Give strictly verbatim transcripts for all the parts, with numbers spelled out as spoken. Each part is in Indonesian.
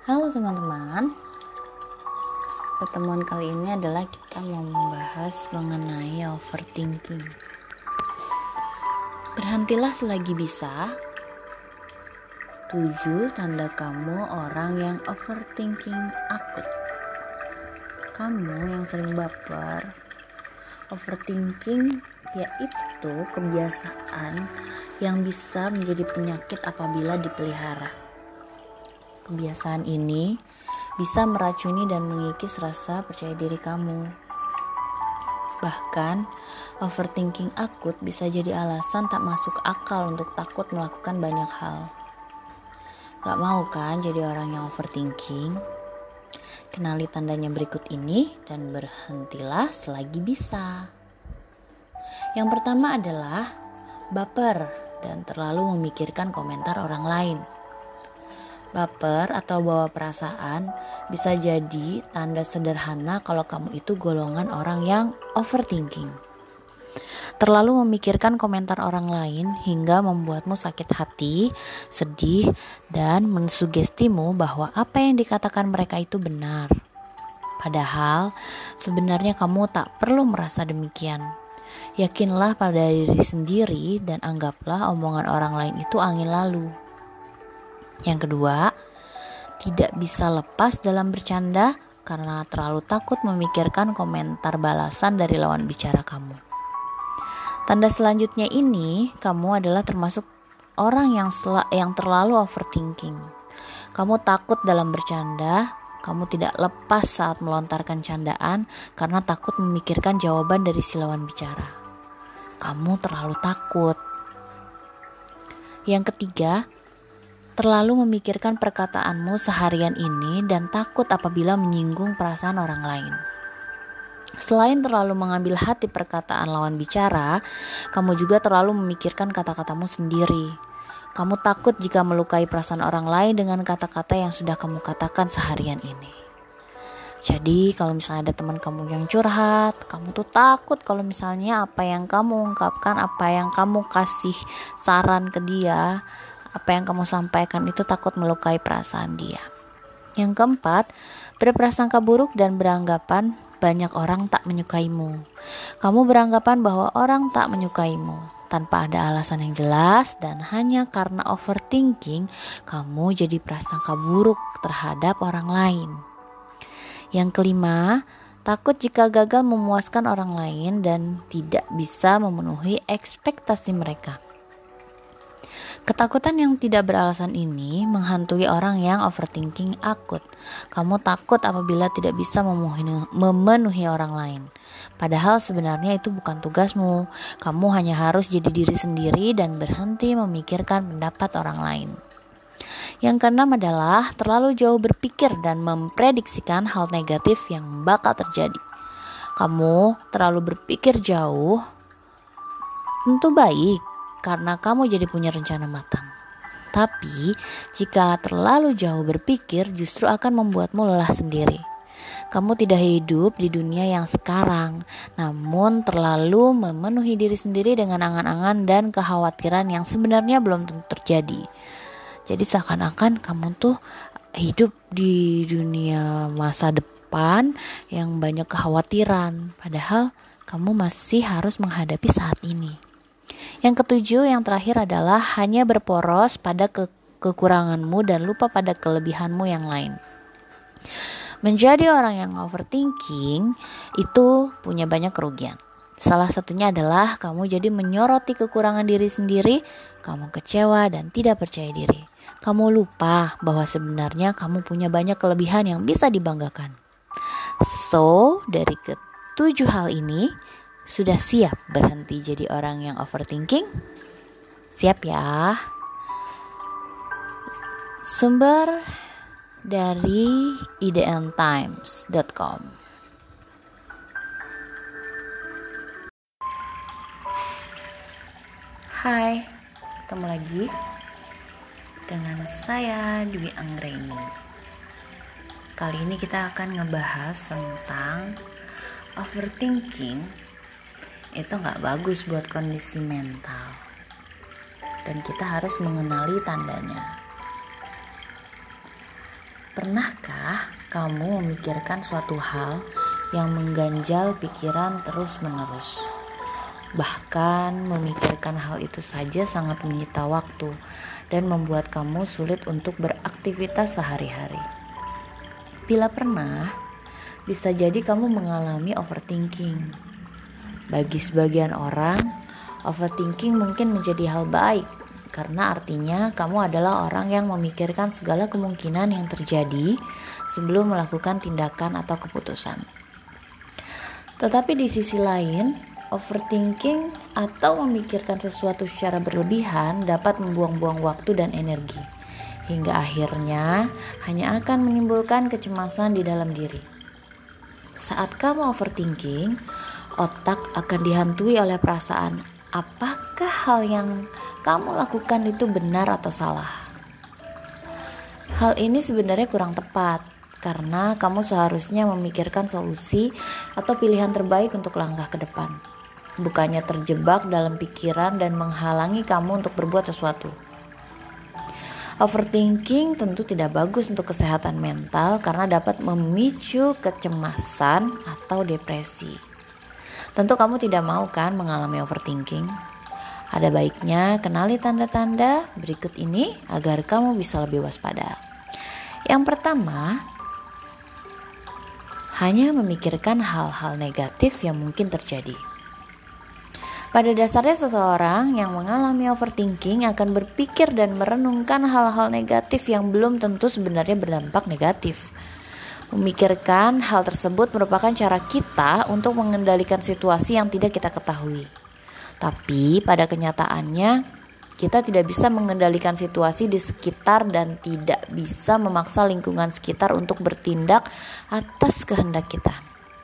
Halo teman-teman, pertemuan kali ini adalah kita mau membahas mengenai overthinking. Berhentilah selagi bisa. Tujuh tanda kamu orang yang overthinking akut. Kamu yang sering baper. Overthinking yaitu kebiasaan yang bisa menjadi penyakit apabila dipelihara. Kebiasaan ini bisa meracuni dan mengikis rasa percaya diri kamu. Bahkan, overthinking akut bisa jadi alasan tak masuk akal untuk takut melakukan banyak hal. Gak mau kan jadi orang yang overthinking? Kenali tandanya berikut ini dan berhentilah selagi bisa. Yang pertama adalah baper dan terlalu memikirkan komentar orang lain. Baper atau bawa perasaan bisa jadi tanda sederhana kalau kamu itu golongan orang yang overthinking. Terlalu memikirkan komentar orang lain hingga membuatmu sakit hati, sedih, dan mensugestimu bahwa apa yang dikatakan mereka itu benar. Padahal sebenarnya kamu tak perlu merasa demikian. Yakinlah pada diri sendiri dan anggaplah omongan orang lain itu angin lalu. Yang kedua, tidak bisa lepas dalam bercanda karena terlalu takut memikirkan komentar balasan dari lawan bicara kamu. Tanda selanjutnya ini, kamu adalah termasuk orang yang sel- yang terlalu overthinking. Kamu takut dalam bercanda, kamu tidak lepas saat melontarkan candaan karena takut memikirkan jawaban dari si lawan bicara. Kamu terlalu takut. Yang ketiga, terlalu memikirkan perkataanmu seharian ini dan takut apabila menyinggung perasaan orang lain. Selain terlalu mengambil hati perkataan lawan bicara, kamu juga terlalu memikirkan kata-katamu sendiri. Kamu takut jika melukai perasaan orang lain dengan kata-kata yang sudah kamu katakan seharian ini. Jadi kalau misalnya ada teman kamu yang curhat, kamu tuh takut kalau misalnya apa yang kamu ungkapkan, apa yang kamu kasih saran ke dia, apa yang kamu sampaikan itu takut melukai perasaan dia. Yang keempat, berprasangka buruk dan beranggapan banyak orang tak menyukaimu. Kamu beranggapan bahwa orang tak menyukaimu tanpa ada alasan yang jelas dan hanya karena overthinking, kamu jadi prasangka buruk terhadap orang lain. Yang kelima, takut jika gagal memuaskan orang lain dan tidak bisa memenuhi ekspektasi mereka. Ketakutan yang tidak beralasan ini menghantui orang yang overthinking akut. Kamu takut apabila tidak bisa memenuhi, memenuhi orang lain. Padahal sebenarnya itu bukan tugasmu. Kamu hanya harus jadi diri sendiri dan berhenti memikirkan pendapat orang lain. Yang keenam adalah terlalu jauh berpikir dan memprediksikan hal negatif yang bakal terjadi. Kamu terlalu berpikir jauh, tentu baik karena kamu jadi punya rencana matang. Tapi jika terlalu jauh berpikir justru akan membuatmu lelah sendiri. Kamu tidak hidup di dunia yang sekarang, namun terlalu memenuhi diri sendiri dengan angan-angan dan kekhawatiran yang sebenarnya belum tentu terjadi. Jadi seakan-akan kamu tuh hidup di dunia masa depan yang banyak kekhawatiran, padahal kamu masih harus menghadapi saat ini. Yang ketujuh, yang terakhir adalah hanya berporos pada ke- kekuranganmu dan lupa pada kelebihanmu yang lain. Menjadi orang yang overthinking itu punya banyak kerugian. Salah satunya adalah kamu jadi menyoroti kekurangan diri sendiri, kamu kecewa dan tidak percaya diri. Kamu lupa bahwa sebenarnya kamu punya banyak kelebihan yang bisa dibanggakan. So, dari ketujuh hal ini, sudah siap berhenti jadi orang yang overthinking? Siap ya? Sumber dari i d n times dot com. Hai, ketemu lagi dengan saya Dwi Anggreni. Kali ini kita akan ngebahas tentang overthinking. Itu gak bagus buat kondisi mental dan kita harus mengenali tandanya. Pernahkah kamu memikirkan suatu hal yang mengganjal pikiran terus-menerus? Bahkan memikirkan hal itu saja sangat menyita waktu dan membuat kamu sulit untuk beraktivitas sehari-hari. Bila pernah, bisa jadi kamu mengalami overthinking. Bagi sebagian orang, overthinking mungkin menjadi hal baik karena artinya kamu adalah orang yang memikirkan segala kemungkinan yang terjadi sebelum melakukan tindakan atau keputusan. Tetapi di sisi lain, overthinking atau memikirkan sesuatu secara berlebihan dapat membuang-buang waktu dan energi, hingga akhirnya hanya akan menimbulkan kecemasan di dalam diri. Saat kamu overthinking, otak akan dihantui oleh perasaan, apakah hal yang kamu lakukan itu benar atau salah? Hal ini sebenarnya kurang tepat karena kamu seharusnya memikirkan solusi atau pilihan terbaik untuk langkah ke depan, bukannya terjebak dalam pikiran dan menghalangi kamu untuk berbuat sesuatu. Overthinking tentu tidak bagus untuk kesehatan mental karena dapat memicu kecemasan atau depresi. Tentu kamu tidak mau kan mengalami overthinking? Ada baiknya kenali tanda-tanda berikut ini agar kamu bisa lebih waspada. Yang pertama, hanya memikirkan hal-hal negatif yang mungkin terjadi. Pada dasarnya seseorang yang mengalami overthinking akan berpikir dan merenungkan hal-hal negatif yang belum tentu sebenarnya berdampak negatif. Memikirkan hal tersebut merupakan cara kita untuk mengendalikan situasi yang tidak kita ketahui. Tapi pada kenyataannya kita tidak bisa mengendalikan situasi di sekitar dan tidak bisa memaksa lingkungan sekitar untuk bertindak atas kehendak kita.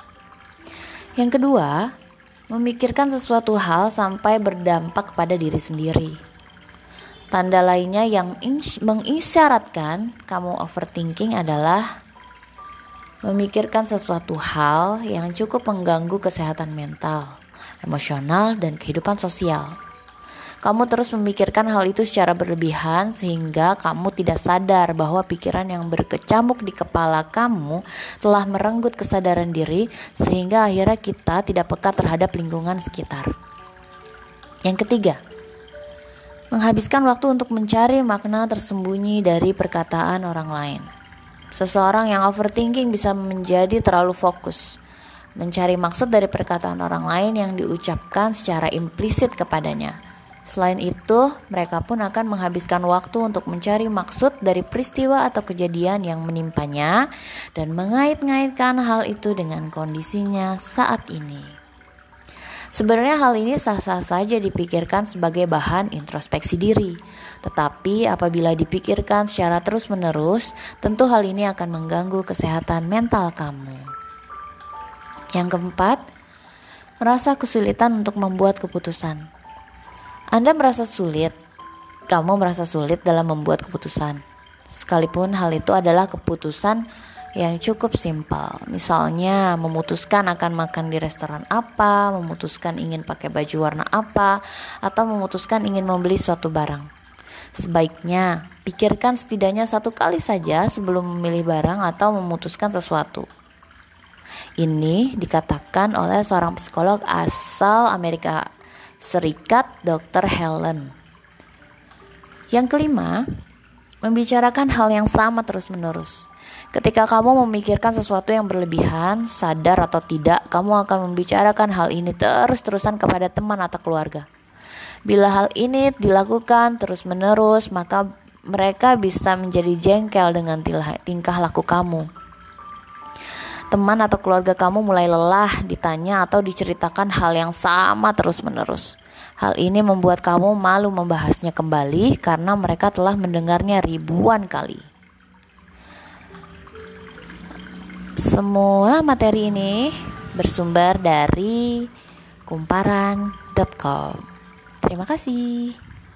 Yang kedua, memikirkan sesuatu hal sampai berdampak pada diri sendiri. Tanda lainnya yang mengisyaratkan kamu overthinking adalah memikirkan sesuatu hal yang cukup mengganggu kesehatan mental, emosional, dan kehidupan sosial. Kamu terus memikirkan hal itu secara berlebihan sehingga kamu tidak sadar bahwa pikiran yang berkecamuk di kepala kamu telah merenggut kesadaran diri sehingga akhirnya kita tidak peka terhadap lingkungan sekitar. Yang ketiga, menghabiskan waktu untuk mencari makna tersembunyi dari perkataan orang lain. Seseorang yang overthinking bisa menjadi terlalu fokus mencari maksud dari perkataan orang lain yang diucapkan secara implisit kepadanya. Selain itu, mereka pun akan menghabiskan waktu untuk mencari maksud dari peristiwa atau kejadian yang menimpanya dan mengait-ngaitkan hal itu dengan kondisinya saat ini. Sebenarnya hal ini sah-sah saja dipikirkan sebagai bahan introspeksi diri. Tetapi apabila dipikirkan secara terus-menerus, tentu hal ini akan mengganggu kesehatan mental kamu. Yang keempat, merasa kesulitan untuk membuat keputusan. Anda merasa sulit, kamu merasa sulit dalam membuat keputusan. Sekalipun hal itu adalah keputusan yang cukup simpel. Misalnya memutuskan akan makan di restoran apa, memutuskan ingin pakai baju warna apa, atau memutuskan ingin membeli suatu barang. Sebaiknya pikirkan setidaknya satu kali saja sebelum memilih barang atau memutuskan sesuatu. Ini dikatakan oleh seorang psikolog asal Amerika Serikat, dokter Helen. Yang kelima, membicarakan hal yang sama terus-menerus. Ketika kamu memikirkan sesuatu yang berlebihan, sadar atau tidak, kamu akan membicarakan hal ini terus-terusan kepada teman atau keluarga. Bila hal ini dilakukan terus-menerus, maka mereka bisa menjadi jengkel dengan tingkah laku kamu. Teman atau keluarga kamu mulai lelah ditanya atau diceritakan hal yang sama terus-menerus. Hal ini membuat kamu malu membahasnya kembali karena mereka telah mendengarnya ribuan kali. Semua materi ini bersumber dari kumparan dot com. Terima kasih.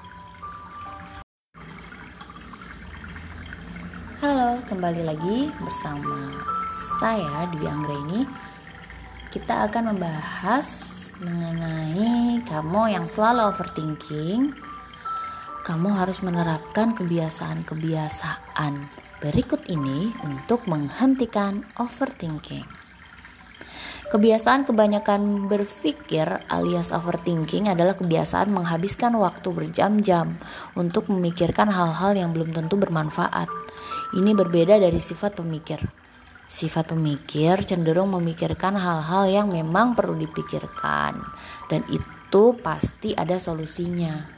Halo, kembali lagi bersama saya Dwi Anggraini. Kita akan membahas mengenai kamu yang selalu overthinking. Kamu harus menerapkan kebiasaan-kebiasaan Berikut ini untuk menghentikan overthinking. Kebiasaan kebanyakan berpikir alias overthinking adalah kebiasaan menghabiskan waktu berjam-jam untuk memikirkan hal-hal yang belum tentu bermanfaat. Ini berbeda dari sifat pemikir. Sifat pemikir cenderung memikirkan hal-hal yang memang perlu dipikirkan, dan itu pasti ada solusinya.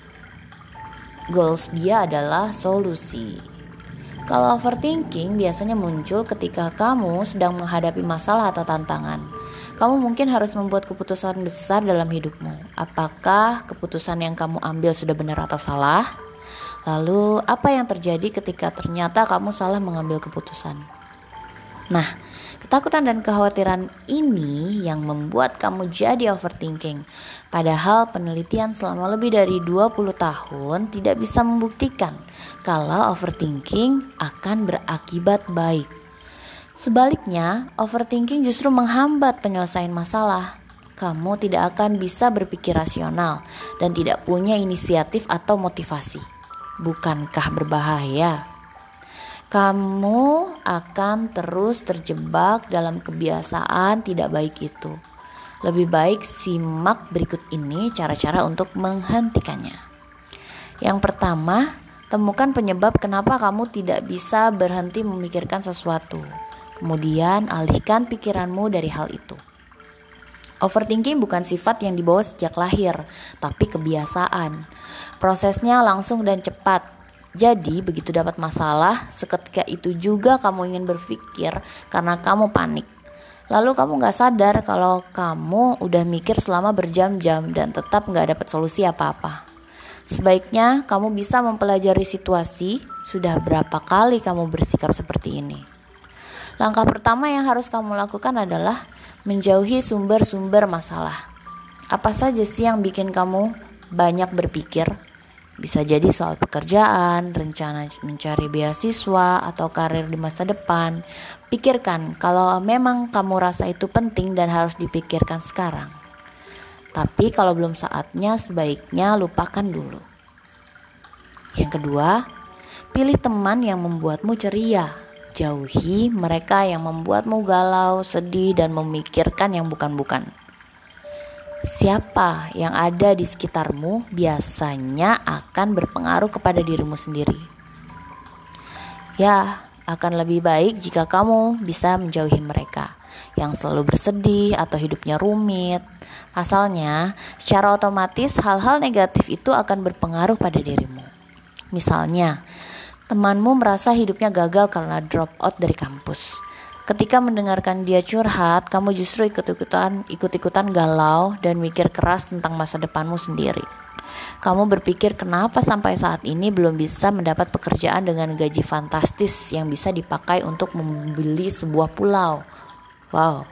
Goals dia adalah solusi. Kalau overthinking biasanya muncul ketika kamu sedang menghadapi masalah atau tantangan. Kamu mungkin harus membuat keputusan besar dalam hidupmu. Apakah keputusan yang kamu ambil sudah benar atau salah? Lalu apa yang terjadi ketika ternyata kamu salah mengambil keputusan? Nah, ketakutan dan kekhawatiran ini yang membuat kamu jadi overthinking. Padahal penelitian selama lebih dari dua puluh tahun tidak bisa membuktikan kalau overthinking akan berakibat baik. Sebaliknya, overthinking justru menghambat penyelesaian masalah. Kamu tidak akan bisa berpikir rasional dan tidak punya inisiatif atau motivasi. Bukankah berbahaya? Kamu akan terus terjebak dalam kebiasaan tidak baik itu. Lebih baik simak berikut ini cara-cara untuk menghentikannya. Yang pertama, temukan penyebab kenapa kamu tidak bisa berhenti memikirkan sesuatu. Kemudian alihkan pikiranmu dari hal itu. Overthinking bukan sifat yang dibawa sejak lahir, tapi kebiasaan. Prosesnya langsung dan cepat. Jadi begitu dapat masalah, seketika itu juga kamu ingin berpikir karena kamu panik. Lalu kamu gak sadar kalau kamu udah mikir selama berjam-jam dan tetap gak dapat solusi apa-apa. Sebaiknya kamu bisa mempelajari situasi, sudah berapa kali kamu bersikap seperti ini. Langkah pertama yang harus kamu lakukan adalah menjauhi sumber-sumber masalah. Apa saja sih yang bikin kamu banyak berpikir? Bisa jadi soal pekerjaan, rencana mencari beasiswa, atau karir di masa depan. Pikirkan kalau memang kamu rasa itu penting dan harus dipikirkan sekarang. Tapi kalau belum saatnya, sebaiknya lupakan dulu. Yang kedua, pilih teman yang membuatmu ceria. Jauhi mereka yang membuatmu galau, sedih, dan memikirkan yang bukan-bukan. Siapa yang ada di sekitarmu biasanya akan berpengaruh kepada dirimu sendiri. Ya, akan lebih baik jika kamu bisa menjauhi mereka yang selalu bersedih atau hidupnya rumit. Pasalnya, secara otomatis hal-hal negatif itu akan berpengaruh pada dirimu. Misalnya, temanmu merasa hidupnya gagal karena drop out dari kampus. Ketika mendengarkan dia curhat, kamu justru ikut-ikutan ikut-ikutan galau dan mikir keras tentang masa depanmu sendiri. Kamu berpikir kenapa sampai saat ini belum bisa mendapat pekerjaan dengan gaji fantastis yang bisa dipakai untuk membeli sebuah pulau. Wow.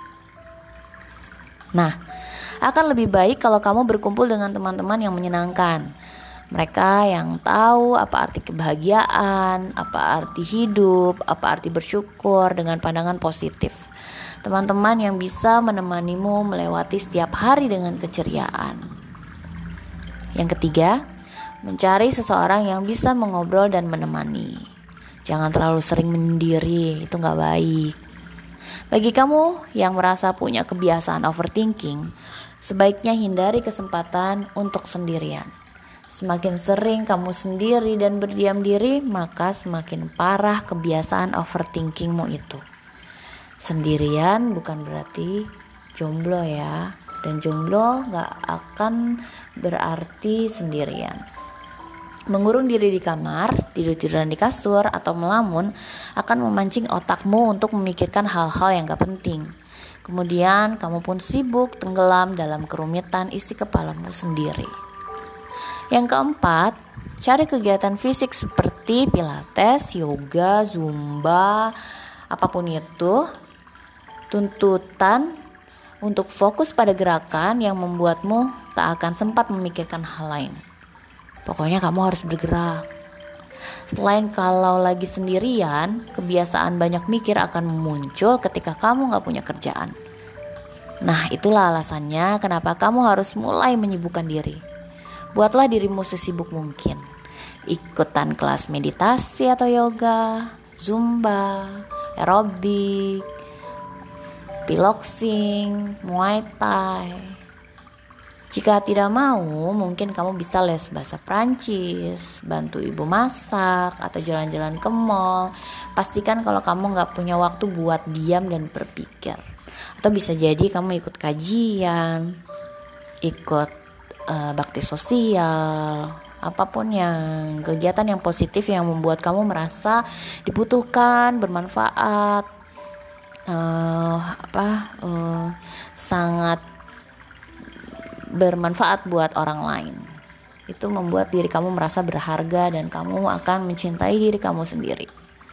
Nah, akan lebih baik kalau kamu berkumpul dengan teman-teman yang menyenangkan. Mereka yang tahu apa arti kebahagiaan, apa arti hidup, apa arti bersyukur dengan pandangan positif. Teman-teman yang bisa menemanimu melewati setiap hari dengan keceriaan. Yang ketiga, mencari seseorang yang bisa mengobrol dan menemani. Jangan terlalu sering menyendiri, itu gak baik. Bagi kamu yang merasa punya kebiasaan overthinking, sebaiknya hindari kesempatan untuk sendirian. Semakin sering kamu sendiri dan berdiam diri, maka semakin parah kebiasaan overthinkingmu itu. Sendirian bukan berarti jomblo ya. Dan jomblo gak akan berarti sendirian. Mengurung diri di kamar, tidur-tiduran di kasur, atau melamun akan memancing otakmu untuk memikirkan hal-hal yang gak penting. Kemudian kamu pun sibuk tenggelam dalam kerumitan isi kepalamu sendiri. Yang keempat, cari kegiatan fisik seperti pilates, yoga, zumba, apapun itu. Tuntutan untuk fokus pada gerakan yang membuatmu tak akan sempat memikirkan hal lain. Pokoknya kamu harus bergerak. Selain kalau lagi sendirian, kebiasaan banyak mikir akan muncul ketika kamu gak punya kerjaan. Nah, itulah alasannya kenapa kamu harus mulai menyibukkan diri. Buatlah dirimu sesibuk mungkin. ikutan kelas meditasi atau yoga, zumba, aerobik, piloxing, muay thai. Jika tidak mau, mungkin kamu bisa les bahasa Prancis, bantu ibu masak, atau jalan-jalan ke mall. Pastikan kalau kamu gak punya waktu buat diam dan berpikir. Atau bisa jadi kamu ikut kajian, ikut uh, bakti sosial, apapun yang kegiatan yang positif yang membuat kamu merasa dibutuhkan, bermanfaat, uh, apa, uh, sangat bermanfaat buat orang lain. Itu membuat diri kamu merasa berharga dan kamu akan mencintai diri kamu sendiri.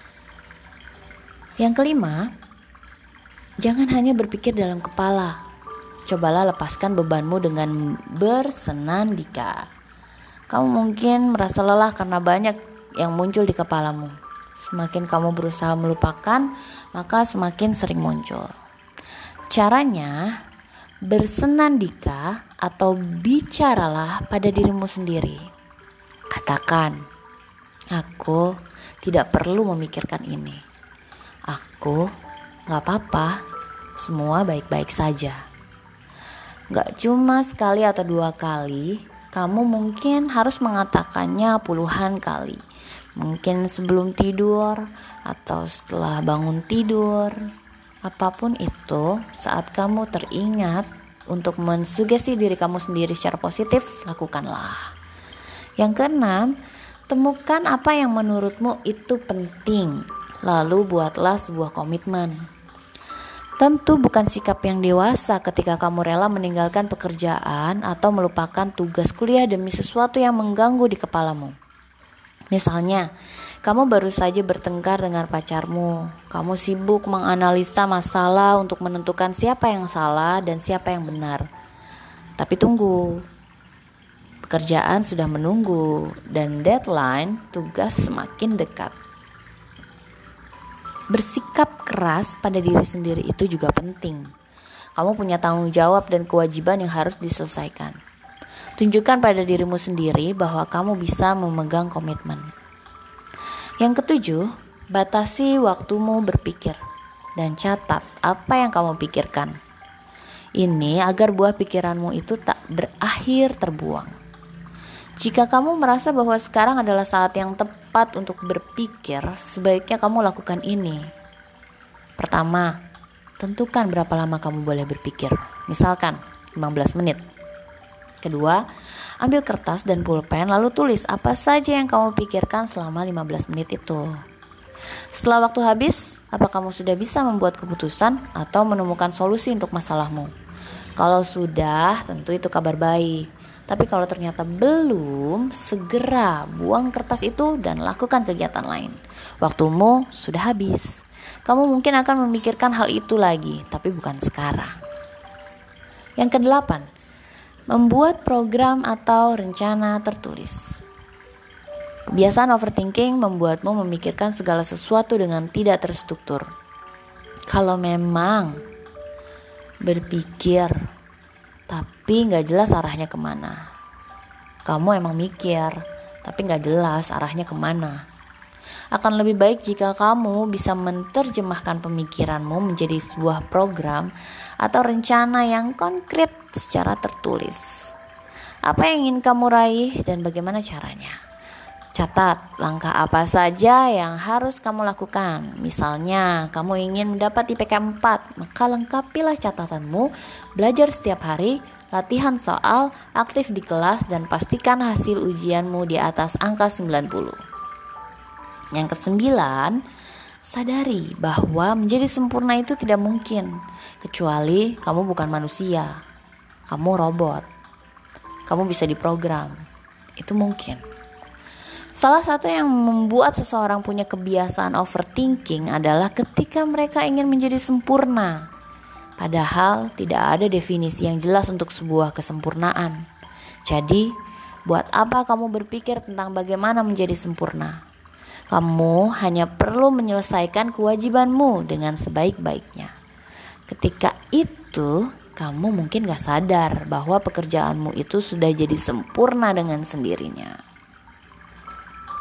Yang kelima, jangan hanya berpikir dalam kepala. Cobalah lepaskan bebanmu dengan bersenandika. Kamu mungkin merasa lelah karena banyak yang muncul di kepalamu. Semakin kamu berusaha melupakan, maka semakin sering muncul. Caranya, bersenandika atau bicaralah pada dirimu sendiri. Katakan, aku tidak perlu memikirkan ini. Aku gak apa-apa, semua baik-baik saja. Gak cuma sekali atau dua kali, kamu mungkin harus mengatakannya puluhan kali. Mungkin sebelum tidur atau setelah bangun tidur. Apapun itu, saat kamu teringat untuk mensugesti diri kamu sendiri secara positif, lakukanlah. Yang keenam, temukan apa yang menurutmu itu penting, lalu buatlah sebuah komitmen. Tentu bukan sikap yang dewasa ketika kamu rela meninggalkan pekerjaan atau melupakan tugas kuliah demi sesuatu yang mengganggu di kepalamu. Misalnya, kamu baru saja bertengkar dengan pacarmu. Kamu sibuk menganalisa masalah untuk menentukan siapa yang salah dan siapa yang benar. Tapi tunggu, pekerjaan sudah menunggu dan deadline tugas semakin dekat. Bersikap keras pada diri sendiri itu juga penting. Kamu punya tanggung jawab dan kewajiban yang harus diselesaikan. Tunjukkan pada dirimu sendiri bahwa kamu bisa memegang komitmen. Yang ketujuh, batasi waktumu berpikir dan catat apa yang kamu pikirkan. Ini agar buah pikiranmu itu tak berakhir terbuang. Jika kamu merasa bahwa sekarang adalah saat yang tepat untuk berpikir, sebaiknya kamu lakukan ini. Pertama, tentukan berapa lama kamu boleh berpikir. Misalkan lima belas menit. Kedua, ambil kertas dan pulpen lalu tulis apa saja yang kamu pikirkan selama lima belas menit itu. Setelah waktu habis, apa kamu sudah bisa membuat keputusan atau menemukan solusi untuk masalahmu? Kalau sudah, tentu itu kabar baik. Tapi kalau ternyata belum, segera buang kertas itu dan lakukan kegiatan lain. Waktumu sudah habis. Kamu mungkin akan memikirkan hal itu lagi, tapi bukan sekarang. Yang kedelapan, membuat program atau rencana tertulis. Kebiasaan overthinking membuatmu memikirkan segala sesuatu dengan tidak terstruktur. Kalau memang berpikir tapi gak jelas arahnya kemana, kamu emang mikir tapi gak jelas arahnya kemana. Akan lebih baik jika kamu bisa menerjemahkan pemikiranmu menjadi sebuah program atau rencana yang konkret secara tertulis. Apa yang ingin kamu raih dan bagaimana caranya? Catat langkah apa saja yang harus kamu lakukan. Misalnya, kamu ingin mendapat I P K empat, maka lengkapilah catatanmu, belajar setiap hari, latihan soal, aktif di kelas, dan pastikan hasil ujianmu di atas angka sembilan puluh. Yang kesembilan, sadari bahwa menjadi sempurna itu tidak mungkin, kecuali kamu bukan manusia, kamu robot, kamu bisa diprogram, itu mungkin. Salah satu yang membuat seseorang punya kebiasaan overthinking adalah ketika mereka ingin menjadi sempurna. Padahal tidak ada definisi yang jelas untuk sebuah kesempurnaan. Jadi, buat apa kamu berpikir tentang bagaimana menjadi sempurna? Kamu hanya perlu menyelesaikan kewajibanmu dengan sebaik-baiknya. Ketika itu, kamu mungkin gak sadar bahwa pekerjaanmu itu sudah jadi sempurna dengan sendirinya.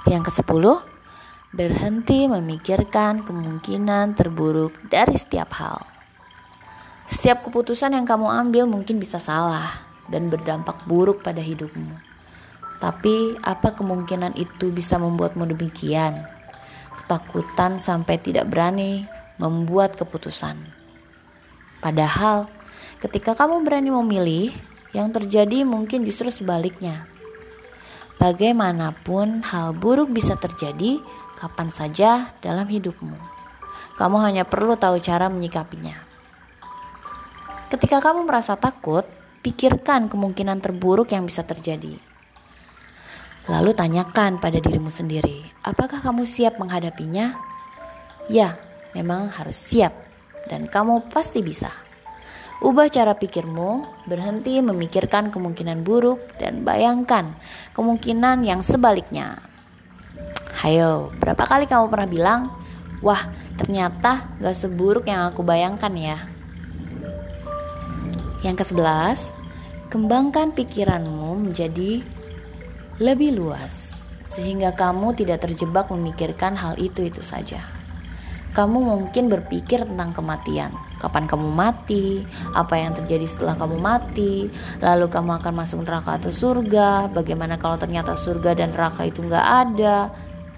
Yang kesepuluh, berhenti memikirkan kemungkinan terburuk dari setiap hal. Setiap keputusan yang kamu ambil mungkin bisa salah dan berdampak buruk pada hidupmu. Tapi apa kemungkinan itu bisa membuatmu demikian? Ketakutan sampai tidak berani membuat keputusan. Padahal ketika kamu berani memilih, yang terjadi mungkin justru sebaliknya. Bagaimanapun hal buruk bisa terjadi kapan saja dalam hidupmu. Kamu hanya perlu tahu cara menyikapinya. Ketika kamu merasa takut, pikirkan kemungkinan terburuk yang bisa terjadi. Lalu tanyakan pada dirimu sendiri, apakah kamu siap menghadapinya? Ya, memang harus siap dan kamu pasti bisa. Ubah cara pikirmu, berhenti memikirkan kemungkinan buruk dan bayangkan kemungkinan yang sebaliknya. Hayo, berapa kali kamu pernah bilang, wah ternyata gak seburuk yang aku bayangkan ya. Yang kesebelas, kembangkan pikiranmu menjadi lebih luas, sehingga kamu tidak terjebak memikirkan hal itu-itu saja. Kamu mungkin berpikir tentang kematian, kapan kamu mati, apa yang terjadi setelah kamu mati, lalu kamu akan masuk neraka atau surga, bagaimana kalau ternyata surga dan neraka itu gak ada.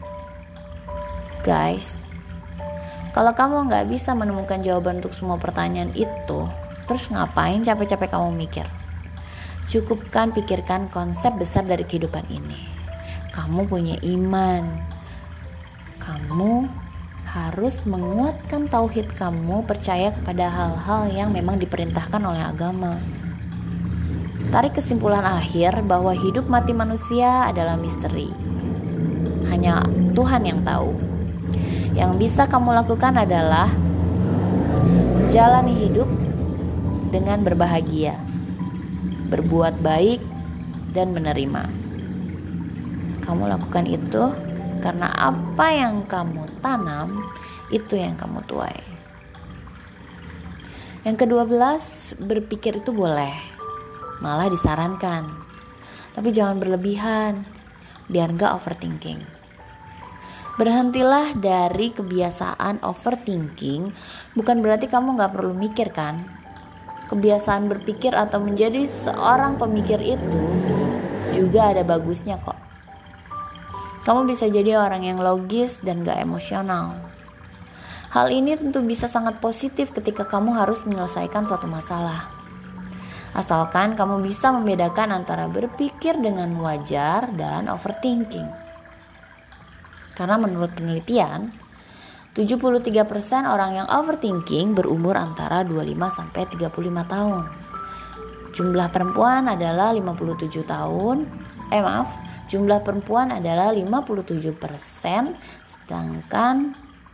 Guys, kalau kamu gak bisa menemukan jawaban untuk semua pertanyaan itu, terus ngapain capek-capek kamu mikir? Cukupkan pikirkan konsep besar dari kehidupan ini. Kamu punya iman. Kamu harus menguatkan tauhid kamu, percaya kepada hal-hal yang memang diperintahkan oleh agama. Tarik kesimpulan akhir bahwa hidup mati manusia adalah misteri. Hanya Tuhan yang tahu. Yang bisa kamu lakukan adalah menjalani hidup dengan berbahagia, berbuat baik, dan menerima. Kamu lakukan itu karena apa yang kamu tanam, itu yang kamu tuai. Yang kedua belas, berpikir itu boleh, malah disarankan. Tapi jangan berlebihan, biar gak overthinking. Berhentilah dari kebiasaan overthinking, bukan berarti kamu gak perlu mikir kan. Kebiasaan berpikir atau menjadi seorang pemikir itu juga ada bagusnya kok. Kamu bisa jadi orang yang logis dan gak emosional. Hal ini tentu bisa sangat positif ketika kamu harus menyelesaikan suatu masalah. Asalkan kamu bisa membedakan antara berpikir dengan wajar dan overthinking. Karena menurut penelitian, tujuh puluh tiga persen orang yang overthinking berumur antara dua puluh lima sampai tiga puluh lima tahun. Jumlah perempuan adalah lima puluh tujuh tahun. Eh maaf, jumlah perempuan adalah lima puluh tujuh persen, sedangkan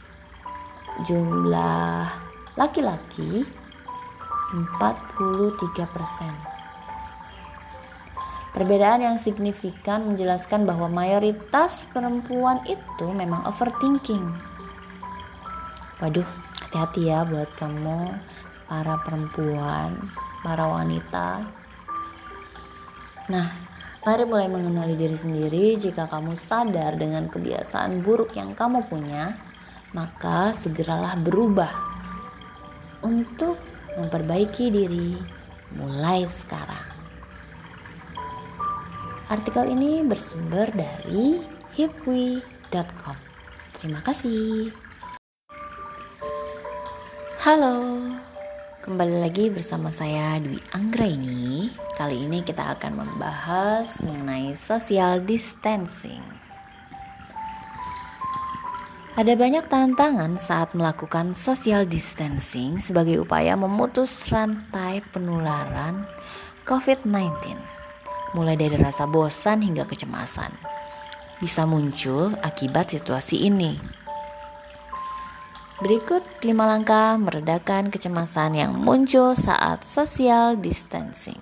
jumlah laki-laki empat puluh tiga persen. Perbedaan yang signifikan menjelaskan bahwa mayoritas perempuan itu memang overthinking. Waduh, hati-hati ya buat kamu, para perempuan, para wanita. Nah, mari mulai mengenali diri sendiri. Jika kamu sadar dengan kebiasaan buruk yang kamu punya, maka segeralah berubah untuk memperbaiki diri mulai sekarang. Artikel ini bersumber dari hipwi dot com. Terima kasih. Halo, kembali lagi bersama saya Dwi Anggraini. Kali ini kita akan membahas mengenai social distancing. Ada banyak tantangan saat melakukan social distancing sebagai upaya memutus rantai penularan covid sembilan belas. Mulai dari rasa bosan hingga kecemasan bisa muncul akibat situasi ini. Berikut lima langkah meredakan kecemasan yang muncul saat social distancing.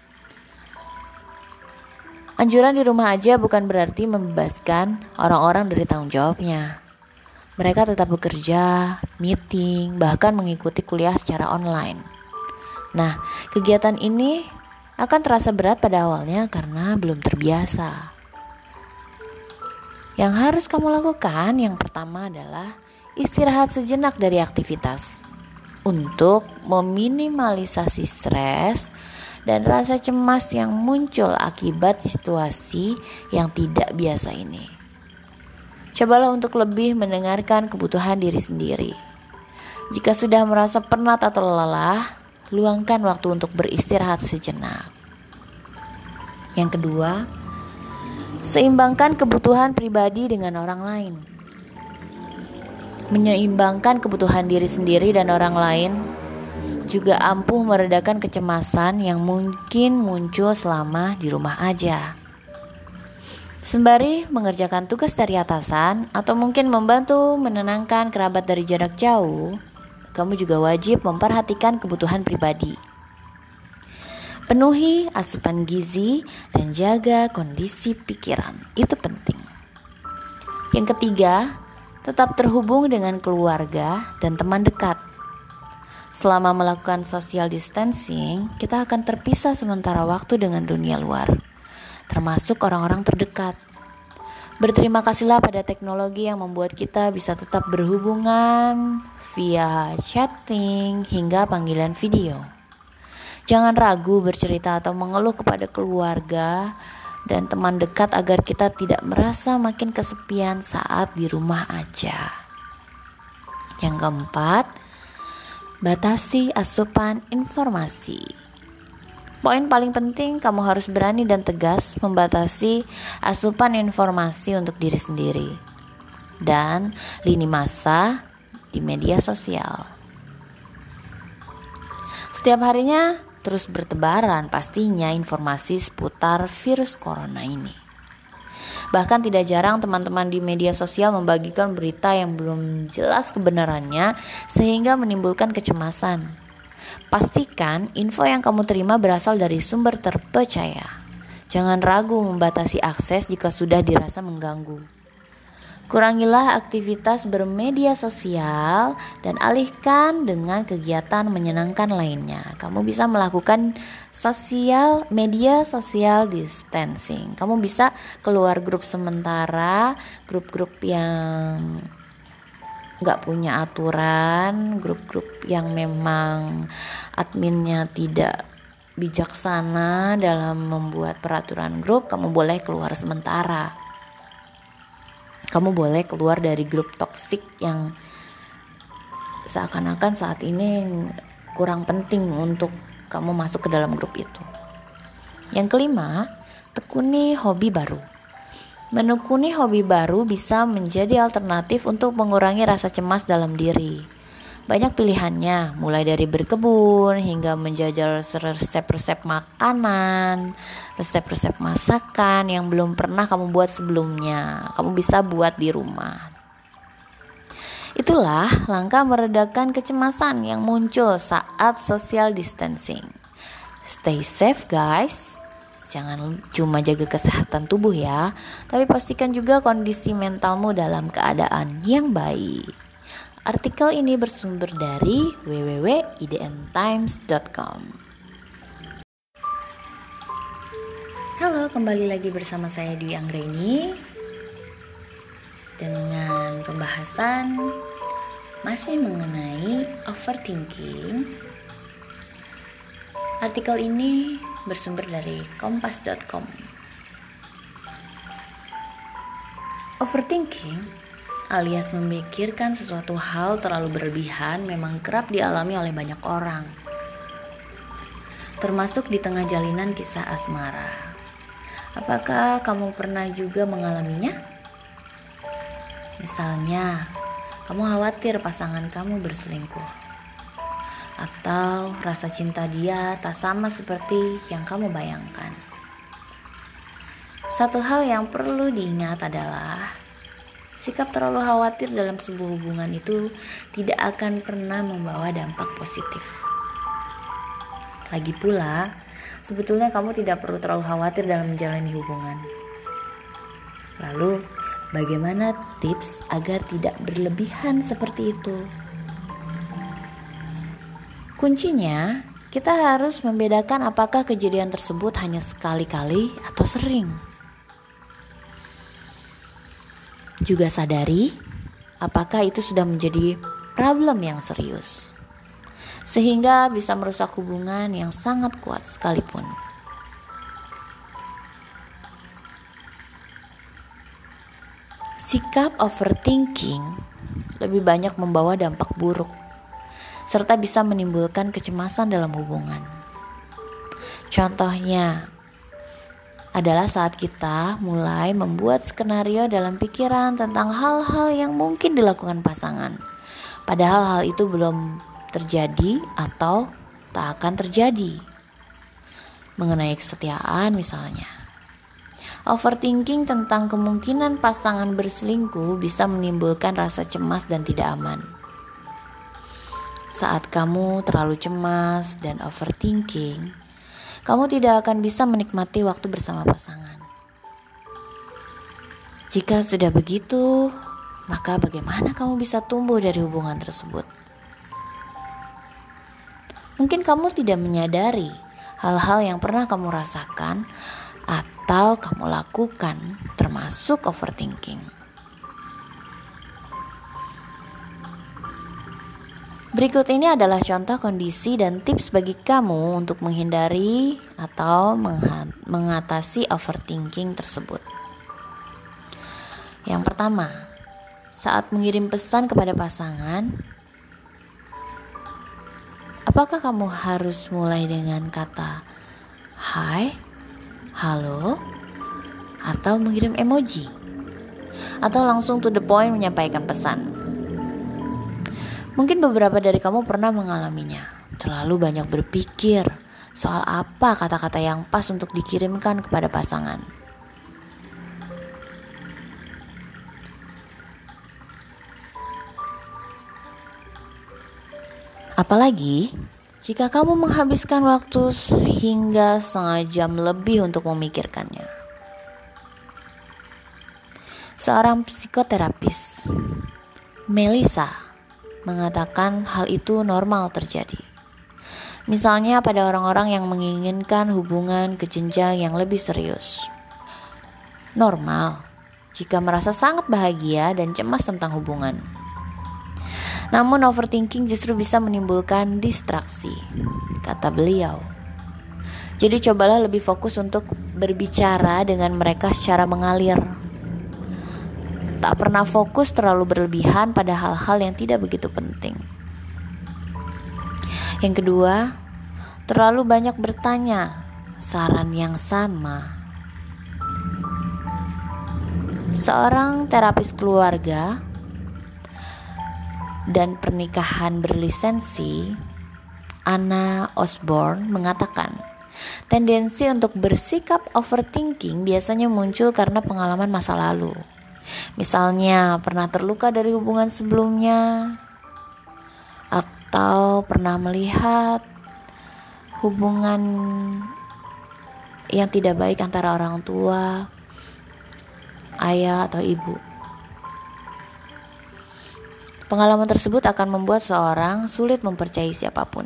Anjuran di rumah aja bukan berarti membebaskan orang-orang dari tanggung jawabnya. Mereka tetap bekerja, meeting, bahkan mengikuti kuliah secara online. Nah, kegiatan ini akan terasa berat pada awalnya karena belum terbiasa. Yang harus kamu lakukan yang pertama adalah istirahat sejenak dari aktivitas untuk meminimalisasi stres dan rasa cemas yang muncul akibat situasi yang tidak biasa ini. Cobalah untuk lebih mendengarkan kebutuhan diri sendiri. Jika sudah merasa penat atau lelah, luangkan waktu untuk beristirahat sejenak. Yang kedua, seimbangkan kebutuhan pribadi dengan orang lain. Menyeimbangkan kebutuhan diri sendiri dan orang lain juga ampuh meredakan kecemasan yang mungkin muncul selama di rumah aja. Sembari mengerjakan tugas dari atasan atau mungkin membantu menenangkan kerabat dari jarak jauh, kamu juga wajib memperhatikan kebutuhan pribadi. Penuhi asupan gizi dan jaga kondisi pikiran. Itu penting. Yang ketiga, tetap terhubung dengan keluarga dan teman dekat. Selama melakukan social distancing, kita akan terpisah sementara waktu dengan dunia luar, termasuk orang-orang terdekat. Berterima kasihlah pada teknologi yang membuat kita bisa tetap berhubungan via chatting hingga panggilan video. Jangan ragu bercerita atau mengeluh kepada keluarga dan teman dekat agar kita tidak merasa makin kesepian saat di rumah aja. Yang keempat, batasi asupan informasi. Poin paling penting, kamu harus berani dan tegas membatasi asupan informasi untuk diri sendiri dan lini masa di media sosial. Setiap harinya terus bertebaran pastinya informasi seputar virus corona ini. Bahkan tidak jarang teman-teman di media sosial membagikan berita yang belum jelas kebenarannya sehingga menimbulkan kecemasan. Pastikan info yang kamu terima berasal dari sumber terpercaya. Jangan ragu membatasi akses jika sudah dirasa mengganggu. Kurangilah aktivitas bermedia sosial dan alihkan dengan kegiatan menyenangkan lainnya. Kamu bisa melakukan sosial media social distancing. Kamu bisa keluar grup sementara, grup-grup yang gak punya aturan, grup-grup yang memang adminnya tidak bijaksana dalam membuat peraturan grup. Kamu boleh keluar sementara. Kamu boleh keluar dari grup toksik yang seakan-akan saat ini kurang penting untuk kamu masuk ke dalam grup itu. Yang kelima, tekuni hobi baru. Menekuni hobi baru bisa menjadi alternatif untuk mengurangi rasa cemas dalam diri. Banyak pilihannya, mulai dari berkebun hingga menjajal resep-resep makanan, resep-resep masakan yang belum pernah kamu buat sebelumnya. Kamu bisa buat di rumah. Itulah langkah meredakan kecemasan yang muncul saat social distancing. Stay safe guys. Jangan cuma jaga kesehatan tubuh ya, tapi pastikan juga kondisi mentalmu dalam keadaan yang baik. Artikel ini bersumber dari w w w titik i d n times titik com. Halo, kembali lagi bersama saya Dwi Anggraini dengan pembahasan masih mengenai overthinking. Artikel ini bersumber dari kompas titik com. Overthinking alias memikirkan sesuatu hal terlalu berlebihan memang kerap dialami oleh banyak orang, termasuk di tengah jalinan kisah asmara. Apakah kamu pernah juga mengalaminya? Misalnya, kamu khawatir pasangan kamu berselingkuh, atau rasa cinta dia tak sama seperti yang kamu bayangkan. Satu hal yang perlu diingat adalah sikap terlalu khawatir dalam sebuah hubungan itu tidak akan pernah membawa dampak positif. Lagi pula, sebetulnya kamu tidak perlu terlalu khawatir dalam menjalani hubungan. Lalu, bagaimana tips agar tidak berlebihan seperti itu? Kuncinya, kita harus membedakan apakah kejadian tersebut hanya sekali-kali atau sering. Juga sadari apakah itu sudah menjadi problem yang serius, sehingga bisa merusak hubungan yang sangat kuat sekalipun. Sikap overthinking lebih banyak membawa dampak buruk, serta bisa menimbulkan kecemasan dalam hubungan. Contohnya adalah saat kita mulai membuat skenario dalam pikiran tentang hal-hal yang mungkin dilakukan pasangan, padahal hal itu belum terjadi atau tak akan terjadi. Mengenai kesetiaan misalnya. Overthinking tentang kemungkinan pasangan berselingkuh bisa menimbulkan rasa cemas dan tidak aman. Saat kamu terlalu cemas dan overthinking, kamu tidak akan bisa menikmati waktu bersama pasangan. Jika sudah begitu, maka bagaimana kamu bisa tumbuh dari hubungan tersebut? Mungkin kamu tidak menyadari hal-hal yang pernah kamu rasakan atau kamu lakukan, termasuk overthinking. Berikut ini adalah contoh kondisi dan tips bagi kamu untuk menghindari atau mengatasi overthinking tersebut. Yang pertama, saat mengirim pesan kepada pasangan, apakah kamu harus mulai dengan kata hai, halo, atau mengirim emoji, atau langsung to the point menyampaikan pesan? Mungkin beberapa dari kamu pernah mengalaminya, terlalu banyak berpikir soal apa kata-kata yang pas untuk dikirimkan kepada pasangan. Apalagi jika kamu menghabiskan waktu hingga setengah jam lebih untuk memikirkannya. Seorang psikoterapis, Melissa, mengatakan hal itu normal terjadi. Misalnya pada orang-orang yang menginginkan hubungan ke jenjang yang lebih serius. Normal jika merasa sangat bahagia dan cemas tentang hubungan. Namun overthinking justru bisa menimbulkan distraksi, kata beliau. Jadi cobalah lebih fokus untuk berbicara dengan mereka secara mengalir. Tak pernah fokus terlalu berlebihan pada hal-hal yang tidak begitu penting. Yang kedua, terlalu banyak bertanya saran yang sama. Seorang terapis keluarga dan pernikahan berlisensi, Anna Osborne, mengatakan tendensi untuk bersikap overthinking biasanya muncul karena pengalaman masa lalu. Misalnya pernah terluka dari hubungan sebelumnya, atau pernah melihat hubungan yang tidak baik antara orang tua, ayah atau ibu. Pengalaman tersebut akan membuat seorang sulit mempercayai siapapun.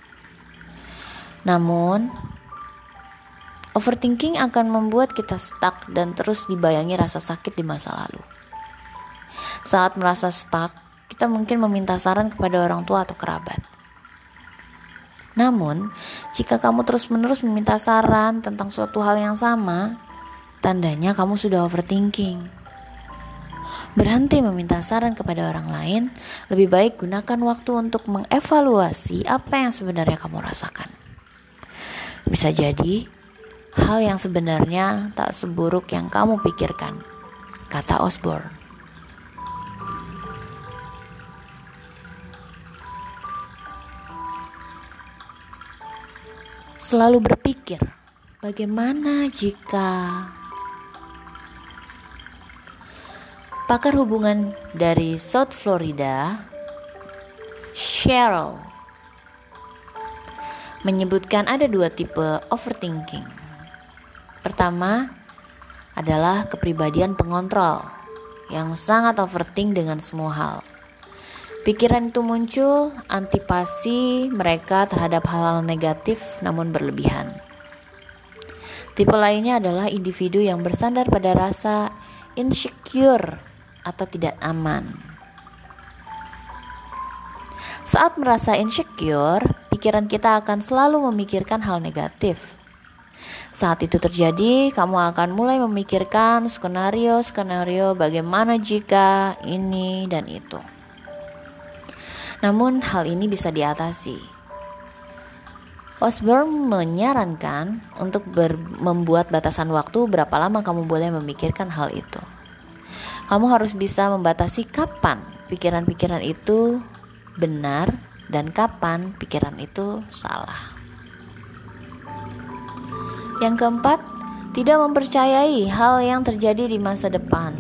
Namun, overthinking akan membuat kita stuck dan terus dibayangi rasa sakit di masa lalu. Saat merasa stuck, kita mungkin meminta saran kepada orang tua atau kerabat. Namun, jika kamu terus-menerus meminta saran tentang suatu hal yang sama, tandanya kamu sudah overthinking. Berhenti meminta saran kepada orang lain, lebih baik gunakan waktu untuk mengevaluasi apa yang sebenarnya kamu rasakan. Bisa jadi, hal yang sebenarnya tak seburuk yang kamu pikirkan, kata Osborne. Selalu berpikir, bagaimana jika... Pakar hubungan dari South Florida, Cheryl, menyebutkan ada dua tipe overthinking. Pertama adalah kepribadian pengontrol yang sangat overthink dengan semua hal. Pikiran itu muncul antipasi mereka terhadap hal-hal negatif namun berlebihan. Tipe lainnya adalah individu yang bersandar pada rasa insecure atau tidak aman. Saat merasa insecure, pikiran kita akan selalu memikirkan hal negatif. Saat itu terjadi, kamu akan mulai memikirkan skenario-skenario bagaimana jika ini dan itu. Namun hal ini bisa diatasi. Osborne menyarankan untuk ber- membuat batasan waktu berapa lama kamu boleh memikirkan hal itu. Kamu harus bisa membatasi kapan pikiran-pikiran itu benar dan kapan pikiran itu salah. Yang keempat, tidak mempercayai hal yang terjadi di masa depan.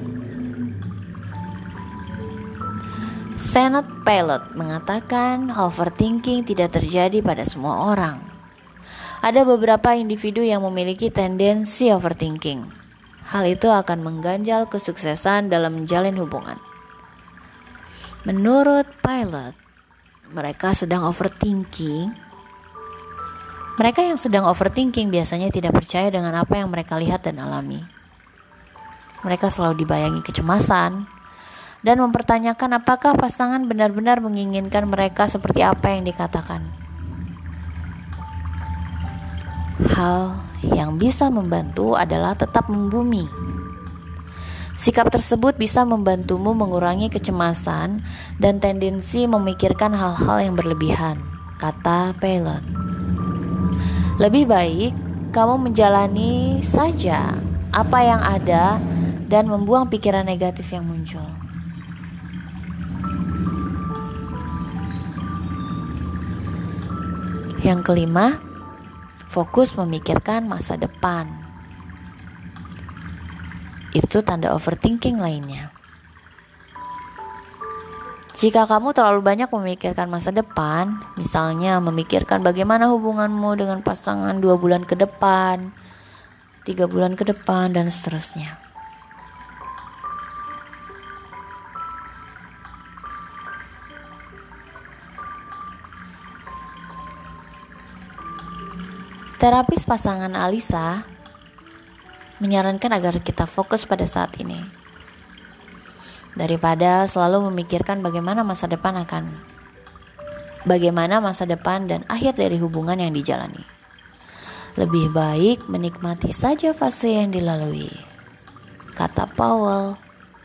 Sennett Pelote mengatakan overthinking tidak terjadi pada semua orang. Ada beberapa individu yang memiliki tendensi overthinking. Hal itu akan mengganjal kesuksesan dalam menjalin hubungan. Menurut Pelote, mereka sedang overthinking. Mereka yang sedang overthinking biasanya tidak percaya dengan apa yang mereka lihat dan alami. Mereka selalu dibayangi kecemasan dan mempertanyakan apakah pasangan benar-benar menginginkan mereka seperti apa yang dikatakan. Hal yang bisa membantu adalah tetap membumi. Sikap tersebut bisa membantumu mengurangi kecemasan dan tendensi memikirkan hal-hal yang berlebihan, kata Pelote. Lebih baik kamu menjalani saja apa yang ada dan membuang pikiran negatif yang muncul. Yang kelima, fokus memikirkan masa depan. Itu tanda overthinking lainnya. Jika kamu terlalu banyak memikirkan masa depan, misalnya memikirkan bagaimana hubunganmu dengan pasangan dua bulan ke depan, tiga bulan ke depan, dan seterusnya. Terapis pasangan Alisa menyarankan agar kita fokus pada saat ini, daripada selalu memikirkan bagaimana masa depan akan bagaimana masa depan dan akhir dari hubungan yang dijalani. Lebih baik menikmati saja fase yang dilalui, kata Powell.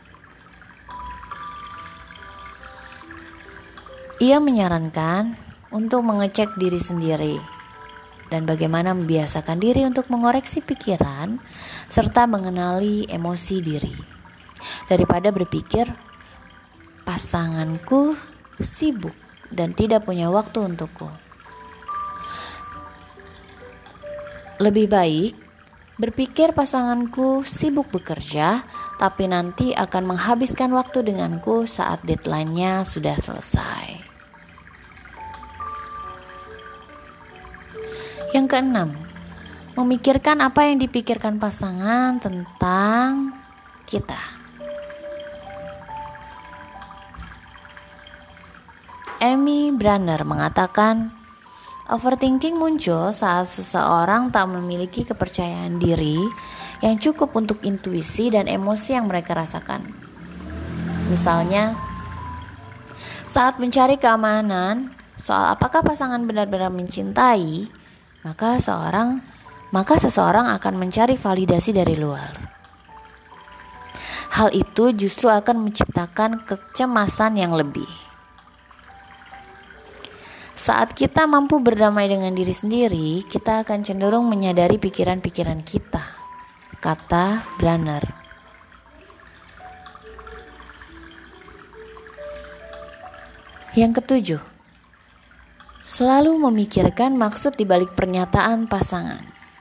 Ia menyarankan untuk mengecek diri sendiri dan bagaimana membiasakan diri untuk mengoreksi pikiran serta mengenali emosi diri, daripada berpikir pasanganku sibuk dan tidak punya waktu untukku. Lebih baik berpikir pasanganku sibuk bekerja, tapi nanti akan menghabiskan waktu denganku saat deadline-nya sudah selesai. Yang keenam, memikirkan apa yang dipikirkan pasangan tentang kita. Amy Brunner mengatakan, overthinking muncul saat seseorang tak memiliki kepercayaan diri yang cukup untuk intuisi dan emosi yang mereka rasakan. Misalnya, saat mencari keamanan soal apakah pasangan benar-benar mencintai, maka seorang maka seseorang akan mencari validasi dari luar. Hal itu justru akan menciptakan kecemasan yang lebih. Saat kita mampu berdamai dengan diri sendiri, kita akan cenderung menyadari pikiran-pikiran kita, kata Brunner. Yang ketujuh, selalu memikirkan maksud di balik pernyataan pasangan.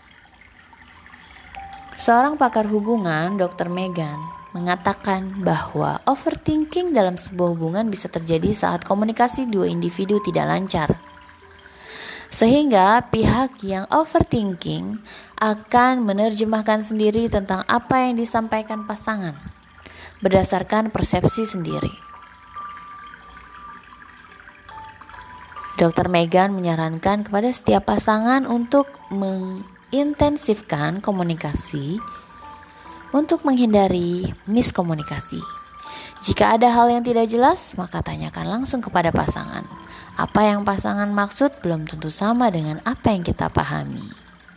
Seorang pakar hubungan, dokter Megan, mengatakan bahwa overthinking dalam sebuah hubungan bisa terjadi saat komunikasi dua individu tidak lancar. Sehingga pihak yang overthinking akan menerjemahkan sendiri tentang apa yang disampaikan pasangan berdasarkan persepsi sendiri. dokter Megan menyarankan kepada setiap pasangan untuk mengintensifkan komunikasi untuk menghindari miskomunikasi. Jika ada hal yang tidak jelas, maka tanyakan langsung kepada pasangan. Apa yang pasangan maksud belum tentu sama dengan apa yang kita pahami.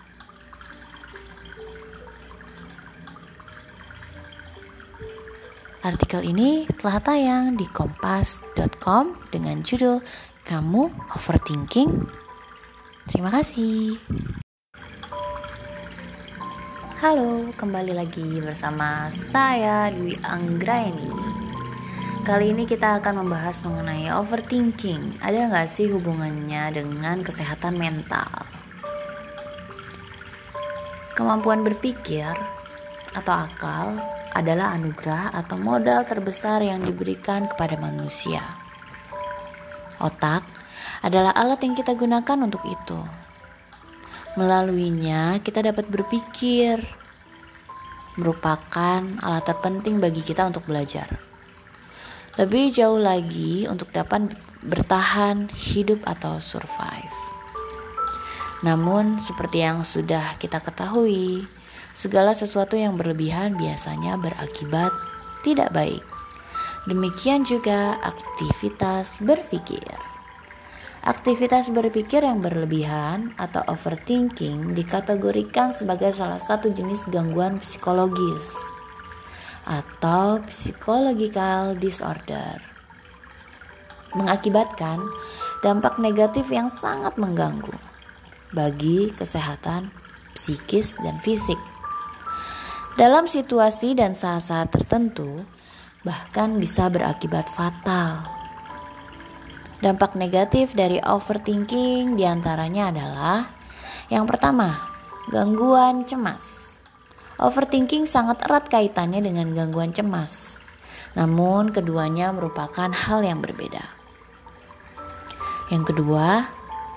Artikel ini telah tayang di kompas dot com dengan judul Kamu Overthinking? Terima kasih. Halo, kembali lagi bersama saya Dwi Anggraini. Kali ini kita akan membahas mengenai overthinking. Ada nggak sih hubungannya dengan kesehatan mental? Kemampuan berpikir atau akal adalah anugerah atau modal terbesar yang diberikan kepada manusia. Otak adalah alat yang kita gunakan untuk itu. Melaluinya kita dapat berpikir, merupakan alat terpenting bagi kita untuk belajar. Lebih jauh lagi untuk dapat bertahan, hidup atau survive. Namun seperti yang sudah kita ketahui, segala sesuatu yang berlebihan biasanya berakibat tidak baik. Demikian juga aktivitas berpikir. Aktivitas berpikir yang berlebihan atau overthinking dikategorikan sebagai salah satu jenis gangguan psikologis atau psychological disorder, mengakibatkan dampak negatif yang sangat mengganggu bagi kesehatan psikis dan fisik. Dalam situasi dan saat-saat tertentu, bahkan bisa berakibat fatal. Dampak negatif dari overthinking diantaranya adalah yang pertama, gangguan cemas. Overthinking sangat erat kaitannya dengan gangguan cemas. Namun keduanya merupakan hal yang berbeda. Yang kedua,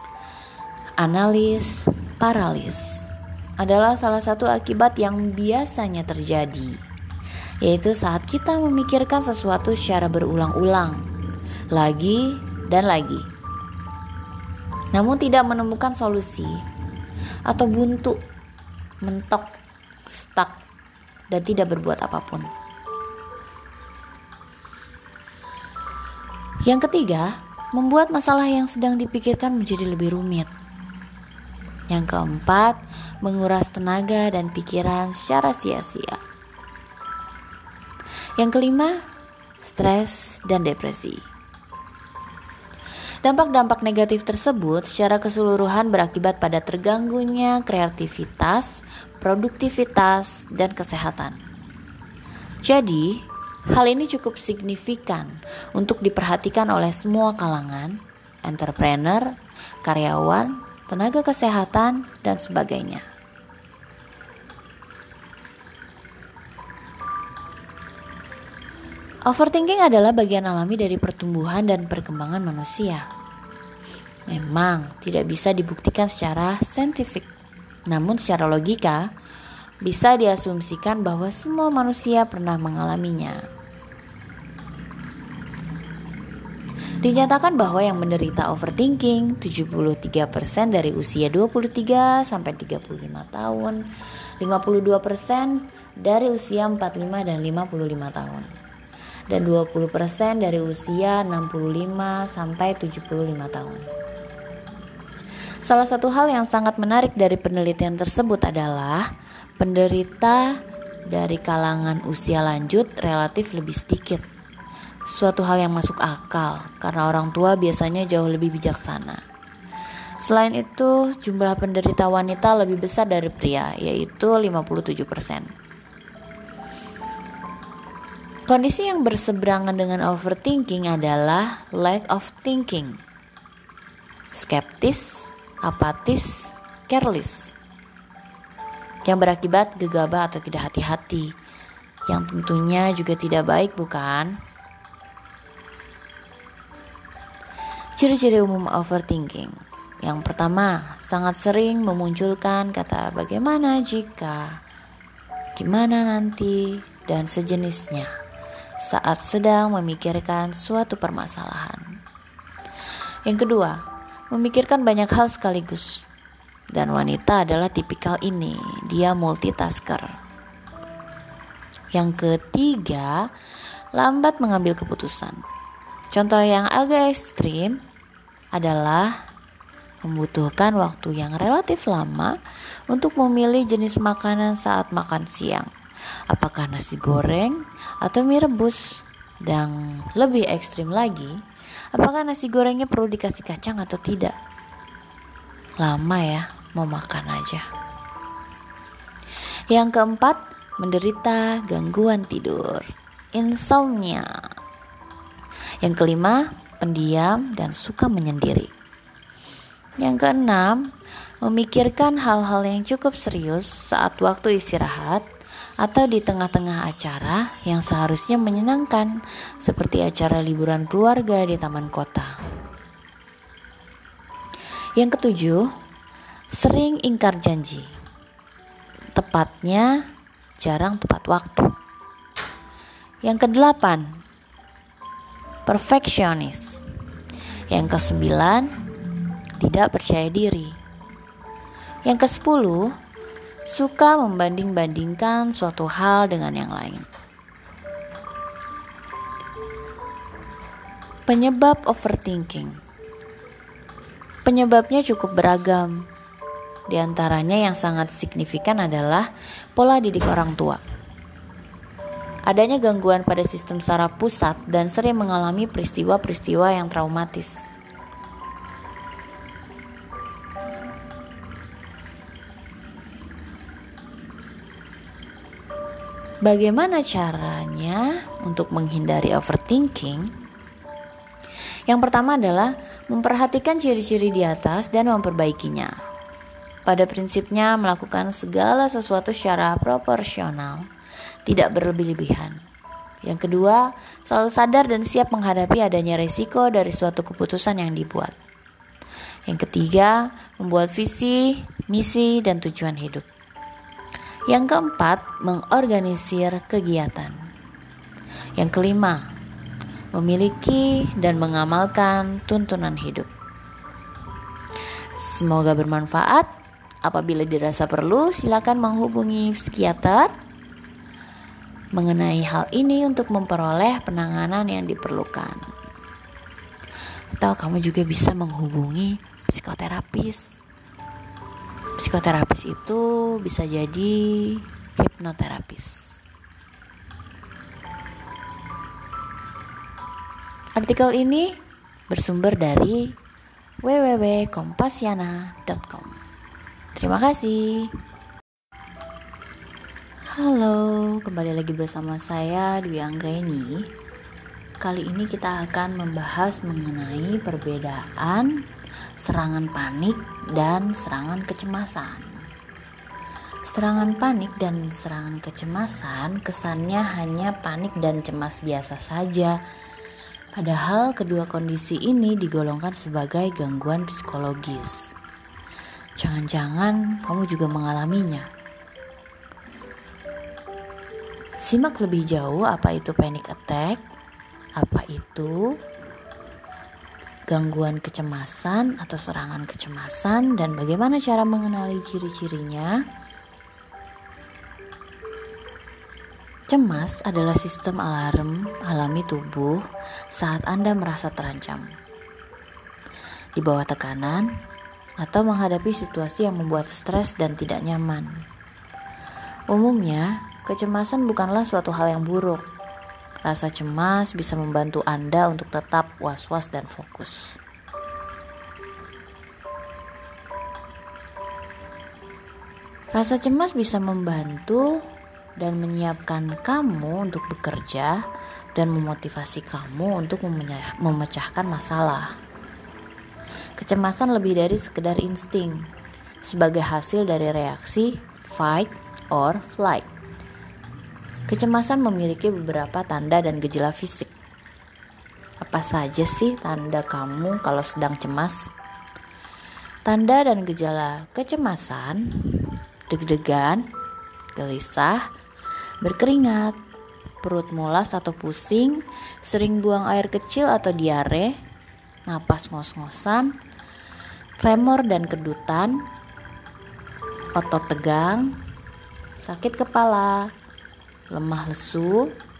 analis paralis adalah salah satu akibat yang biasanya terjadi, yaitu saat kita memikirkan sesuatu secara berulang-ulang, lagi dan lagi, namun tidak menemukan solusi atau buntu, mentok, stuck, dan tidak berbuat apapun. Yang ketiga, membuat masalah yang sedang dipikirkan menjadi lebih rumit. Yang keempat, menguras tenaga dan pikiran secara sia-sia. Yang kelima, stres dan depresi. Dampak-dampak negatif tersebut secara keseluruhan berakibat pada terganggunya kreativitas, produktivitas, dan kesehatan. Jadi, hal ini cukup signifikan untuk diperhatikan oleh semua kalangan, entrepreneur, karyawan, tenaga kesehatan, dan sebagainya. Overthinking adalah bagian alami dari pertumbuhan dan perkembangan manusia. Memang tidak bisa dibuktikan secara saintifik, namun secara logika bisa diasumsikan bahwa semua manusia pernah mengalaminya. Dinyatakan bahwa yang menderita overthinking tujuh puluh tiga persen dari usia dua puluh tiga sampai tiga puluh lima tahun, lima puluh dua persen dari usia empat puluh lima dan lima puluh lima tahun, dan dua puluh persen dari usia enam puluh lima sampai tujuh puluh lima tahun. Salah satu hal yang sangat menarik dari penelitian tersebut adalah penderita dari kalangan usia lanjut relatif lebih sedikit. Suatu hal yang masuk akal karena orang tua biasanya jauh lebih bijaksana. Selain itu, jumlah penderita wanita lebih besar dari pria, yaitu lima puluh tujuh persen. Kondisi yang berseberangan dengan overthinking adalah lack of thinking, skeptis, apatis, careless, yang berakibat gegabah atau tidak hati-hati, yang tentunya juga tidak baik, bukan? Ciri-ciri umum overthinking. Yang pertama, sangat sering memunculkan kata bagaimana jika, gimana nanti, dan sejenisnya saat sedang memikirkan suatu permasalahan. Yang kedua, memikirkan banyak hal sekaligus. Dan wanita adalah tipikal ini, dia multitasker. Yang ketiga, lambat mengambil keputusan. Contoh yang agak ekstrim adalah membutuhkan waktu yang relatif lama untuk memilih jenis makanan saat makan siang. Apakah nasi goreng atau mie rebus? Dan lebih ekstrim lagi, apakah nasi gorengnya perlu dikasih kacang atau tidak? Lama ya, mau makan aja. Yang keempat, menderita gangguan tidur, insomnia. Yang kelima, pendiam dan suka menyendiri. Yang keenam, memikirkan hal-hal yang cukup serius saat waktu istirahat atau di tengah-tengah acara yang seharusnya menyenangkan, seperti acara liburan keluarga di taman kota. Yang ketujuh, sering ingkar janji. Tepatnya, jarang tepat waktu. Yang kedelapan, perfeksionis. Yang kesembilan, tidak percaya diri. Yang kesepuluh, suka membanding-bandingkan suatu hal dengan yang lain. Penyebab overthinking. Penyebabnya cukup beragam. Di antaranya yang sangat signifikan adalah pola didik orang tua. Adanya gangguan pada sistem saraf pusat dan sering mengalami peristiwa-peristiwa yang traumatis. Bagaimana caranya untuk menghindari overthinking? Yang pertama adalah memperhatikan ciri-ciri di atas dan memperbaikinya. Pada prinsipnya melakukan segala sesuatu secara proporsional, tidak berlebih-lebihan. Yang kedua, selalu sadar dan siap menghadapi adanya resiko dari suatu keputusan yang dibuat. Yang ketiga, membuat visi, misi, dan tujuan hidup. Yang keempat, mengorganisir kegiatan. Yang kelima, memiliki dan mengamalkan tuntunan hidup. Semoga bermanfaat. Apabila dirasa perlu, silakan menghubungi psikiater mengenai hal ini untuk memperoleh penanganan yang diperlukan. Atau kamu juga bisa menghubungi psikoterapis. Psikoterapis itu bisa jadi hipnoterapis. Artikel ini bersumber dari w w w titik kompasiana titik com. Terima kasih. Halo, kembali lagi bersama saya Dwi Anggreni. Kali ini kita akan membahas mengenai perbedaan serangan panik dan serangan kecemasan. Serangan panik dan serangan kecemasan kesannya hanya panik dan cemas biasa saja. Padahal kedua kondisi ini digolongkan sebagai gangguan psikologis. Jangan-jangan kamu juga mengalaminya. Simak lebih jauh apa itu panic attack, apa itu gangguan kecemasan atau serangan kecemasan, dan bagaimana cara mengenali ciri-cirinya. Cemas adalah sistem alarm alami tubuh saat Anda merasa terancam, di bawah tekanan, atau menghadapi situasi yang membuat stres dan tidak nyaman. Umumnya, kecemasan bukanlah suatu hal yang buruk. Rasa cemas bisa membantu Anda untuk tetap was-was dan fokus. Rasa cemas bisa membantu dan menyiapkan kamu untuk bekerja dan memotivasi kamu untuk memecahkan masalah. Kecemasan lebih dari sekedar insting, sebagai hasil dari reaksi fight or flight. Kecemasan memiliki beberapa tanda dan gejala fisik. Apa saja sih tanda kamu kalau sedang cemas? Tanda dan gejala kecemasan: deg-degan, gelisah, berkeringat, perut mulas atau pusing, sering buang air kecil atau diare, napas ngos-ngosan, tremor dan kedutan, otot tegang, sakit kepala, lemah lesu,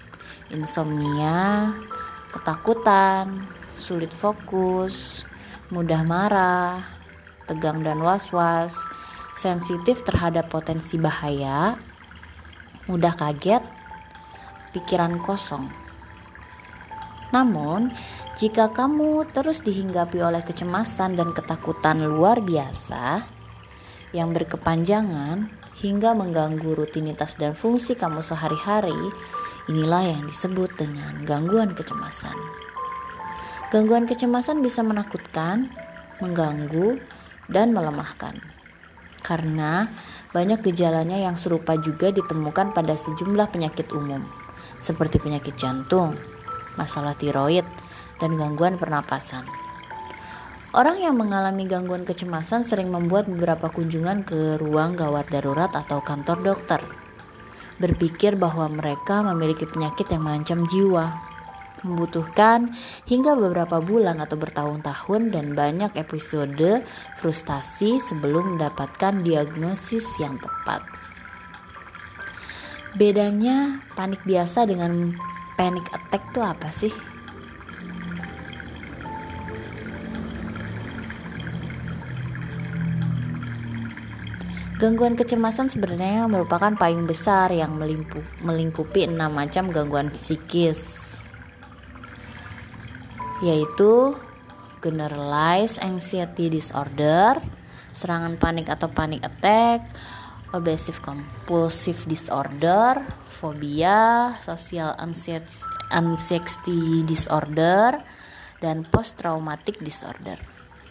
insomnia, ketakutan, sulit fokus, mudah marah, tegang dan was-was, sensitif terhadap potensi bahaya, mudah kaget, pikiran kosong. Namun, jika kamu terus dihinggapi oleh kecemasan dan ketakutan luar biasa yang berkepanjangan hingga mengganggu rutinitas dan fungsi kamu sehari-hari, inilah yang disebut dengan gangguan kecemasan. Gangguan kecemasan bisa menakutkan, mengganggu, dan melemahkan. Karena banyak gejalanya yang serupa juga ditemukan pada sejumlah penyakit umum, seperti penyakit jantung, masalah tiroid, dan gangguan pernapasan. Orang yang mengalami gangguan kecemasan sering membuat beberapa kunjungan ke ruang gawat darurat atau kantor dokter, berpikir bahwa mereka memiliki penyakit yang mengancam jiwa, membutuhkan hingga beberapa bulan atau bertahun-tahun dan banyak episode frustasi sebelum mendapatkan diagnosis yang tepat. Bedanya panik biasa dengan panic attack itu apa sih? Gangguan kecemasan sebenarnya merupakan payung besar yang melimpu, melingkupi enam macam gangguan psikis, yaitu generalized anxiety disorder, serangan panik atau panic attack, obsessive compulsive disorder, fobia, social anxiety disorder, dan post traumatic disorder.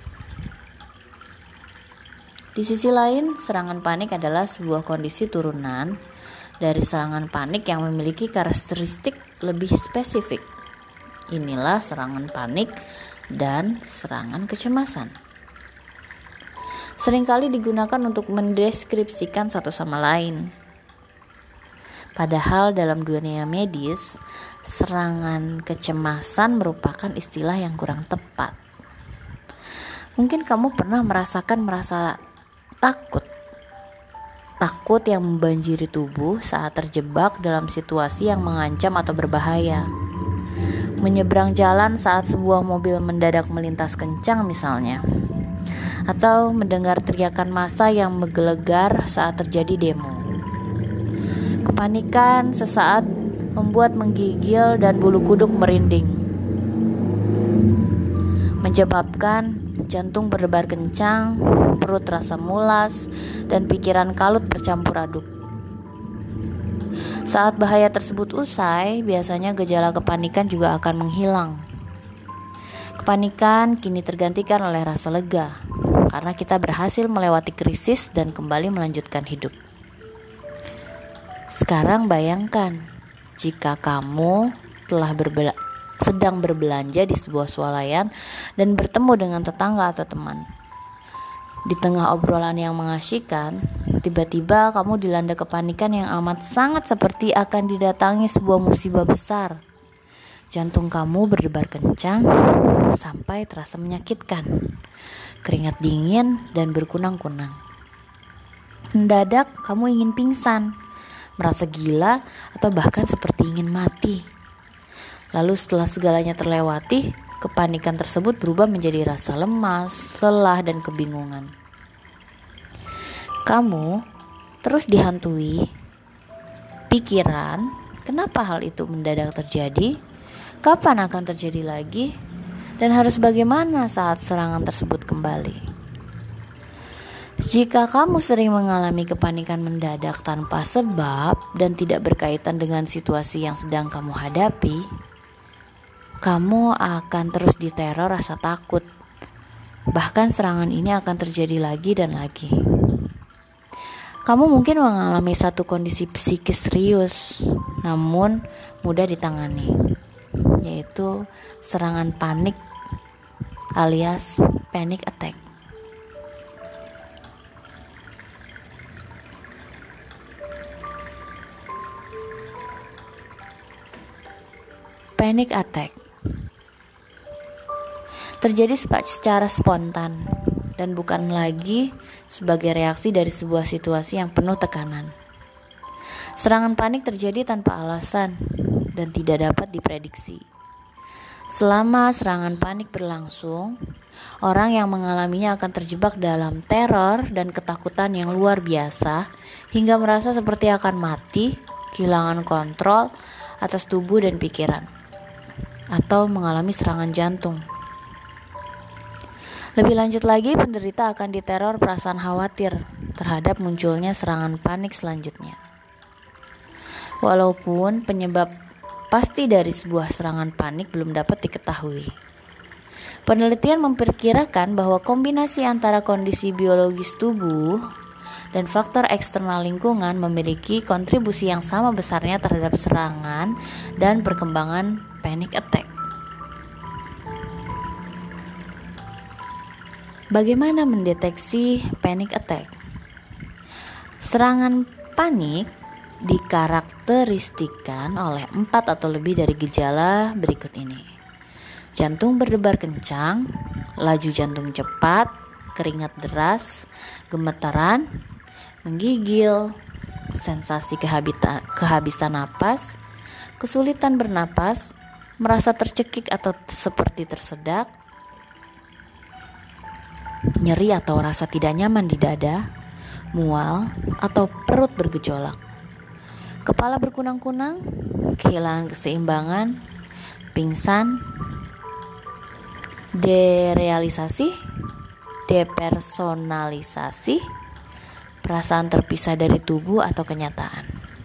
Di sisi lain, serangan panik adalah sebuah kondisi turunan dari serangan panik yang memiliki karakteristik lebih spesifik. Inilah serangan panik dan serangan kecemasan. Seringkali digunakan untuk mendeskripsikan satu sama lain. Padahal dalam dunia medis, serangan kecemasan merupakan istilah yang kurang tepat. Mungkin kamu pernah merasakan merasa takut. Takut yang membanjiri tubuh saat terjebak dalam situasi yang mengancam atau berbahaya. Menyeberang jalan saat sebuah mobil mendadak melintas kencang misalnya. Atau mendengar teriakan massa yang menggelegar saat terjadi demo. Kepanikan sesaat membuat menggigil dan bulu kuduk merinding. Menyebabkan jantung berdebar kencang, perut terasa mulas, dan pikiran kalut bercampur aduk. Saat bahaya tersebut usai, biasanya gejala kepanikan juga akan menghilang. Kepanikan kini tergantikan oleh rasa lega, karena kita berhasil melewati krisis dan kembali melanjutkan hidup. Sekarang bayangkan, jika kamu telah berbela- sedang berbelanja di sebuah swalayan dan bertemu dengan tetangga atau teman. Di tengah obrolan yang mengasyikkan, tiba-tiba kamu dilanda kepanikan yang amat sangat seperti akan didatangi sebuah musibah besar. Jantung kamu berdebar kencang sampai terasa menyakitkan. Keringat dingin dan berkunang-kunang. Mendadak kamu ingin pingsan, merasa gila, atau bahkan seperti ingin mati. Lalu setelah segalanya terlewati, kepanikan tersebut berubah menjadi rasa lemas, lelah, dan kebingungan. Kamu terus dihantui pikiran, kenapa hal itu mendadak terjadi? Kapan akan terjadi lagi? Dan harus bagaimana saat serangan tersebut kembali? Jika kamu sering mengalami kepanikan mendadak tanpa sebab dan tidak berkaitan dengan situasi yang sedang kamu hadapi, kamu akan terus diteror rasa takut. Bahkan serangan ini akan terjadi lagi dan lagi. Kamu mungkin mengalami satu kondisi psikis serius, namun mudah ditangani, yaitu serangan panik alias panic attack. Panic attack terjadi secara spontan dan bukan lagi sebagai reaksi dari sebuah situasi yang penuh tekanan. Serangan panik terjadi tanpa alasan dan tidak dapat diprediksi. Selama serangan panik berlangsung, orang yang mengalaminya akan terjebak dalam teror dan ketakutan yang luar biasa hingga merasa seperti akan mati, kehilangan kontrol atas tubuh dan pikiran, atau mengalami serangan jantung. Lebih lanjut lagi, penderita akan diteror perasaan khawatir terhadap munculnya serangan panik selanjutnya. Walaupun penyebab pasti dari sebuah serangan panik belum dapat diketahui. Penelitian memperkirakan bahwa kombinasi antara kondisi biologis tubuh dan faktor eksternal lingkungan memiliki kontribusi yang sama besarnya terhadap serangan dan perkembangan panic attack. Bagaimana mendeteksi panic attack? Serangan panik dikarakteristikan oleh empat atau lebih dari gejala berikut ini. Jantung berdebar kencang, laju jantung cepat, keringat deras, gemetaran, menggigil, sensasi kehabisan, kehabisan napas, kesulitan bernapas, merasa tercekik atau seperti tersedak, nyeri atau rasa tidak nyaman di dada, mual atau perut bergejolak, kepala berkunang-kunang, kehilangan keseimbangan, pingsan, derealisasi, depersonalisasi, perasaan terpisah dari tubuh atau kenyataan.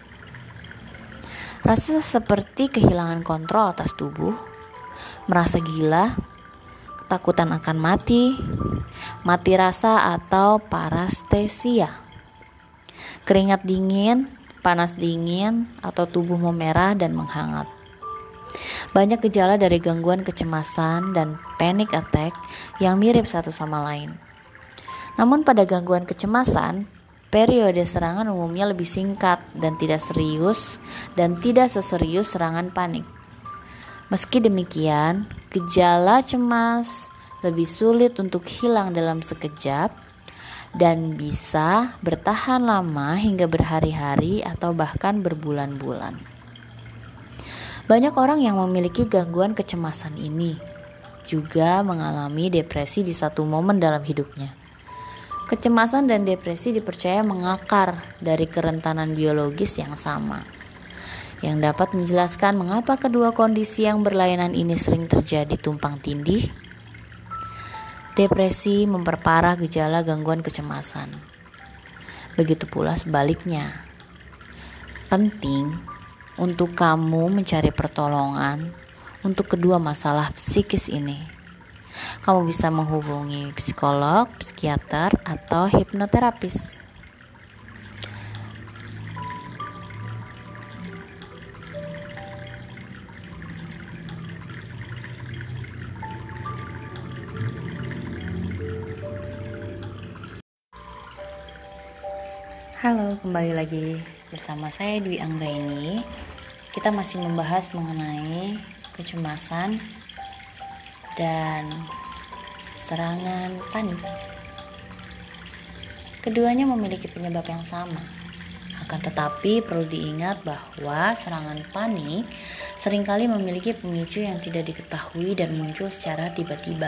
Rasa seperti kehilangan kontrol atas tubuh, merasa gila, ketakutan akan mati, mati rasa atau parestesia, keringat dingin, panas dingin, atau tubuh memerah dan menghangat. Banyak gejala dari gangguan kecemasan dan panic attack yang mirip satu sama lain. Namun pada gangguan kecemasan, periode serangan umumnya lebih singkat dan tidak serius dan tidak seserius serangan panik. Meski demikian, gejala cemas lebih sulit untuk hilang dalam sekejap dan bisa bertahan lama hingga berhari-hari atau bahkan berbulan-bulan. Banyak orang yang memiliki gangguan kecemasan ini juga mengalami depresi di satu momen dalam hidupnya. Kecemasan dan depresi dipercaya mengakar dari kerentanan biologis yang sama, yang dapat menjelaskan mengapa kedua kondisi yang berlainan ini sering terjadi tumpang tindih. Depresi memperparah gejala gangguan kecemasan. Begitu pula sebaliknya. Penting untuk kamu mencari pertolongan untuk kedua masalah psikis ini. Kamu bisa menghubungi psikolog, psikiater, atau hipnoterapis. Halo, kembali lagi bersama saya Dwi Anggraini. Kita masih membahas mengenai kecemasan dan serangan panik. Keduanya memiliki penyebab yang sama. Akan tetapi perlu diingat bahwa serangan panik seringkali memiliki pemicu yang tidak diketahui dan muncul secara tiba-tiba.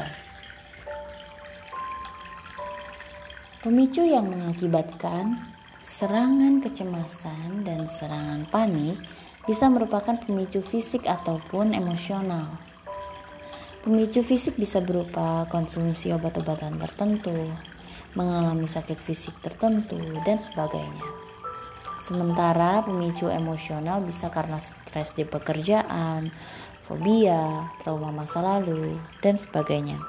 Pemicu yang mengakibatkan serangan kecemasan dan serangan panik bisa merupakan pemicu fisik ataupun emosional. Pemicu fisik bisa berupa konsumsi obat-obatan tertentu, mengalami sakit fisik tertentu, dan sebagainya. Sementara pemicu emosional bisa karena stres di pekerjaan, fobia, trauma masa lalu, dan sebagainya.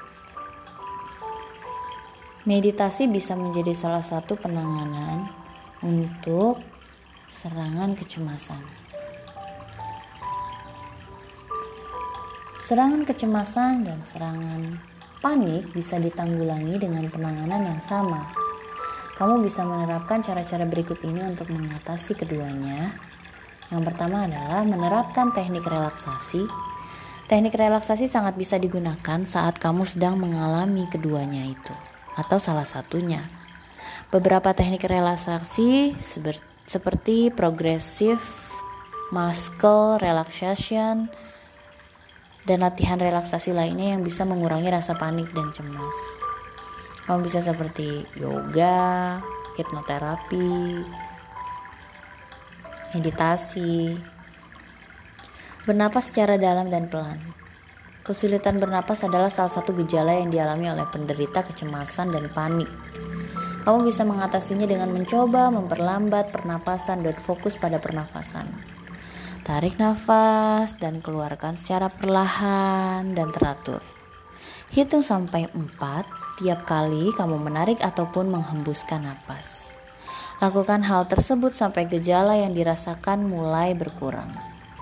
Meditasi bisa menjadi salah satu penanganan untuk serangan kecemasan. Serangan kecemasan dan serangan panik bisa ditanggulangi dengan penanganan yang sama. Kamu bisa menerapkan cara-cara berikut ini untuk mengatasi keduanya. Yang pertama adalah menerapkan teknik relaksasi. Teknik relaksasi sangat bisa digunakan saat kamu sedang mengalami keduanya itu, atau salah satunya. Beberapa teknik relaksasi seperti progressive muscle relaxation, dan latihan relaksasi lainnya yang bisa mengurangi rasa panik dan cemas. Kamu bisa seperti yoga, hipnoterapi, meditasi, bernapas secara dalam dan pelan. Kesulitan bernapas adalah salah satu gejala yang dialami oleh penderita kecemasan dan panik. Kamu bisa mengatasinya dengan mencoba memperlambat pernapasan dan fokus pada pernapasan. Tarik nafas dan keluarkan secara perlahan dan teratur. Hitung sampai empat tiap kali kamu menarik ataupun menghembuskan napas. Lakukan hal tersebut sampai gejala yang dirasakan mulai berkurang.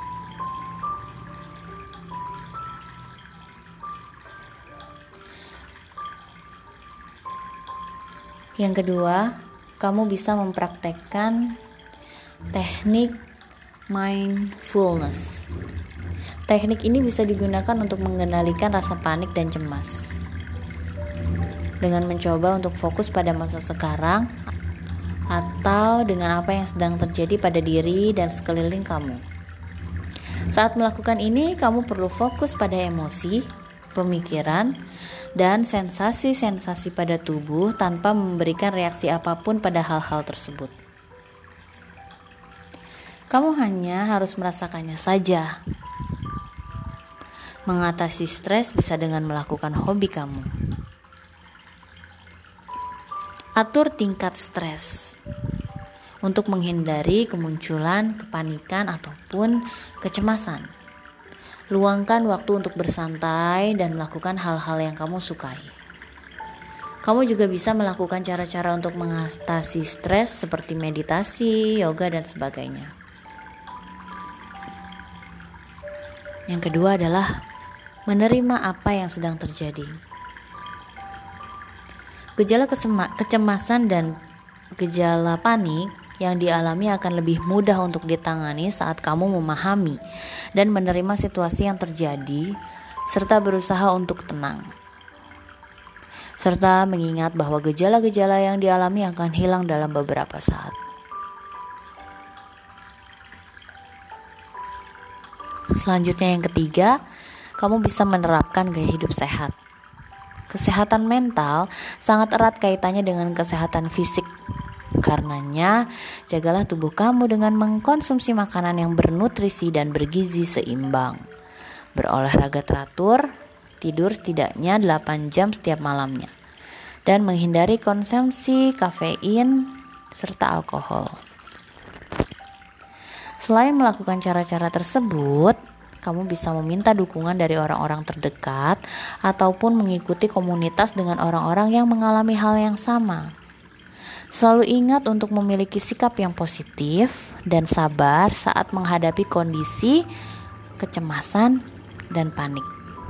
Yang kedua, kamu bisa mempraktekkan teknik mindfulness. Teknik ini bisa digunakan untuk mengendalikan rasa panik dan cemas. Dengan mencoba untuk fokus pada masa sekarang atau dengan apa yang sedang terjadi pada diri dan sekeliling kamu. Saat melakukan ini, kamu perlu fokus pada emosi, pemikiran, dan sensasi-sensasi pada tubuh tanpa memberikan reaksi apapun pada hal-hal tersebut. Kamu hanya harus merasakannya saja. Mengatasi stres bisa dengan melakukan hobi kamu. Atur tingkat stres untuk menghindari kemunculan kepanikan ataupun kecemasan. Luangkan waktu untuk bersantai dan melakukan hal-hal yang kamu sukai. Kamu juga bisa melakukan cara-cara untuk mengatasi stres seperti meditasi, yoga, dan sebagainya. Yang kedua adalah menerima apa yang sedang terjadi. Gejala kesema- kecemasan dan gejala panik yang dialami akan lebih mudah untuk ditangani saat kamu memahami dan menerima situasi yang terjadi serta berusaha untuk tenang. Serta mengingat bahwa gejala-gejala yang dialami akan hilang dalam beberapa saat. Selanjutnya yang ketiga, kamu bisa menerapkan gaya hidup sehat. Kesehatan mental sangat erat kaitannya dengan kesehatan fisik. Karenanya, jagalah tubuh kamu dengan mengkonsumsi makanan yang bernutrisi dan bergizi seimbang. Berolahraga teratur, tidur setidaknya delapan jam setiap malamnya, dan menghindari konsumsi kafein serta alkohol. Selain melakukan cara-cara tersebut, kamu bisa meminta dukungan dari orang-orang terdekat ataupun mengikuti komunitas dengan orang-orang yang mengalami hal yang sama. Selalu ingat untuk memiliki sikap yang positif dan sabar saat menghadapi kondisi kecemasan dan panik.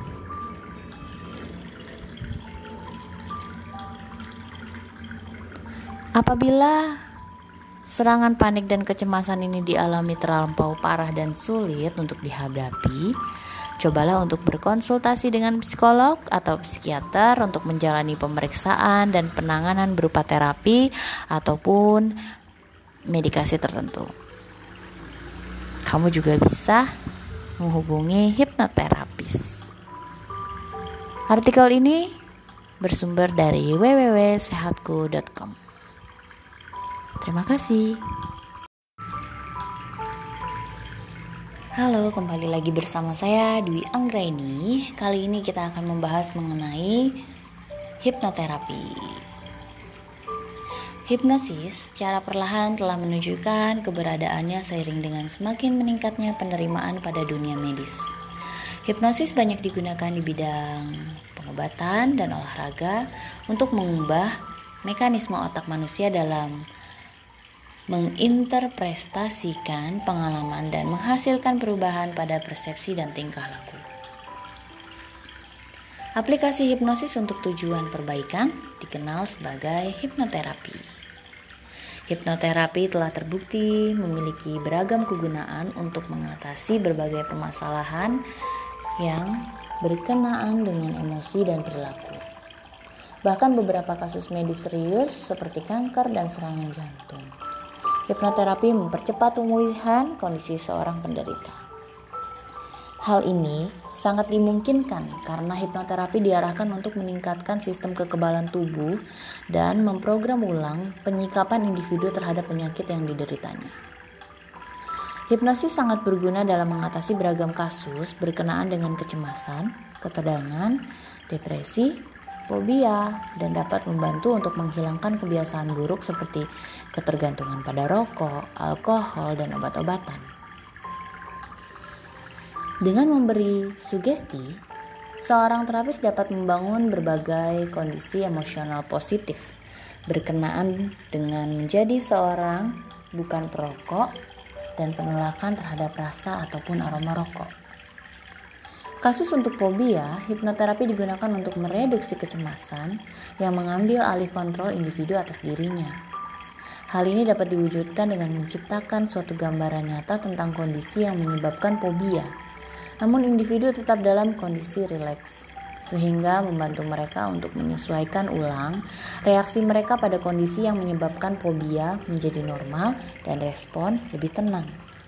Apabila serangan panik dan kecemasan ini dialami terlampau parah dan sulit untuk dihadapi, cobalah untuk berkonsultasi dengan psikolog atau psikiater untuk menjalani pemeriksaan dan penanganan berupa terapi ataupun medikasi tertentu. Kamu juga bisa menghubungi hipnoterapis. Artikel ini bersumber dari w w w titik sehatku titik com. Terima kasih. Halo, kembali lagi bersama saya Dwi Anggraini. Kali ini kita akan membahas mengenai hipnoterapi. Hipnosis secara perlahan telah menunjukkan keberadaannya seiring dengan semakin meningkatnya penerimaan pada dunia medis. Hipnosis banyak digunakan di bidang pengobatan dan olahraga untuk mengubah mekanisme otak manusia dalam menginterpretasikan pengalaman dan menghasilkan perubahan pada persepsi dan tingkah laku. Aplikasi hipnosis untuk tujuan perbaikan dikenal sebagai hipnoterapi. Hipnoterapi telah terbukti memiliki beragam kegunaan untuk mengatasi berbagai permasalahan yang berkenaan dengan emosi dan perilaku. Bahkan beberapa kasus medis serius seperti kanker dan serangan jantung Hipnoterapi mempercepat pemulihan kondisi seorang penderita. Hal ini sangat dimungkinkan karena hipnoterapi diarahkan untuk meningkatkan sistem kekebalan tubuh dan memprogram ulang penyikapan individu terhadap penyakit yang dideritanya. Hipnosis sangat berguna dalam mengatasi beragam kasus berkenaan dengan kecemasan, ketegangan, depresi, fobia, dan dapat membantu untuk menghilangkan kebiasaan buruk seperti ketergantungan pada rokok, alkohol, dan obat-obatan. Dengan memberi sugesti, seorang terapis dapat membangun berbagai kondisi emosional positif berkenaan dengan menjadi seorang bukan perokok dan penolakan terhadap rasa ataupun aroma rokok. Kasus untuk fobia, hipnoterapi digunakan untuk mereduksi kecemasan yang mengambil alih kontrol individu atas dirinya. Hal ini dapat diwujudkan dengan menciptakan suatu gambaran nyata tentang kondisi yang menyebabkan fobia. Namun individu tetap dalam kondisi rileks, sehingga membantu mereka untuk menyesuaikan ulang reaksi mereka pada kondisi yang menyebabkan fobia menjadi normal dan respon lebih tenang.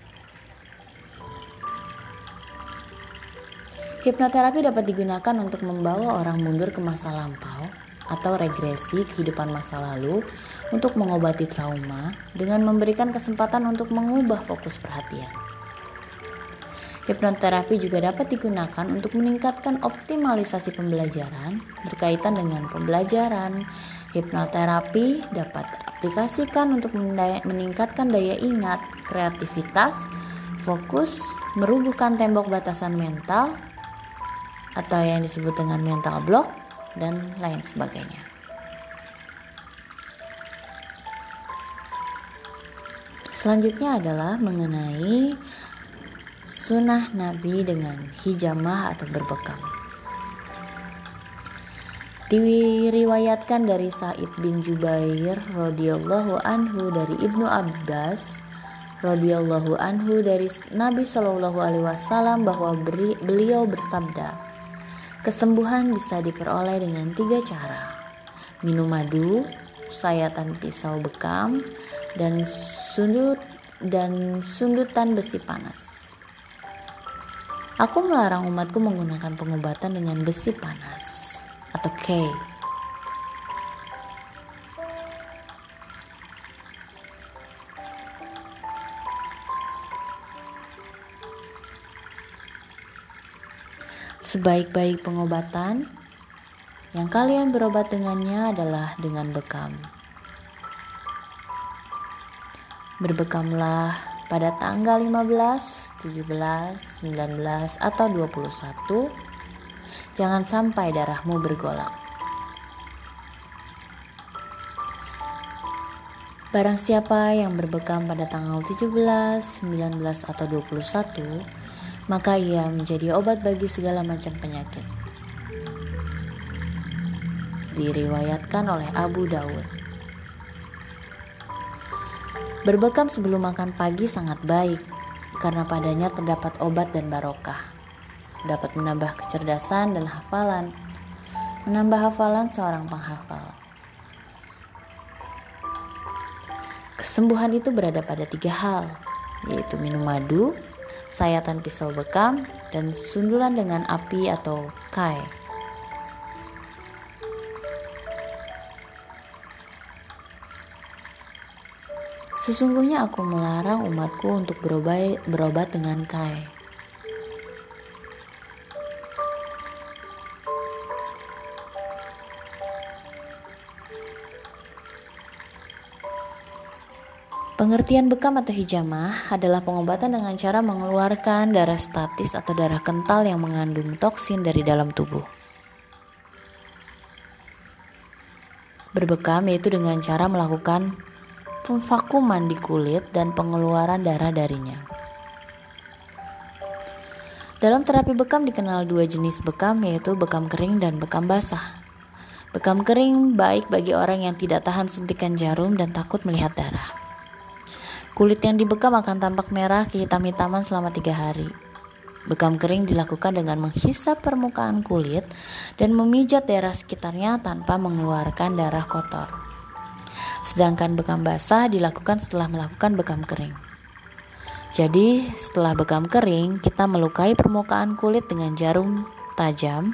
Hipnoterapi dapat digunakan untuk membawa orang mundur ke masa lampau atau regresi kehidupan masa lalu untuk mengobati trauma dengan memberikan kesempatan untuk mengubah fokus perhatian. Hipnoterapi juga dapat digunakan untuk meningkatkan optimalisasi pembelajaran berkaitan dengan pembelajaran. Hipnoterapi dapat diaplikasikan untuk meningkatkan daya ingat, kreativitas, fokus, merubuhkan tembok batasan mental atau yang disebut dengan mental block, dan lain sebagainya. Selanjutnya adalah mengenai sunnah Nabi dengan hijamah atau berbekam. Diriwayatkan dari Sa'id bin Jubair radhiyallahu anhu dari Ibnu Abbas radhiyallahu anhu dari Nabi Shallallahu alaihi wasallam bahwa beri, beliau bersabda, kesembuhan bisa diperoleh dengan tiga cara: minum madu, sayatan pisau bekam, dan sundut dan sundutan besi panas. Aku melarang umatku menggunakan pengobatan dengan besi panas atau K. Sebaik-baik pengobatan yang kalian berobat dengannya adalah dengan bekam. Berbekamlah pada tanggal lima belas, tujuh belas, sembilan belas, atau dua puluh satu. Jangan sampai darahmu bergolak. Barang siapa yang berbekam pada tanggal tujuh belas, sembilan belas, atau dua puluh satu, maka ia menjadi obat bagi segala macam penyakit. Diriwayatkan oleh Abu Daud. Berbekam sebelum makan pagi sangat baik, karena padanya terdapat obat dan barokah. Dapat menambah kecerdasan dan hafalan. Menambah hafalan seorang penghafal. Kesembuhan itu berada pada tiga hal, yaitu minum madu, sayatan pisau bekam, dan sundulan dengan api atau kai. Sesungguhnya aku melarang umatku untuk berobat, berobat dengan kai. Pengertian bekam atau hijamah adalah pengobatan dengan cara mengeluarkan darah statis atau darah kental yang mengandung toksin dari dalam tubuh. Berbekam yaitu dengan cara melakukan pemvakuman di kulit dan pengeluaran darah darinya. Dalam terapi bekam dikenal dua jenis bekam, yaitu bekam kering dan bekam basah. Bekam kering baik bagi orang yang tidak tahan suntikan jarum dan takut melihat darah. Kulit yang dibekam akan tampak merah kehitam-hitaman selama tiga hari. Bekam kering dilakukan dengan menghisap permukaan kulit dan memijat daerah sekitarnya tanpa mengeluarkan darah kotor. Sedangkan bekam basah dilakukan setelah melakukan bekam kering. Jadi setelah bekam kering, kita melukai permukaan kulit dengan jarum tajam.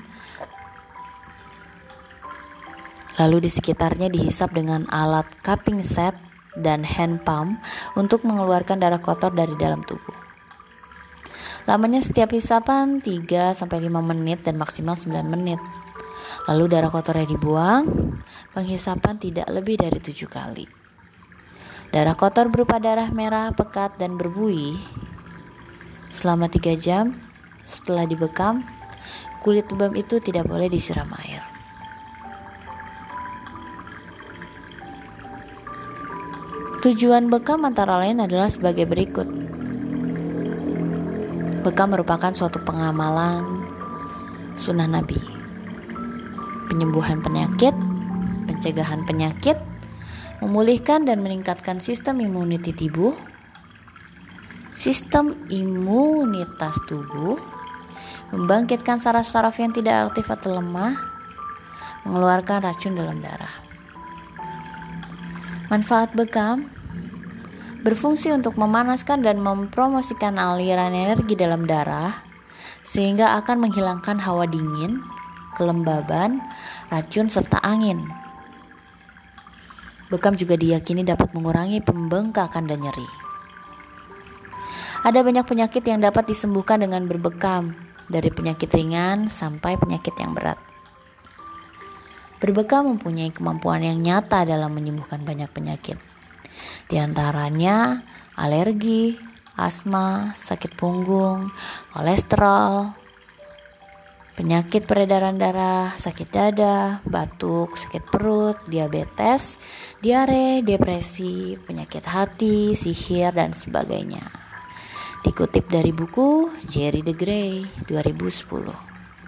Lalu di sekitarnya dihisap dengan alat cupping set dan hand pump untuk mengeluarkan darah kotor dari dalam tubuh. Lamanya setiap hisapan tiga sampai lima menit dan maksimal sembilan menit. Lalu darah kotornya dibuang. Penghisapan tidak lebih dari tujuh kali. Darah kotor berupa darah merah, pekat, dan berbuih. Selama tiga jam setelah dibekam, kulit lebam itu tidak boleh disiram air. Tujuan bekam antara lain adalah sebagai berikut. Bekam merupakan suatu pengamalan sunnah Nabi. Penyembuhan penyakit, pencegahan penyakit, memulihkan dan meningkatkan sistem imuniti tubuh, sistem imunitas tubuh, membangkitkan saraf-saraf yang tidak aktif atau lemah, mengeluarkan racun dalam darah. Manfaat bekam berfungsi untuk memanaskan dan mempromosikan aliran energi dalam darah sehingga akan menghilangkan hawa dingin, kelembaban, racun, serta angin. Bekam juga diyakini dapat mengurangi pembengkakan dan nyeri. Ada banyak penyakit yang dapat disembuhkan dengan berbekam, dari penyakit ringan sampai penyakit yang berat. Berbekam mempunyai kemampuan yang nyata dalam menyembuhkan banyak penyakit. Di antaranya alergi, asma, sakit punggung, kolesterol, penyakit peredaran darah, sakit dada, batuk, sakit perut, diabetes, diare, depresi, penyakit hati, sihir, dan sebagainya. Dikutip dari buku Jerry de Grey dua ribu sepuluh.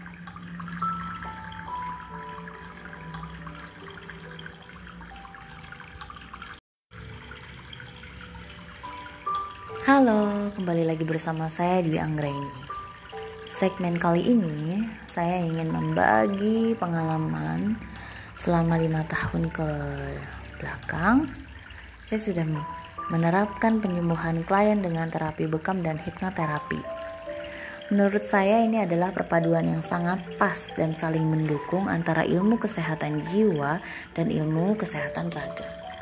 Halo, kembali lagi bersama saya Dwi Anggraini. Segmen kali ini saya ingin membagi pengalaman selama lima tahun ke belakang. Saya sudah menerapkan penyembuhan klien dengan terapi bekam dan hipnoterapi. Menurut saya ini adalah perpaduan yang sangat pas dan saling mendukung antara ilmu kesehatan jiwa dan ilmu kesehatan raga.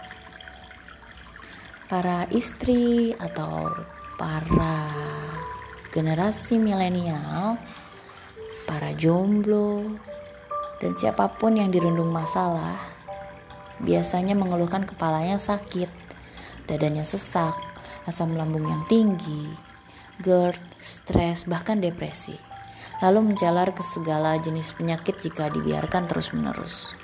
Para istri atau para generasi milenial, para jomblo, dan siapapun yang dirundung masalah biasanya mengeluhkan kepalanya sakit, dadanya sesak, asam lambung yang tinggi, GERD, stres, bahkan depresi. Lalu menjalar ke segala jenis penyakit jika dibiarkan terus-menerus.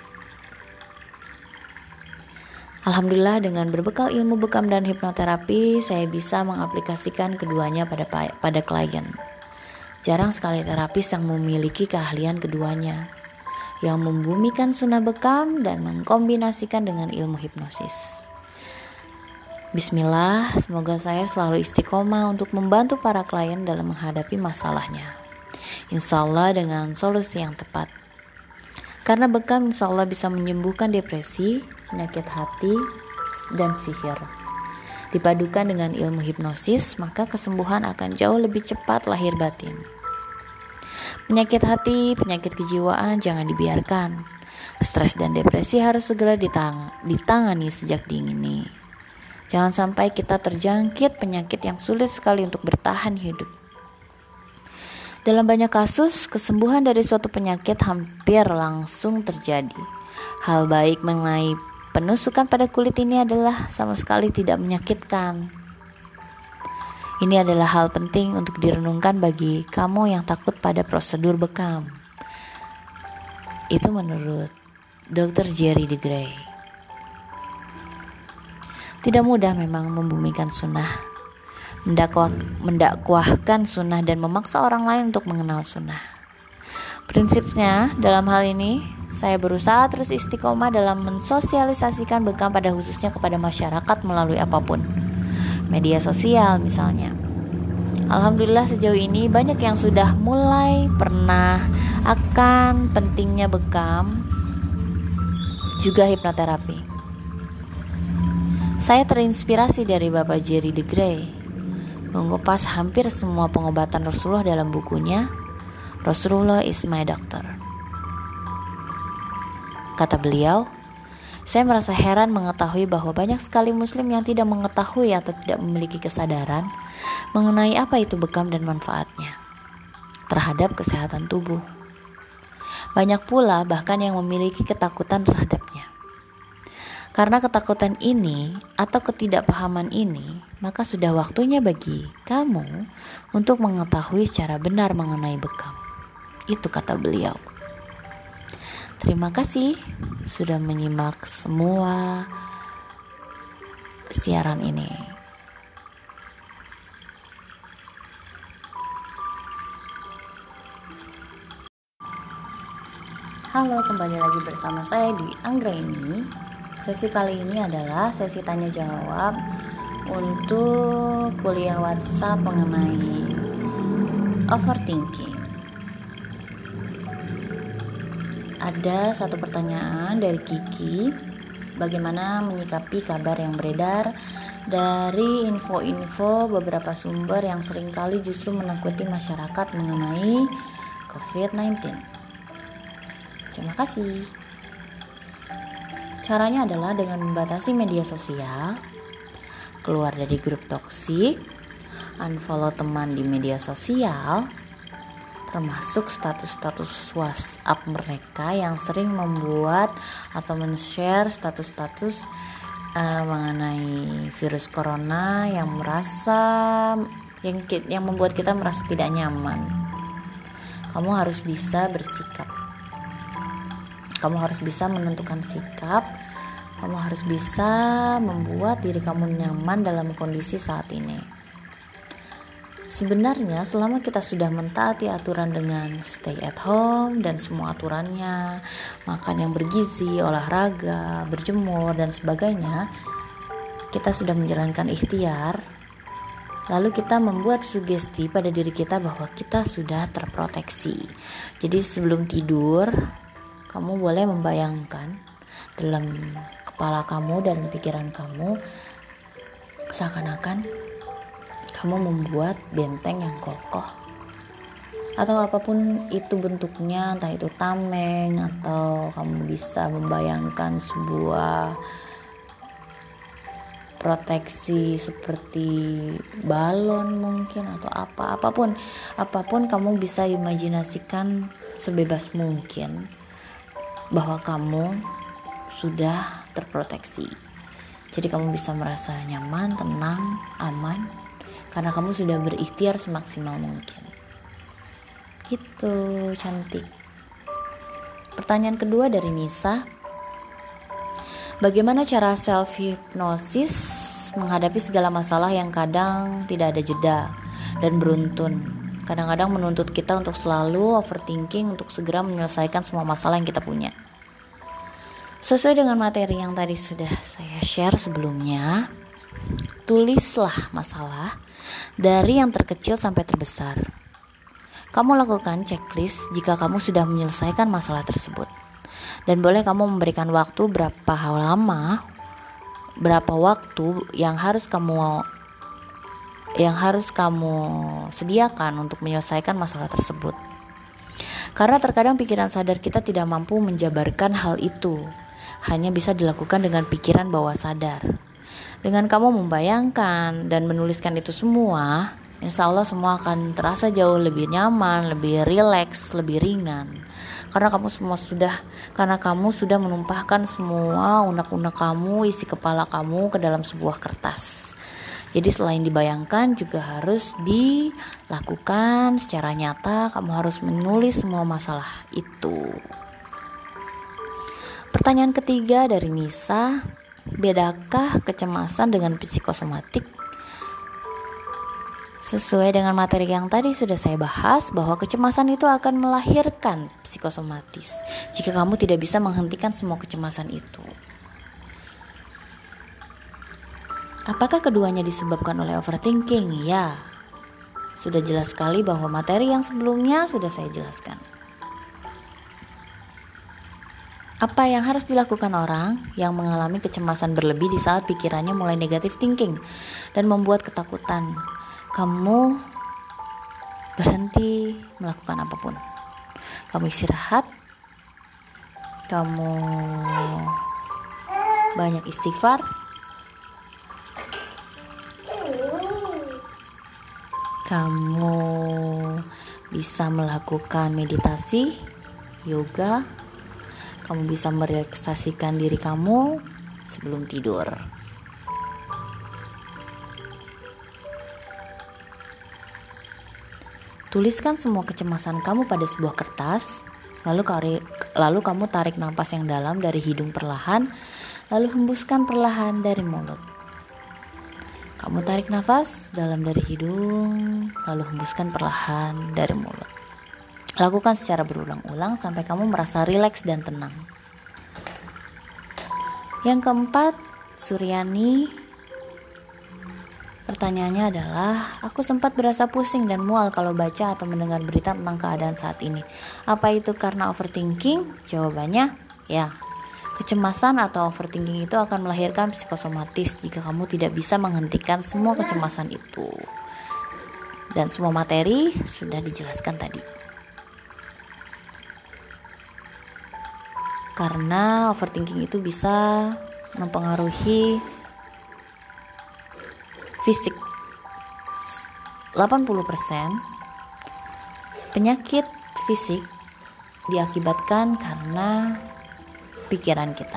Alhamdulillah dengan berbekal ilmu bekam dan hipnoterapi, saya bisa mengaplikasikan keduanya pada pada klien. Jarang sekali terapis yang memiliki keahlian keduanya, yang membumikan sunnah bekam dan mengkombinasikan dengan ilmu hipnosis. Bismillah, semoga saya selalu istiqomah untuk membantu para klien dalam menghadapi masalahnya. Insya Allah dengan solusi yang tepat. Karena bekam insya Allah bisa menyembuhkan depresi, penyakit hati, dan sihir. Dipadukan dengan ilmu hipnosis, maka kesembuhan akan jauh lebih cepat lahir batin. Penyakit hati, penyakit kejiwaan jangan dibiarkan. Stres dan depresi harus segera ditang- ditangani sejak dini. Jangan sampai kita terjangkit penyakit yang sulit sekali untuk bertahan hidup. Dalam banyak kasus, kesembuhan dari suatu penyakit hampir langsung terjadi. Hal baik mengenai penusukan pada kulit ini adalah sama sekali tidak menyakitkan. Ini adalah hal penting untuk direnungkan bagi kamu yang takut pada prosedur bekam. Itu menurut dokter Jerry de Grey. Tidak mudah memang membumikan sunnah, mendakwah, mendakwahkan sunnah dan memaksa orang lain untuk mengenal sunnah. Prinsipnya dalam hal ini, saya berusaha terus istiqomah dalam mensosialisasikan bekam pada khususnya kepada masyarakat melalui apapun, media sosial misalnya. Alhamdulillah sejauh ini banyak yang sudah mulai pernah akan pentingnya bekam, juga hipnoterapi. Saya terinspirasi dari Bapak Jerry de Grey, mengupas hampir semua pengobatan Rasulullah dalam bukunya Rasulullah is my doctor. Kata beliau, saya merasa heran mengetahui bahwa banyak sekali muslim yang tidak mengetahui atau tidak memiliki kesadaran mengenai apa itu bekam dan manfaatnya terhadap kesehatan tubuh. Banyak pula bahkan yang memiliki ketakutan terhadapnya. Karena ketakutan ini atau ketidakpahaman ini, maka sudah waktunya bagi kamu untuk mengetahui secara benar mengenai bekam. Itu kata beliau. Terima kasih sudah menyimak semua siaran ini. Halo, kembali lagi bersama saya di Anggraini. Sesi kali ini adalah sesi tanya jawab untuk kuliah WhatsApp mengenai overthinking. Ada satu pertanyaan dari Kiki, bagaimana menyikapi kabar yang beredar dari info-info beberapa sumber yang seringkali justru menakuti masyarakat mengenai covid sembilan belas. Terima kasih. Caranya adalah dengan membatasi media sosial, keluar dari grup toksik, unfollow teman di media sosial, termasuk status-status WhatsApp mereka yang sering membuat atau men-share status-status uh, mengenai virus corona yang merasa yang yang membuat kita merasa tidak nyaman. Kamu harus bisa bersikap. Kamu harus bisa menentukan sikap. Kamu harus bisa membuat diri kamu nyaman dalam kondisi saat ini. Sebenarnya selama kita sudah mentaati aturan dengan stay at home dan semua aturannya, makan yang bergizi, olahraga, berjemur dan sebagainya, kita sudah menjalankan ikhtiar. Lalu kita membuat sugesti pada diri kita bahwa kita sudah terproteksi. Jadi sebelum tidur, kamu boleh membayangkan dalam kepala kamu dan pikiran kamu seakan-akan kamu membuat benteng yang kokoh, atau apapun itu bentuknya, entah itu tameng atau kamu bisa membayangkan sebuah proteksi seperti balon mungkin atau apa apapun apapun kamu bisa imajinasikan sebebas mungkin bahwa kamu sudah terproteksi. Jadi kamu bisa merasa nyaman, tenang, aman karena kamu sudah berikhtiar semaksimal mungkin. Gitu, cantik. Pertanyaan kedua dari Nisa. Bagaimana cara self hypnosis menghadapi segala masalah yang kadang tidak ada jeda dan beruntun? Kadang-kadang menuntut kita untuk selalu overthinking untuk segera menyelesaikan semua masalah yang kita punya. Sesuai dengan materi yang tadi sudah saya share sebelumnya, tulislah masalah dari yang terkecil sampai terbesar. Kamu lakukan checklist jika kamu sudah menyelesaikan masalah tersebut. Dan boleh kamu memberikan waktu berapa lama, berapa waktu yang harus kamu yang harus kamu sediakan untuk menyelesaikan masalah tersebut. Karena terkadang pikiran sadar kita tidak mampu menjabarkan hal itu. Hanya bisa dilakukan dengan pikiran bawah sadar. Dengan kamu membayangkan dan menuliskan itu semua, insya Allah semua akan terasa jauh lebih nyaman, lebih rileks, lebih ringan. Karena kamu semua sudah, karena kamu sudah menumpahkan semua unek-unek kamu, isi kepala kamu ke dalam sebuah kertas. Jadi selain dibayangkan juga harus dilakukan secara nyata. Kamu harus menulis semua masalah itu. Pertanyaan ketiga dari Nisa, bedakah kecemasan dengan psikosomatik? Sesuai dengan materi yang tadi sudah saya bahas, bahwa kecemasan itu akan melahirkan psikosomatis jika kamu tidak bisa menghentikan semua kecemasan itu. Apakah keduanya disebabkan oleh overthinking? Ya, sudah jelas sekali bahwa materi yang sebelumnya sudah saya jelaskan. Apa yang harus dilakukan orang yang mengalami kecemasan berlebih di saat pikirannya mulai negative thinking dan membuat ketakutan? Kamu berhenti melakukan apapun. Kamu istirahat, kamu banyak istighfar, kamu bisa melakukan meditasi, yoga, kamu bisa merelaksasikan diri kamu sebelum tidur. Tuliskan semua kecemasan kamu pada sebuah kertas, lalu, lalu kamu tarik napas yang dalam dari hidung perlahan, lalu hembuskan perlahan dari mulut. Kamu tarik nafas dalam dari hidung, lalu hembuskan perlahan dari mulut. Lakukan secara berulang-ulang sampai kamu merasa rileks dan tenang. Yang keempat, Suryani, pertanyaannya adalah, aku sempat berasa pusing dan mual kalau baca atau mendengar berita tentang keadaan saat ini. Apa itu karena overthinking? Jawabannya, ya. Kecemasan atau overthinking itu akan melahirkan psikosomatis jika kamu tidak bisa menghentikan semua kecemasan itu. Dan semua materi sudah dijelaskan tadi. Karena overthinking itu bisa mempengaruhi fisik. delapan puluh persen penyakit fisik diakibatkan karena pikiran kita.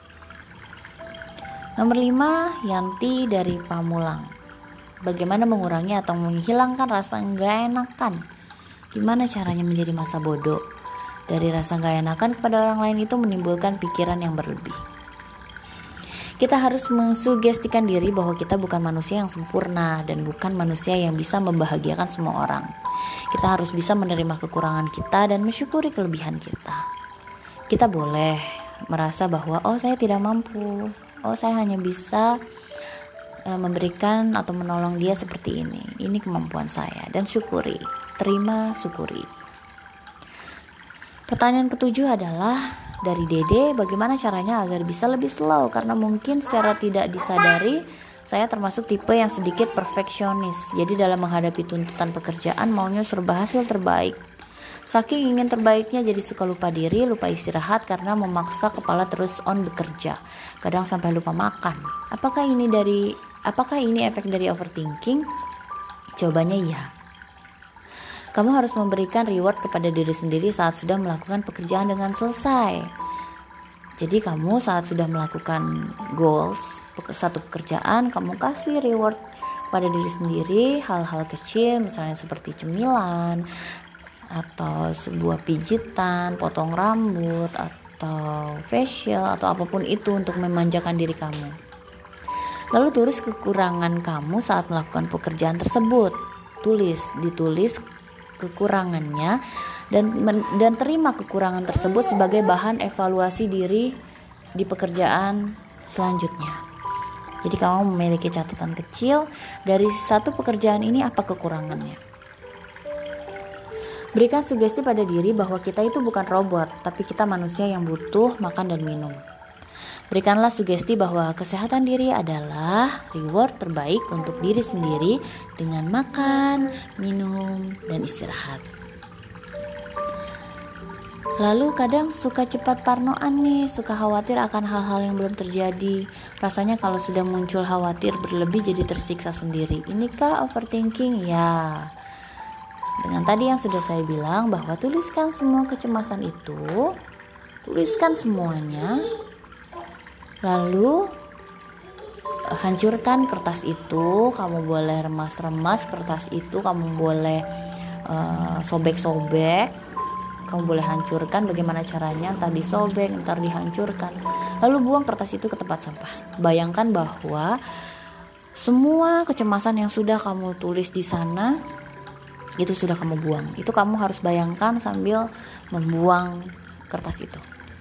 Nomor lima, Yanti dari Pamulang. Bagaimana mengurangi atau menghilangkan rasa nggak enakan? Gimana caranya menjadi masa bodoh? Dari rasa nggak enakan kepada orang lain itu menimbulkan pikiran yang berlebih. Kita harus mensugestikan diri bahwa kita bukan manusia yang sempurna dan bukan manusia yang bisa membahagiakan semua orang. Kita harus bisa menerima kekurangan kita dan mensyukuri kelebihan kita. Kita boleh merasa bahwa oh saya tidak mampu, oh saya hanya bisa e, memberikan atau menolong dia seperti ini. Ini kemampuan saya dan syukuri, terima, syukuri. Pertanyaan ketujuh adalah dari Dede, bagaimana caranya agar bisa lebih slow? Karena mungkin secara tidak disadari saya termasuk tipe yang sedikit perfeksionis. Jadi dalam menghadapi tuntutan pekerjaan maunya serba hasil terbaik. Saking ingin terbaiknya jadi suka lupa diri, lupa istirahat karena memaksa kepala terus on bekerja. Kadang sampai lupa makan. Apakah ini dari apakah ini efek dari overthinking? Jawabannya iya. Kamu harus memberikan reward kepada diri sendiri saat sudah melakukan pekerjaan dengan selesai. Jadi kamu saat sudah melakukan goals, satu pekerjaan, kamu kasih reward pada diri sendiri, hal-hal kecil misalnya seperti cemilan, atau sebuah pijitan, potong rambut, atau facial, atau apapun itu untuk memanjakan diri kamu. Lalu tulis kekurangan kamu saat melakukan pekerjaan tersebut. Tulis, ditulis kekurangannya dan men, dan terima kekurangan tersebut sebagai bahan evaluasi diri di pekerjaan selanjutnya. Jadi kamu memiliki catatan kecil dari satu pekerjaan ini apa kekurangannya. Berikan sugesti pada diri bahwa kita itu bukan robot, tapi kita manusia yang butuh makan dan minum. Berikanlah sugesti bahwa kesehatan diri adalah reward terbaik untuk diri sendiri dengan makan, minum, dan istirahat. Lalu kadang suka cepat parnoan nih, suka khawatir akan hal-hal yang belum terjadi. Rasanya kalau sudah muncul khawatir berlebih jadi tersiksa sendiri. Inikah overthinking? Ya. Dengan tadi yang sudah saya bilang bahwa tuliskan semua kecemasan itu, tuliskan semuanya. Lalu hancurkan kertas itu, kamu boleh remas-remas kertas itu, kamu boleh uh, sobek-sobek, kamu boleh hancurkan. Bagaimana caranya? Entah disobek, entar dihancurkan. Lalu buang kertas itu ke tempat sampah. Bayangkan bahwa semua kecemasan yang sudah kamu tulis di sana itu sudah kamu buang. Itu kamu harus bayangkan sambil membuang kertas itu.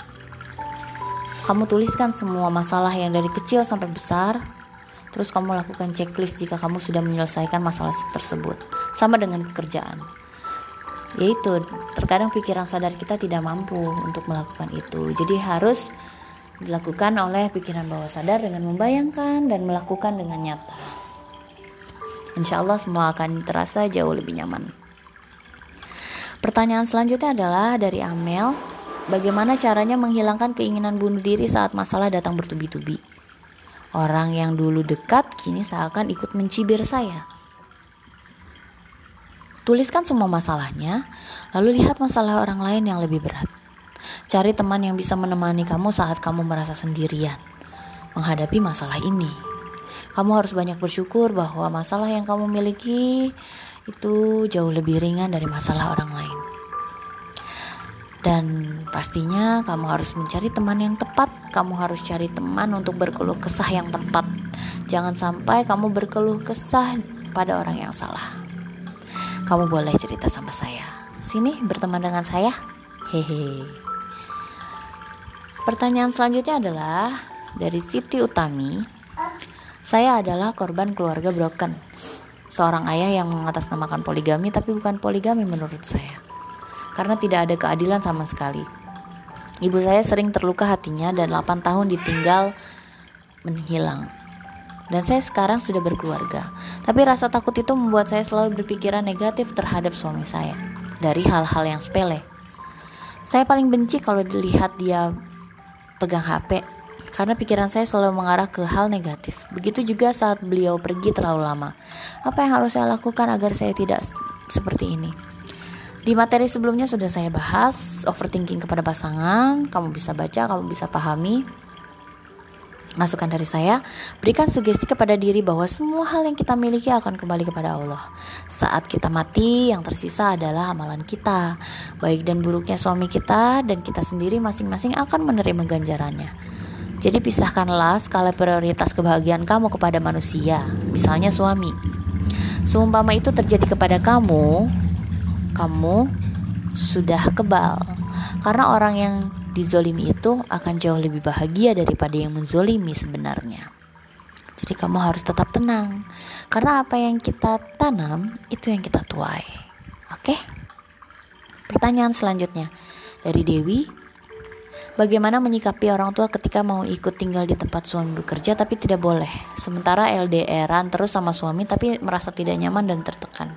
Kamu tuliskan semua masalah yang dari kecil sampai besar. Terus kamu lakukan checklist jika kamu sudah menyelesaikan masalah tersebut. Sama dengan pekerjaan. Yaitu terkadang pikiran sadar kita tidak mampu untuk melakukan itu. Jadi harus dilakukan oleh pikiran bawah sadar dengan membayangkan dan melakukan dengan nyata. Insya Allah semua akan terasa jauh lebih nyaman. Pertanyaan selanjutnya adalah dari Amel. Bagaimana caranya menghilangkan keinginan bunuh diri saat masalah datang bertubi-tubi? Orang yang dulu dekat kini seakan ikut mencibir saya. Tuliskan semua masalahnya, lalu lihat masalah orang lain yang lebih berat. Cari teman yang bisa menemani kamu saat kamu merasa sendirian menghadapi masalah ini. Kamu harus banyak bersyukur bahwa masalah yang kamu miliki itu jauh lebih ringan dari masalah orang lain. Dan pastinya kamu harus mencari teman yang tepat. Kamu harus cari teman untuk berkeluh kesah yang tepat. Jangan sampai kamu berkeluh kesah pada orang yang salah. Kamu boleh cerita sama saya. Sini berteman dengan saya. Hehe. Pertanyaan selanjutnya adalah dari Siti Utami. Saya adalah korban keluarga broken. Seorang ayah yang mengatasnamakan poligami, tapi bukan poligami menurut saya. Karena tidak ada keadilan sama sekali. Ibu saya sering terluka hatinya dan delapan tahun ditinggal menghilang. Dan saya sekarang sudah berkeluarga. Tapi rasa takut itu membuat saya selalu berpikiran negatif terhadap suami saya. Dari hal-hal yang sepele. Saya paling benci kalau dilihat dia pegang H P. Karena pikiran saya selalu mengarah ke hal negatif. Begitu juga saat beliau pergi terlalu lama. Apa yang harus saya lakukan agar saya tidak seperti ini? Di materi sebelumnya sudah saya bahas overthinking kepada pasangan. Kamu bisa baca, kamu bisa pahami. Masukan dari saya, berikan sugesti kepada diri bahwa semua hal yang kita miliki akan kembali kepada Allah. Saat kita mati, yang tersisa adalah amalan kita. Baik dan buruknya suami kita dan kita sendiri masing-masing akan menerima ganjarannya. Jadi pisahkanlah skala prioritas kebahagiaan kamu kepada manusia, misalnya suami. Seumpama itu terjadi kepada kamu, kamu sudah kebal. Karena orang yang dizolimi itu akan jauh lebih bahagia daripada yang menzolimi sebenarnya. Jadi kamu harus tetap tenang. Karena apa yang kita tanam, itu yang kita tuai. Oke? Pertanyaan selanjutnya dari Dewi. Bagaimana menyikapi orang tua ketika mau ikut tinggal di tempat suami bekerja tapi tidak boleh? Sementara L D R-an terus sama suami tapi merasa tidak nyaman dan tertekan.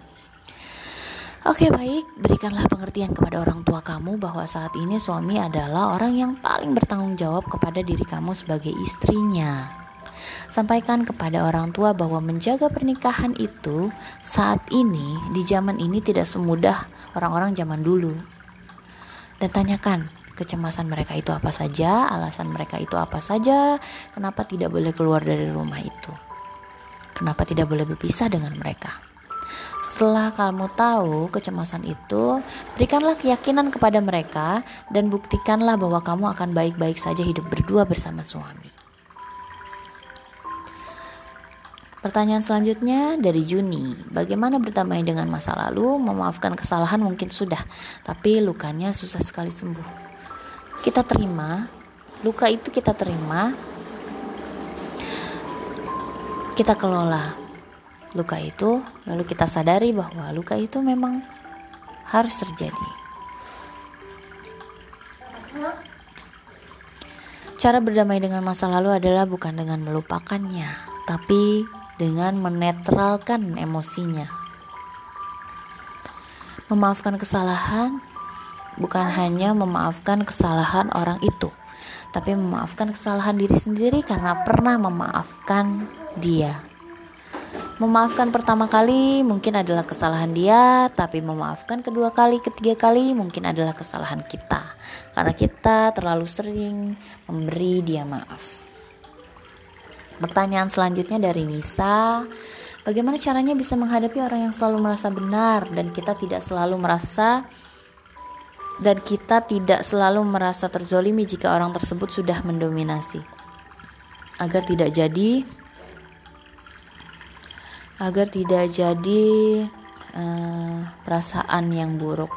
Oke baik, berikanlah pengertian kepada orang tua kamu bahwa saat ini suami adalah orang yang paling bertanggung jawab kepada diri kamu sebagai istrinya. Sampaikan kepada orang tua bahwa menjaga pernikahan itu saat ini, di zaman ini tidak semudah orang-orang zaman dulu. Dan tanyakan kecemasan mereka itu apa saja, alasan mereka itu apa saja, kenapa tidak boleh keluar dari rumah itu, kenapa tidak boleh berpisah dengan mereka. Setelah kamu tahu kecemasan itu, berikanlah keyakinan kepada mereka dan buktikanlah bahwa kamu akan baik-baik saja hidup berdua bersama suami. Pertanyaan selanjutnya dari Juni. Bagaimana berdamai dengan masa lalu? Memaafkan kesalahan mungkin sudah, tapi lukanya susah sekali sembuh. Kita terima, luka itu kita terima, kita kelola luka itu, lalu kita sadari bahwa luka itu memang harus terjadi. Cara berdamai dengan masa lalu adalah bukan dengan melupakannya, tapi dengan menetralkan emosinya. Memaafkan kesalahan bukan hanya memaafkan kesalahan orang itu, tapi memaafkan kesalahan diri sendiri karena pernah memaafkan dia. Memaafkan pertama kali mungkin adalah kesalahan dia, tapi memaafkan kedua kali, ketiga kali mungkin adalah kesalahan kita. Karena kita terlalu sering memberi dia maaf. Pertanyaan selanjutnya dari Nisa. Bagaimana caranya bisa menghadapi orang yang selalu merasa benar dan kita tidak selalu merasa dan kita tidak selalu merasa terzolimi jika orang tersebut sudah mendominasi? Agar tidak jadi agar tidak jadi uh, perasaan yang buruk.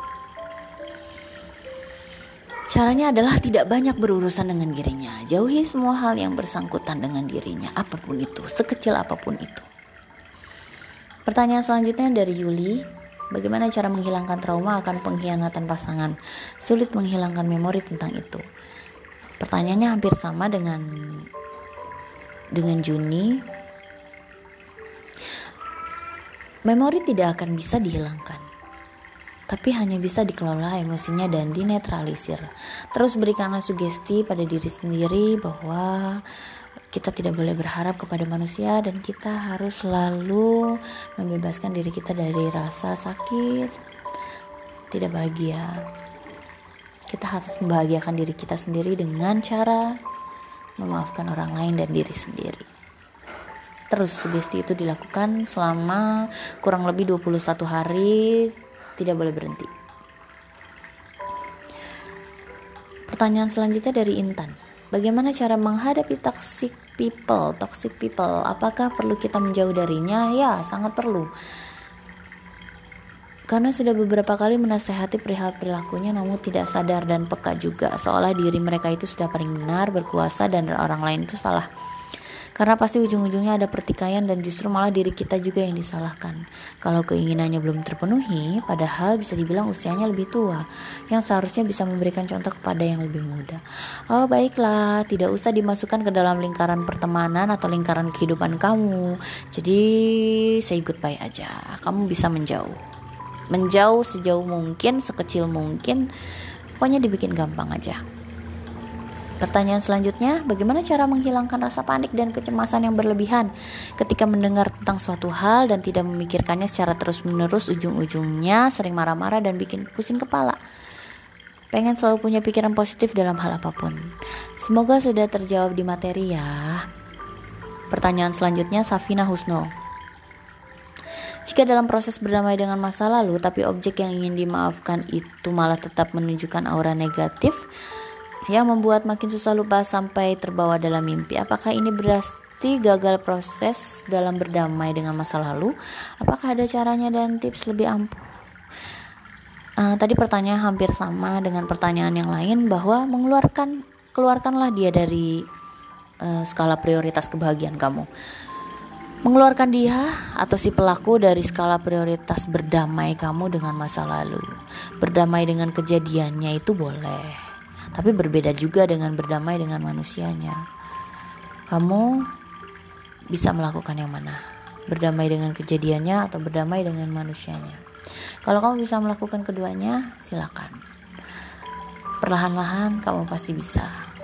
Caranya adalah tidak banyak berurusan dengan dirinya. Jauhi semua hal yang bersangkutan dengan dirinya, apapun itu, sekecil apapun itu. Pertanyaan selanjutnya dari Yuli. Bagaimana cara menghilangkan trauma akan pengkhianatan pasangan? Sulit menghilangkan memori tentang itu. Pertanyaannya hampir sama dengan dengan Juni. Memori tidak akan bisa dihilangkan, tapi hanya bisa dikelola emosinya dan dinetralisir. Terus berikanlah sugesti pada diri sendiri bahwa kita tidak boleh berharap kepada manusia dan kita harus selalu membebaskan diri kita dari rasa sakit, tidak bahagia. Kita harus membahagiakan diri kita sendiri dengan cara memaafkan orang lain dan diri sendiri. Terus sugesti itu dilakukan selama kurang lebih dua puluh satu hari, tidak boleh berhenti. Pertanyaan selanjutnya dari Intan. Bagaimana cara menghadapi toxic people? Toxic people, apakah perlu kita menjauh darinya? Ya, sangat perlu. Karena sudah beberapa kali menasehati perihal perilakunya namun tidak sadar dan peka juga, seolah diri mereka itu sudah paling benar, berkuasa, dan orang lain itu salah. Karena pasti ujung-ujungnya ada pertikaian dan justru malah diri kita juga yang disalahkan. Kalau keinginannya belum terpenuhi, padahal bisa dibilang usianya lebih tua, yang seharusnya bisa memberikan contoh kepada yang lebih muda. Oh baiklah, tidak usah dimasukkan ke dalam lingkaran pertemanan atau lingkaran kehidupan kamu. Jadi say goodbye aja, kamu bisa menjauh. Menjauh sejauh mungkin, sekecil mungkin, pokoknya dibikin gampang aja. Pertanyaan selanjutnya, bagaimana cara menghilangkan rasa panik dan kecemasan yang berlebihan ketika mendengar tentang suatu hal dan tidak memikirkannya secara terus-menerus, ujung-ujungnya sering marah-marah dan bikin pusing kepala. Pengen selalu punya pikiran positif dalam hal apapun. Semoga sudah terjawab di materi ya. Pertanyaan selanjutnya, Safina Husnul. Jika dalam proses berdamai dengan masa lalu, tapi objek yang ingin dimaafkan itu malah tetap menunjukkan aura negatif, yang membuat makin susah lupa sampai terbawa dalam mimpi. Apakah ini berarti gagal proses dalam berdamai dengan masa lalu? Apakah ada caranya dan tips lebih ampuh? Uh, tadi pertanyaan hampir sama dengan pertanyaan yang lain, bahwa mengeluarkan keluarkanlah dia dari uh, skala prioritas kebahagiaan kamu. Mengeluarkan dia atau si pelaku dari skala prioritas berdamai kamu dengan masa lalu. Berdamai dengan kejadiannya itu boleh, tapi berbeda juga dengan berdamai dengan manusianya. Kamu bisa melakukan yang mana? Berdamai dengan kejadiannya atau berdamai dengan manusianya? Kalau kamu bisa melakukan keduanya, silakan. Perlahan-lahan kamu pasti bisa.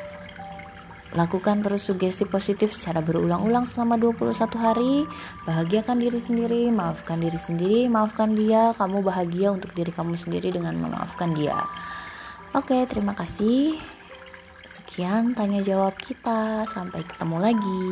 Lakukan terus sugesti positif secara berulang-ulang selama dua puluh satu hari. Bahagiakan diri sendiri, maafkan diri sendiri, maafkan dia. Kamu bahagia untuk diri kamu sendiri dengan memaafkan dia. Oke, terima kasih. Sekian tanya jawab kita. Sampai ketemu lagi.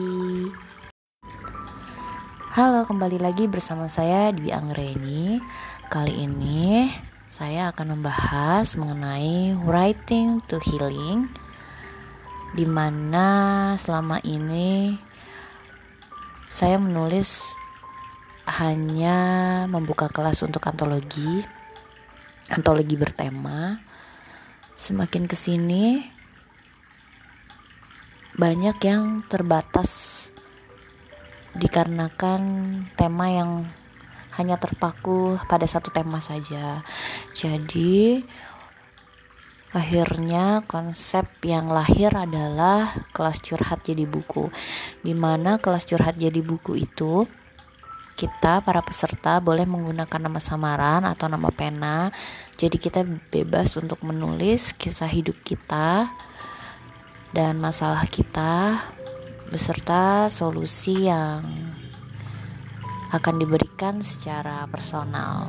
Halo, kembali lagi bersama saya Dwi Anggreni. Kali ini saya akan membahas mengenai writing to healing, di mana selama ini saya menulis hanya membuka kelas untuk antologi, antologi bertema. Semakin kesini banyak yang terbatas dikarenakan tema yang hanya terpaku pada satu tema saja. Jadi akhirnya konsep yang lahir adalah kelas curhat jadi buku, di mana kelas curhat jadi buku itu kita para peserta boleh menggunakan nama samaran atau nama pena. Jadi kita bebas untuk menulis kisah hidup kita dan masalah kita beserta solusi yang akan diberikan secara personal.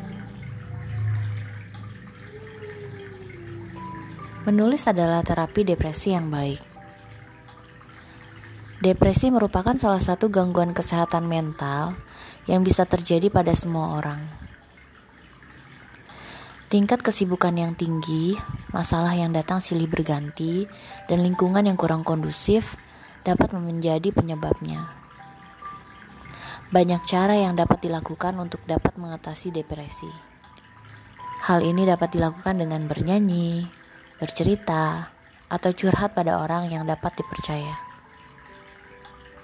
Menulis adalah terapi depresi yang baik. Depresi merupakan salah satu gangguan kesehatan mental yang bisa terjadi pada semua orang. Tingkat kesibukan yang tinggi, masalah yang datang silih berganti, dan lingkungan yang kurang kondusif dapat menjadi penyebabnya. Banyak cara yang dapat dilakukan untuk dapat mengatasi depresi. Hal ini dapat dilakukan dengan bernyanyi, bercerita, atau curhat pada orang yang dapat dipercaya,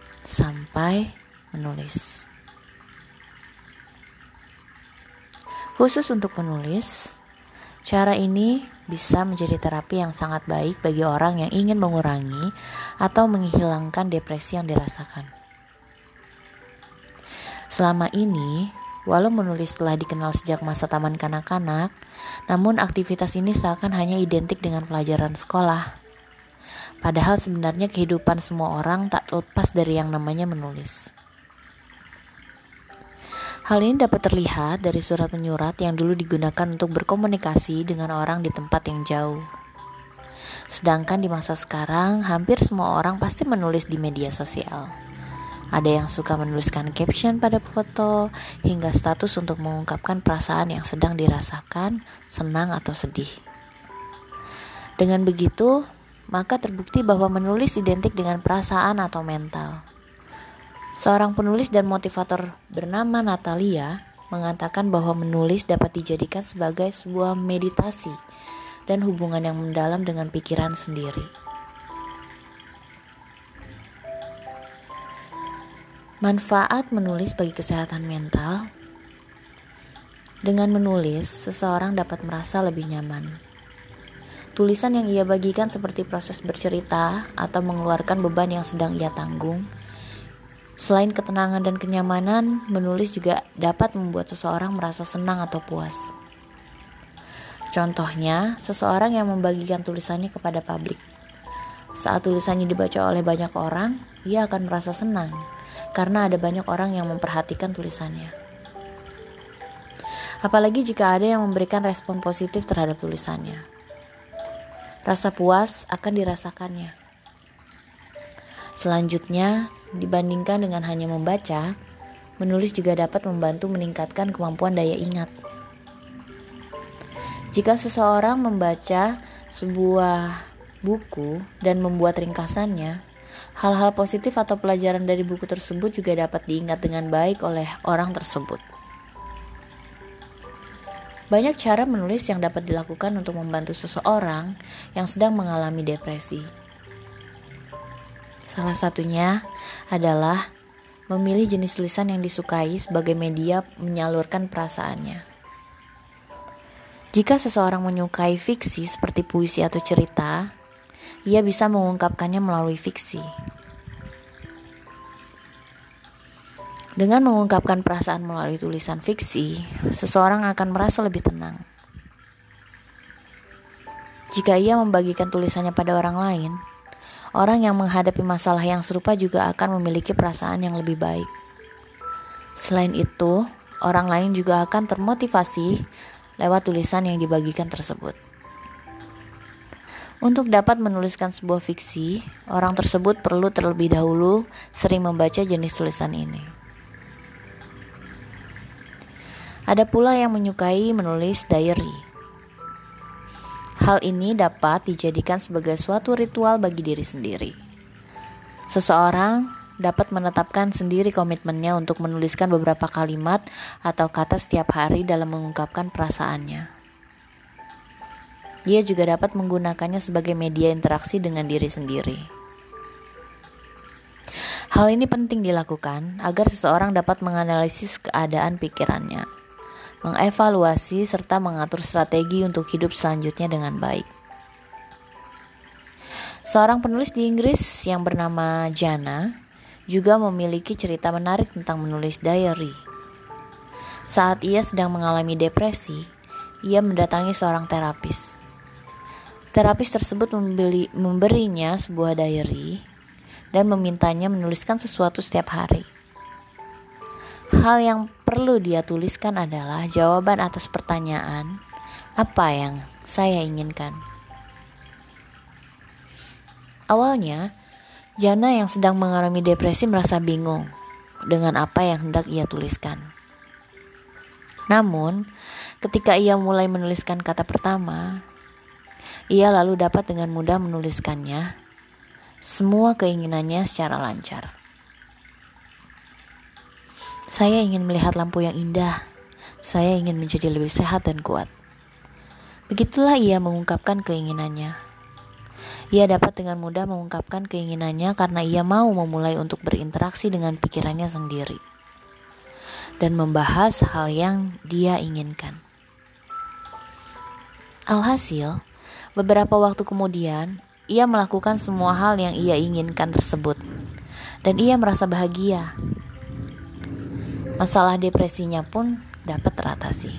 sampai menulis. Khusus untuk penulis, cara ini bisa menjadi terapi yang sangat baik bagi orang yang ingin mengurangi atau menghilangkan depresi yang dirasakan. Selama ini, walau menulis telah dikenal sejak masa taman kanak-kanak, namun aktivitas ini seakan hanya identik dengan pelajaran sekolah. Padahal sebenarnya kehidupan semua orang tak terlepas dari yang namanya menulis. Hal ini dapat terlihat dari surat menyurat yang dulu digunakan untuk berkomunikasi dengan orang di tempat yang jauh. Sedangkan di masa sekarang, hampir semua orang pasti menulis di media sosial. Ada yang suka menuliskan caption pada foto, hingga status untuk mengungkapkan perasaan yang sedang dirasakan, senang atau sedih. Dengan begitu, maka terbukti bahwa menulis identik dengan perasaan atau mental. Seorang penulis dan motivator bernama Natalia mengatakan bahwa menulis dapat dijadikan sebagai sebuah meditasi dan hubungan yang mendalam dengan pikiran sendiri. Manfaat menulis bagi kesehatan mental. Dengan menulis, seseorang dapat merasa lebih nyaman. Tulisan yang ia bagikan seperti proses bercerita atau mengeluarkan beban yang sedang ia tanggung. Selain ketenangan dan kenyamanan, menulis juga dapat membuat seseorang merasa senang atau puas. Contohnya, seseorang yang membagikan tulisannya kepada publik. Saat tulisannya dibaca oleh banyak orang, ia akan merasa senang karena ada banyak orang yang memperhatikan tulisannya. Apalagi jika ada yang memberikan respon positif terhadap tulisannya. Rasa puas akan dirasakannya. Selanjutnya, dibandingkan dengan hanya membaca, menulis juga dapat membantu meningkatkan kemampuan daya ingat. Jika seseorang membaca sebuah buku dan membuat ringkasannya, hal-hal positif atau pelajaran dari buku tersebut juga dapat diingat dengan baik oleh orang tersebut. Banyak cara menulis yang dapat dilakukan untuk membantu seseorang yang sedang mengalami depresi. Salah satunya adalah memilih jenis tulisan yang disukai sebagai media menyalurkan perasaannya. Jika seseorang menyukai fiksi seperti puisi atau cerita, ia bisa mengungkapkannya melalui fiksi. Dengan mengungkapkan perasaan melalui tulisan fiksi, seseorang akan merasa lebih tenang. Jika ia membagikan tulisannya pada orang lain, orang yang menghadapi masalah yang serupa juga akan memiliki perasaan yang lebih baik. Selain itu, orang lain juga akan termotivasi lewat tulisan yang dibagikan tersebut. Untuk dapat menuliskan sebuah fiksi, orang tersebut perlu terlebih dahulu sering membaca jenis tulisan ini. Ada pula yang menyukai menulis diary. Hal ini dapat dijadikan sebagai suatu ritual bagi diri sendiri. Seseorang dapat menetapkan sendiri komitmennya untuk menuliskan beberapa kalimat atau kata setiap hari dalam mengungkapkan perasaannya. Dia juga dapat menggunakannya sebagai media interaksi dengan diri sendiri. Hal ini penting dilakukan agar seseorang dapat menganalisis keadaan pikirannya, mengevaluasi serta mengatur strategi untuk hidup selanjutnya dengan baik. Seorang penulis di Inggris yang bernama Jana juga memiliki cerita menarik tentang menulis diary. Saat ia sedang mengalami depresi, ia mendatangi seorang terapis. Terapis tersebut membeli, memberinya sebuah diary dan memintanya menuliskan sesuatu setiap hari. Hal yang perlu dia tuliskan adalah jawaban atas pertanyaan, apa yang saya inginkan. Awalnya, Jana yang sedang mengalami depresi merasa bingung dengan apa yang hendak ia tuliskan. Namun, ketika ia mulai menuliskan kata pertama, ia lalu dapat dengan mudah menuliskannya semua keinginannya secara lancar. Saya ingin melihat lampu yang indah. Saya ingin menjadi lebih sehat dan kuat. Begitulah ia mengungkapkan keinginannya. Ia dapat dengan mudah mengungkapkan keinginannya karena ia mau memulai untuk berinteraksi dengan pikirannya sendiri dan membahas hal yang dia inginkan. Alhasil, beberapa waktu kemudian, ia melakukan semua hal yang ia inginkan tersebut, dan ia merasa bahagia. Masalah depresinya pun dapat teratasi.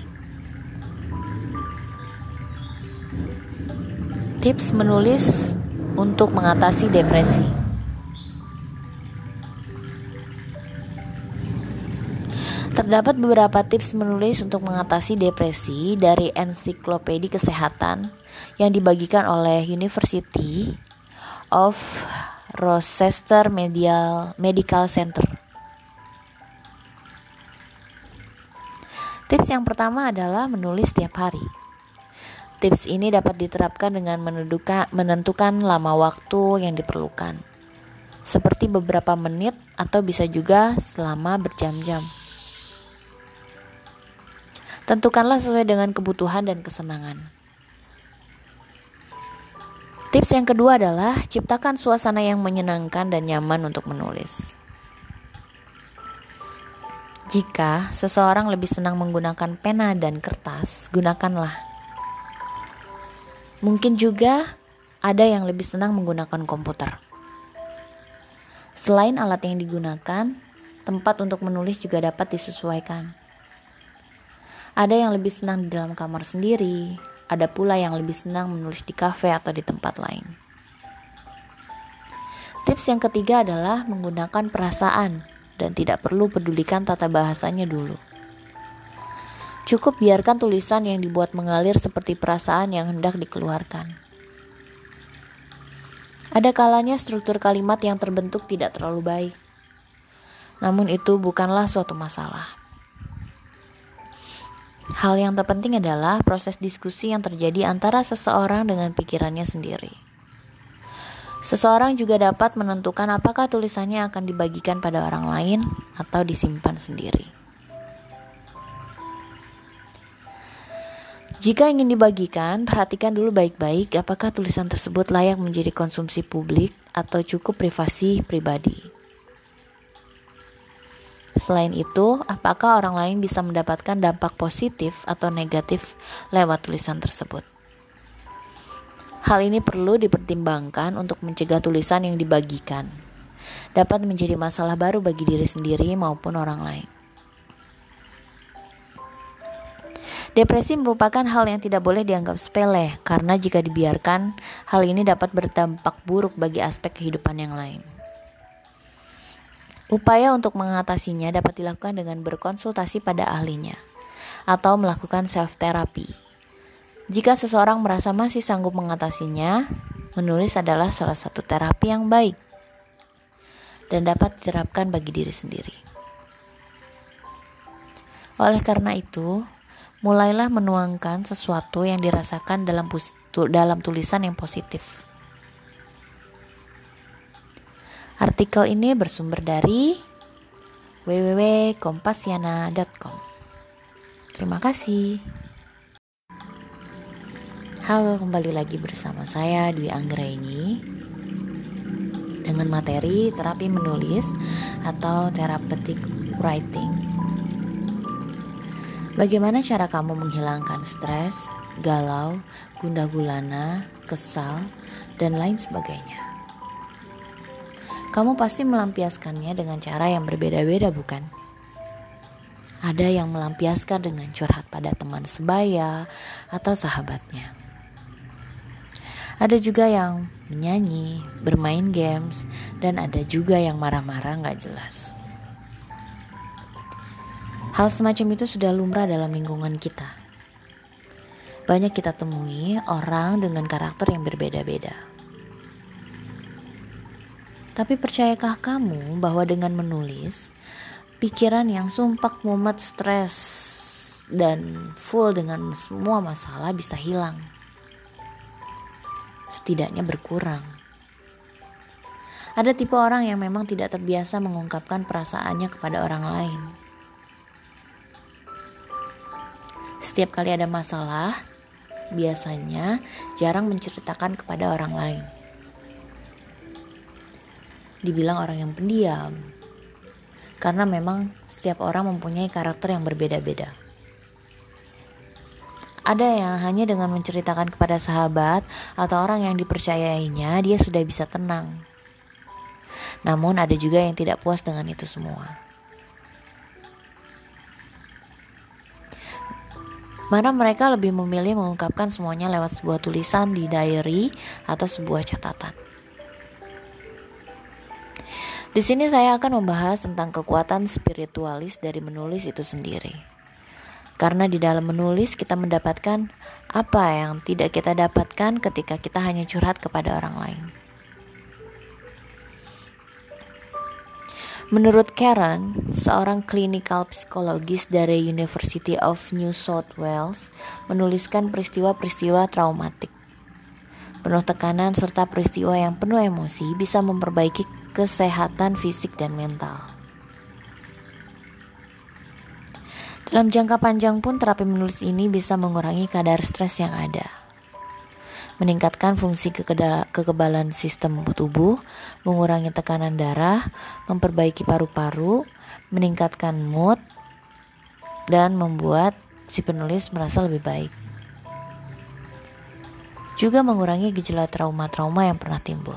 Tips menulis untuk mengatasi depresi. Terdapat beberapa tips menulis untuk mengatasi depresi dari ensiklopedia kesehatan yang dibagikan oleh University of Rochester Medical Center. Tips yang pertama adalah menulis setiap hari. Tips ini dapat diterapkan dengan menentukan lama waktu yang diperlukan, seperti beberapa menit atau bisa juga selama berjam-jam. Tentukanlah sesuai dengan kebutuhan dan kesenangan. Tips yang kedua adalah ciptakan suasana yang menyenangkan dan nyaman untuk menulis. Jika seseorang lebih senang menggunakan pena dan kertas, gunakanlah. Mungkin juga ada yang lebih senang menggunakan komputer. Selain alat yang digunakan, tempat untuk menulis juga dapat disesuaikan. Ada yang lebih senang di dalam kamar sendiri, ada pula yang lebih senang menulis di kafe atau di tempat lain. Tips yang ketiga adalah menggunakan perasaan dan tidak perlu pedulikan tata bahasanya dulu. Cukup biarkan tulisan yang dibuat mengalir seperti perasaan yang hendak dikeluarkan. Ada kalanya struktur kalimat yang terbentuk tidak terlalu baik. Namun itu bukanlah suatu masalah. Hal yang terpenting adalah proses diskusi yang terjadi antara seseorang dengan pikirannya sendiri. Seseorang juga dapat menentukan apakah tulisannya akan dibagikan pada orang lain atau disimpan sendiri. Jika ingin dibagikan, perhatikan dulu baik-baik apakah tulisan tersebut layak menjadi konsumsi publik atau cukup privasi pribadi. Selain itu, apakah orang lain bisa mendapatkan dampak positif atau negatif lewat tulisan tersebut? Hal ini perlu dipertimbangkan untuk mencegah tulisan yang dibagikan dapat menjadi masalah baru bagi diri sendiri maupun orang lain. Depresi merupakan hal yang tidak boleh dianggap sepele, karena jika dibiarkan, hal ini dapat berdampak buruk bagi aspek kehidupan yang lain. Upaya untuk mengatasinya dapat dilakukan dengan berkonsultasi pada ahlinya atau melakukan self-therapy. Jika seseorang merasa masih sanggup mengatasinya, menulis adalah salah satu terapi yang baik dan dapat diterapkan bagi diri sendiri. Oleh karena itu, mulailah menuangkan sesuatu yang dirasakan dalam, pus- dalam tulisan yang positif. Artikel ini bersumber dari w w w titik kompasiana titik com. Terima kasih. Halo, kembali lagi bersama saya Dwi Anggraini dengan materi terapi menulis atau therapeutic writing. Bagaimana cara kamu menghilangkan stres, galau, gundah gulana, kesal, dan lain sebagainya? Kamu pasti melampiaskannya dengan cara yang berbeda-beda, bukan? Ada yang melampiaskan dengan curhat pada teman sebaya atau sahabatnya. Ada juga yang menyanyi, bermain games, dan ada juga yang marah-marah gak jelas. Hal semacam itu sudah lumrah dalam lingkungan kita. Banyak kita temui orang dengan karakter yang berbeda-beda. Tapi percayakah kamu bahwa dengan menulis, pikiran yang sumpek mumet, stres, dan full dengan semua masalah bisa hilang? Setidaknya berkurang. Ada tipe orang yang memang tidak terbiasa mengungkapkan perasaannya kepada orang lain. Setiap kali ada masalah, biasanya jarang menceritakan kepada orang lain. Dibilang orang yang pendiam, karena memang setiap orang mempunyai karakter yang berbeda-beda. Ada yang hanya dengan menceritakan kepada sahabat atau orang yang dipercayainya, dia sudah bisa tenang. Namun ada juga yang tidak puas dengan itu semua. Mana mereka lebih memilih mengungkapkan semuanya lewat sebuah tulisan di diary atau sebuah catatan. Di sini saya akan membahas tentang kekuatan spiritualis dari menulis itu sendiri. Karena di dalam menulis kita mendapatkan apa yang tidak kita dapatkan ketika kita hanya curhat kepada orang lain. Menurut Karen, seorang klinikal psikologis dari University of New South Wales, menuliskan peristiwa-peristiwa traumatik, penuh tekanan serta peristiwa yang penuh emosi bisa memperbaiki kesehatan fisik dan mental. Dalam jangka panjang pun terapi menulis ini bisa mengurangi kadar stres yang ada, meningkatkan fungsi kekebalan sistem tubuh, mengurangi tekanan darah, memperbaiki paru-paru, meningkatkan mood, dan membuat si penulis merasa lebih baik. Juga mengurangi gejala trauma-trauma yang pernah timbul.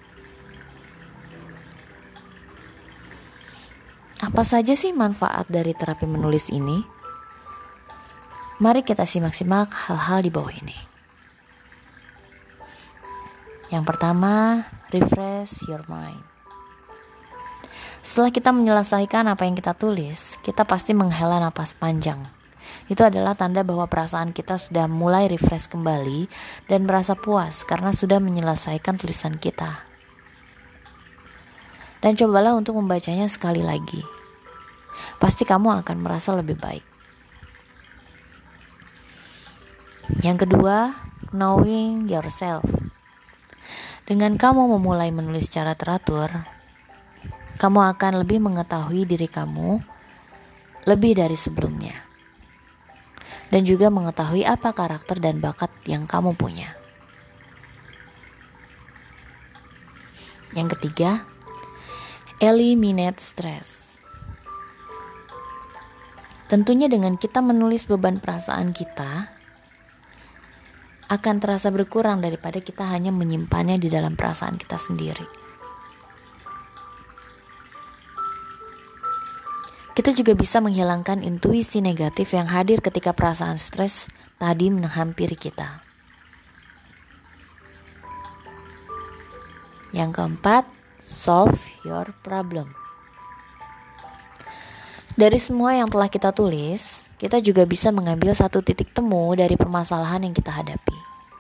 Apa saja sih manfaat dari terapi menulis ini? Mari kita simak-simak hal-hal di bawah ini. Yang pertama, refresh your mind. Setelah kita menyelesaikan apa yang kita tulis, kita pasti menghela napas panjang. Itu adalah tanda bahwa perasaan kita sudah mulai refresh kembali dan merasa puas karena sudah menyelesaikan tulisan kita. Dan cobalah untuk membacanya sekali lagi. Pasti kamu akan merasa lebih baik. Yang kedua, knowing yourself. Dengan kamu memulai menulis secara teratur, kamu akan lebih mengetahui diri kamu lebih dari sebelumnya. Dan juga mengetahui apa karakter dan bakat yang kamu punya. Yang ketiga, eliminate stress. Tentunya dengan kita menulis beban perasaan kita akan terasa berkurang daripada kita hanya menyimpannya di dalam perasaan kita sendiri. Kita juga bisa menghilangkan intuisi negatif yang hadir ketika perasaan stres tadi menghampiri kita. Yang keempat, solve your problem. Dari semua yang telah kita tulis, kita juga bisa mengambil satu titik temu dari permasalahan yang kita hadapi.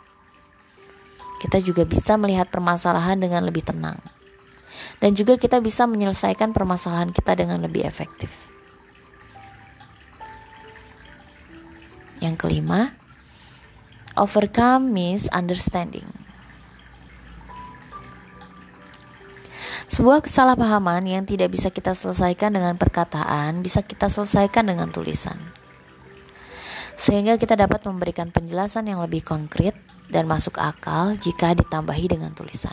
Kita juga bisa melihat permasalahan dengan lebih tenang. Dan juga kita bisa menyelesaikan permasalahan kita dengan lebih efektif. Yang kelima, overcome misunderstanding. Sebuah kesalahpahaman yang tidak bisa kita selesaikan dengan perkataan bisa kita selesaikan dengan tulisan. Sehingga kita dapat memberikan penjelasan yang lebih konkret dan masuk akal jika ditambahi dengan tulisan.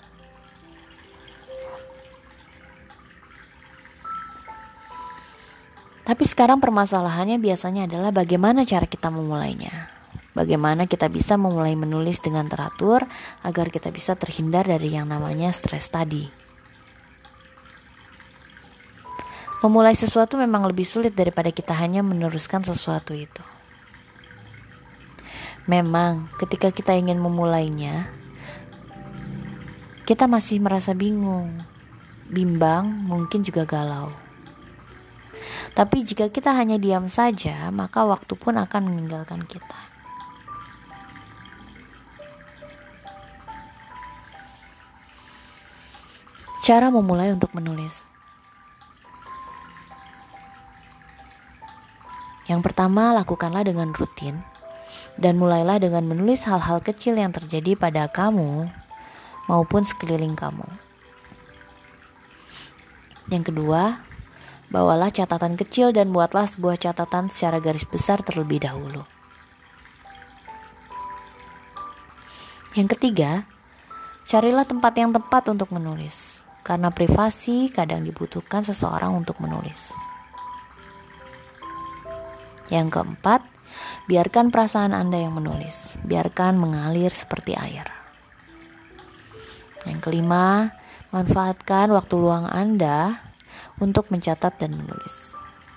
Tapi sekarang permasalahannya biasanya adalah bagaimana cara kita memulainya. Bagaimana kita bisa memulai menulis dengan teratur agar kita bisa terhindar dari yang namanya stres tadi. Memulai sesuatu memang lebih sulit daripada kita hanya meneruskan sesuatu itu. Memang ketika kita ingin memulainya, kita masih merasa bingung, bimbang, mungkin juga galau. Tapi jika kita hanya diam saja, maka waktu pun akan meninggalkan kita. Cara memulai untuk menulis. Yang pertama, lakukanlah dengan rutin dan mulailah dengan menulis hal-hal kecil yang terjadi pada kamu maupun sekeliling kamu. Yang kedua, bawalah catatan kecil dan buatlah sebuah catatan secara garis besar terlebih dahulu. Yang ketiga, carilah tempat yang tepat untuk menulis, karena privasi kadang dibutuhkan seseorang untuk menulis. Yang keempat, Biarkan perasaan Anda yang menulis. Biarkan mengalir seperti air. Yang kelima, manfaatkan waktu luang Anda untuk mencatat dan menulis.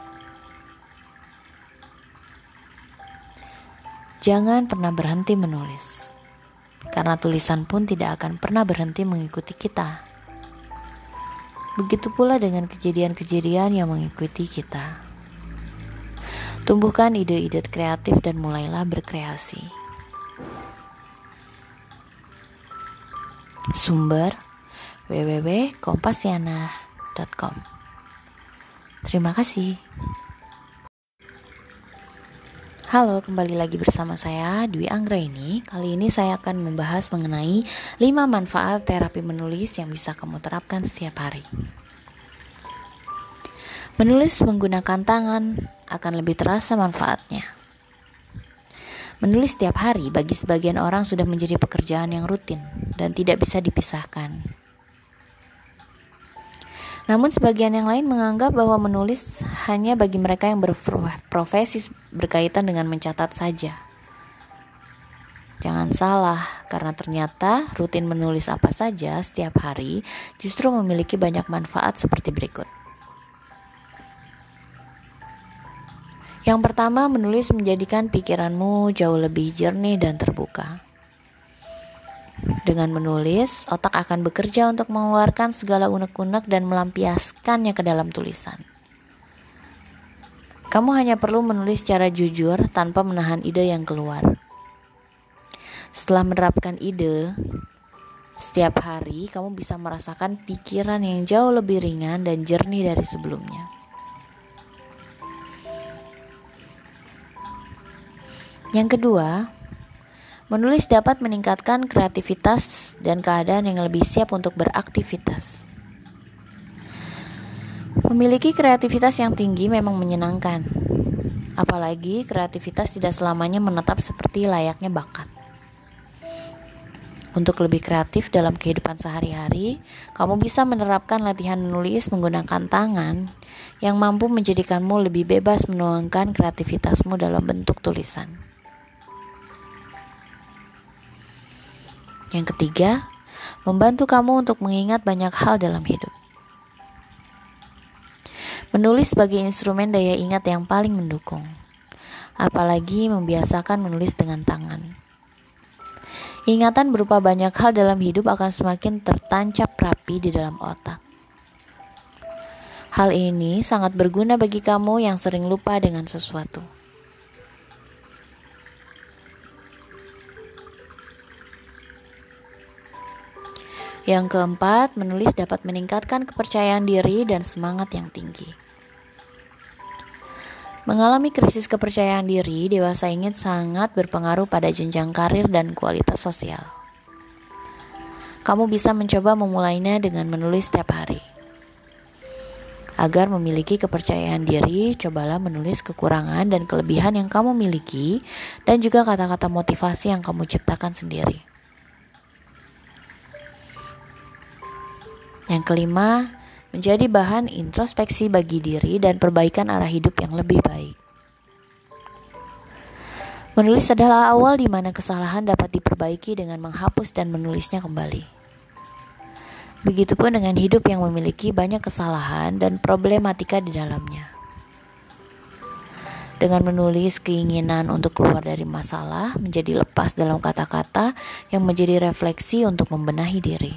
Jangan pernah berhenti menulis, karena tulisan pun tidak akan pernah berhenti mengikuti kita. Begitu pula dengan kejadian-kejadian yang mengikuti kita. Tumbuhkan ide-ide kreatif dan mulailah berkreasi. Sumber w w w titik kompasiana titik com. Terima kasih. Halo, kembali lagi bersama saya Dwi Anggraini. Kali ini saya akan membahas mengenai lima manfaat terapi menulis yang bisa kamu terapkan setiap hari. Menulis menggunakan tangan akan lebih terasa manfaatnya. Menulis setiap hari bagi sebagian orang sudah menjadi pekerjaan yang rutin dan tidak bisa dipisahkan. Namun sebagian yang lain menganggap bahwa menulis hanya bagi mereka yang berprofesi berkaitan dengan mencatat saja. Jangan salah, karena ternyata rutin menulis apa saja setiap hari justru memiliki banyak manfaat seperti berikut. Yang pertama, menulis menjadikan pikiranmu jauh lebih jernih dan terbuka. Dengan menulis, otak akan bekerja untuk mengeluarkan segala unek-unek dan melampiaskannya ke dalam tulisan. Kamu hanya perlu menulis secara jujur tanpa menahan ide yang keluar. Setelah menerapkan ide, setiap hari kamu bisa merasakan pikiran yang jauh lebih ringan dan jernih dari sebelumnya. Yang kedua, menulis dapat meningkatkan kreativitas dan keadaan yang lebih siap untuk beraktivitas. Memiliki kreativitas yang tinggi memang menyenangkan. Apalagi kreativitas tidak selamanya menetap seperti layaknya bakat. Untuk lebih kreatif dalam kehidupan sehari-hari, kamu bisa menerapkan latihan menulis menggunakan tangan yang mampu menjadikanmu lebih bebas menuangkan kreativitasmu dalam bentuk tulisan. Yang ketiga, membantu kamu untuk mengingat banyak hal dalam hidup. Menulis sebagai instrumen daya ingat yang paling mendukung, apalagi membiasakan menulis dengan tangan. Ingatan berupa banyak hal dalam hidup akan semakin tertancap rapi di dalam otak. Hal ini sangat berguna bagi kamu yang sering lupa dengan sesuatu. Yang keempat, menulis dapat meningkatkan kepercayaan diri dan semangat yang tinggi. Mengalami krisis kepercayaan diri, dewasa ini sangat berpengaruh pada jenjang karir dan kualitas sosial. Kamu bisa mencoba memulainya dengan menulis setiap hari. Agar memiliki kepercayaan diri, cobalah menulis kekurangan dan kelebihan yang kamu miliki dan juga kata-kata motivasi yang kamu ciptakan sendiri. Yang kelima, menjadi bahan introspeksi bagi diri dan perbaikan arah hidup yang lebih baik. Menulis adalah awal di mana kesalahan dapat diperbaiki dengan menghapus dan menulisnya kembali. Begitupun dengan hidup yang memiliki banyak kesalahan dan problematika di dalamnya. Dengan menulis, keinginan untuk keluar dari masalah menjadi lepas dalam kata-kata yang menjadi refleksi untuk membenahi diri.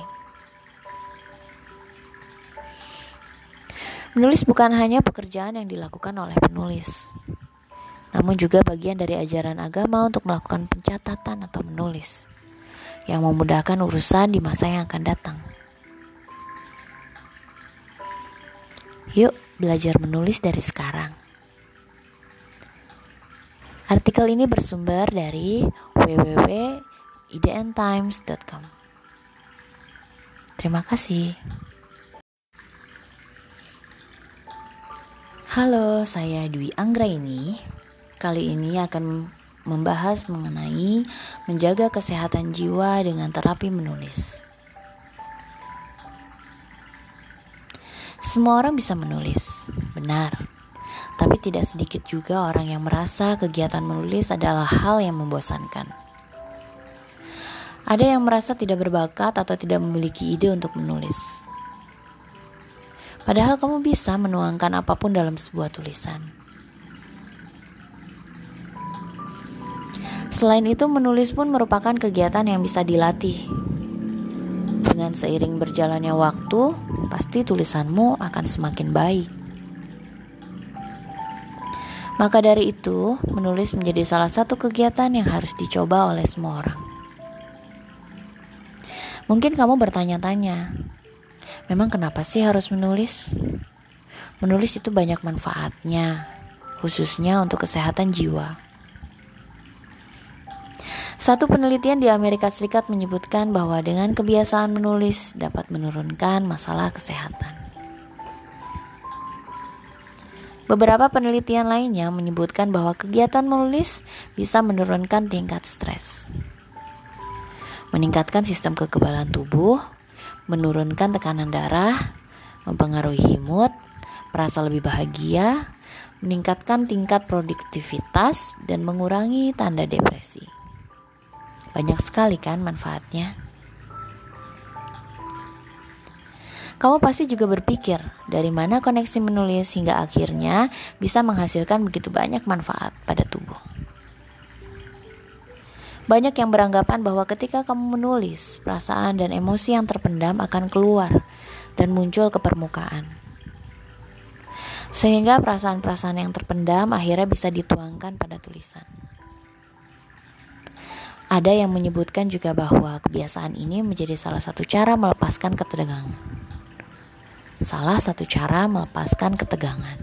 Menulis bukan hanya pekerjaan yang dilakukan oleh penulis, namun juga bagian dari ajaran agama untuk melakukan pencatatan atau menulis, yang memudahkan urusan di masa yang akan datang. Yuk, belajar menulis dari sekarang. Artikel ini bersumber dari w w w titik i d n times titik com. Terima kasih. Halo, saya Dwi Anggraini. Kali ini akan membahas mengenai menjaga kesehatan jiwa dengan terapi menulis. Semua orang bisa menulis, benar. Tapi tidak sedikit juga orang yang merasa kegiatan menulis adalah hal yang membosankan. Ada yang merasa tidak berbakat atau tidak memiliki ide untuk menulis. Padahal kamu bisa menuangkan apapun dalam sebuah tulisan. Selain itu, menulis pun merupakan kegiatan yang bisa dilatih. Dengan seiring berjalannya waktu, pasti tulisanmu akan semakin baik. Maka dari itu, menulis menjadi salah satu kegiatan yang harus dicoba oleh semua orang. Mungkin kamu bertanya-tanya, memang kenapa sih harus menulis? Menulis itu banyak manfaatnya, khususnya untuk kesehatan jiwa. Satu penelitian di Amerika Serikat menyebutkan bahwa dengan kebiasaan menulis dapat menurunkan masalah kesehatan. Beberapa penelitian lainnya menyebutkan bahwa kegiatan menulis bisa menurunkan tingkat stres, meningkatkan sistem kekebalan tubuh, menurunkan tekanan darah, mempengaruhi mood, merasa lebih bahagia, meningkatkan tingkat produktivitas, dan mengurangi tanda depresi. Banyak sekali kan manfaatnya. Kamu pasti juga berpikir, dari mana koneksi menulis hingga akhirnya bisa menghasilkan begitu banyak manfaat pada tubuh. Banyak yang beranggapan bahwa ketika kamu menulis, perasaan dan emosi yang terpendam akan keluar dan muncul ke permukaan. Sehingga perasaan-perasaan yang terpendam akhirnya bisa dituangkan pada tulisan. Ada yang menyebutkan juga bahwa kebiasaan ini menjadi salah satu cara melepaskan ketegangan. Salah satu cara melepaskan ketegangan.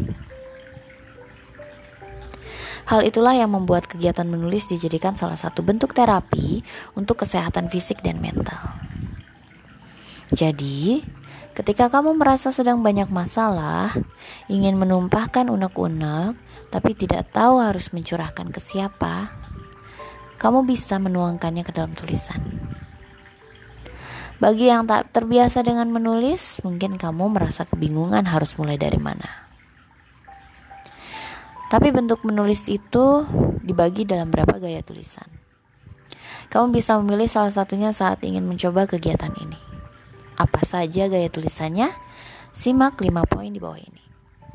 Hal itulah yang membuat kegiatan menulis dijadikan salah satu bentuk terapi untuk kesehatan fisik dan mental. Jadi, ketika kamu merasa sedang banyak masalah, ingin menumpahkan unek-unek, tapi tidak tahu harus mencurahkan ke siapa, kamu bisa menuangkannya ke dalam tulisan. Bagi yang tak terbiasa dengan menulis, mungkin kamu merasa kebingungan harus mulai dari mana. Tapi bentuk menulis itu dibagi dalam berapa gaya tulisan. Kamu bisa memilih salah satunya saat ingin mencoba kegiatan ini. Apa saja gaya tulisannya? Simak lima poin di bawah ini.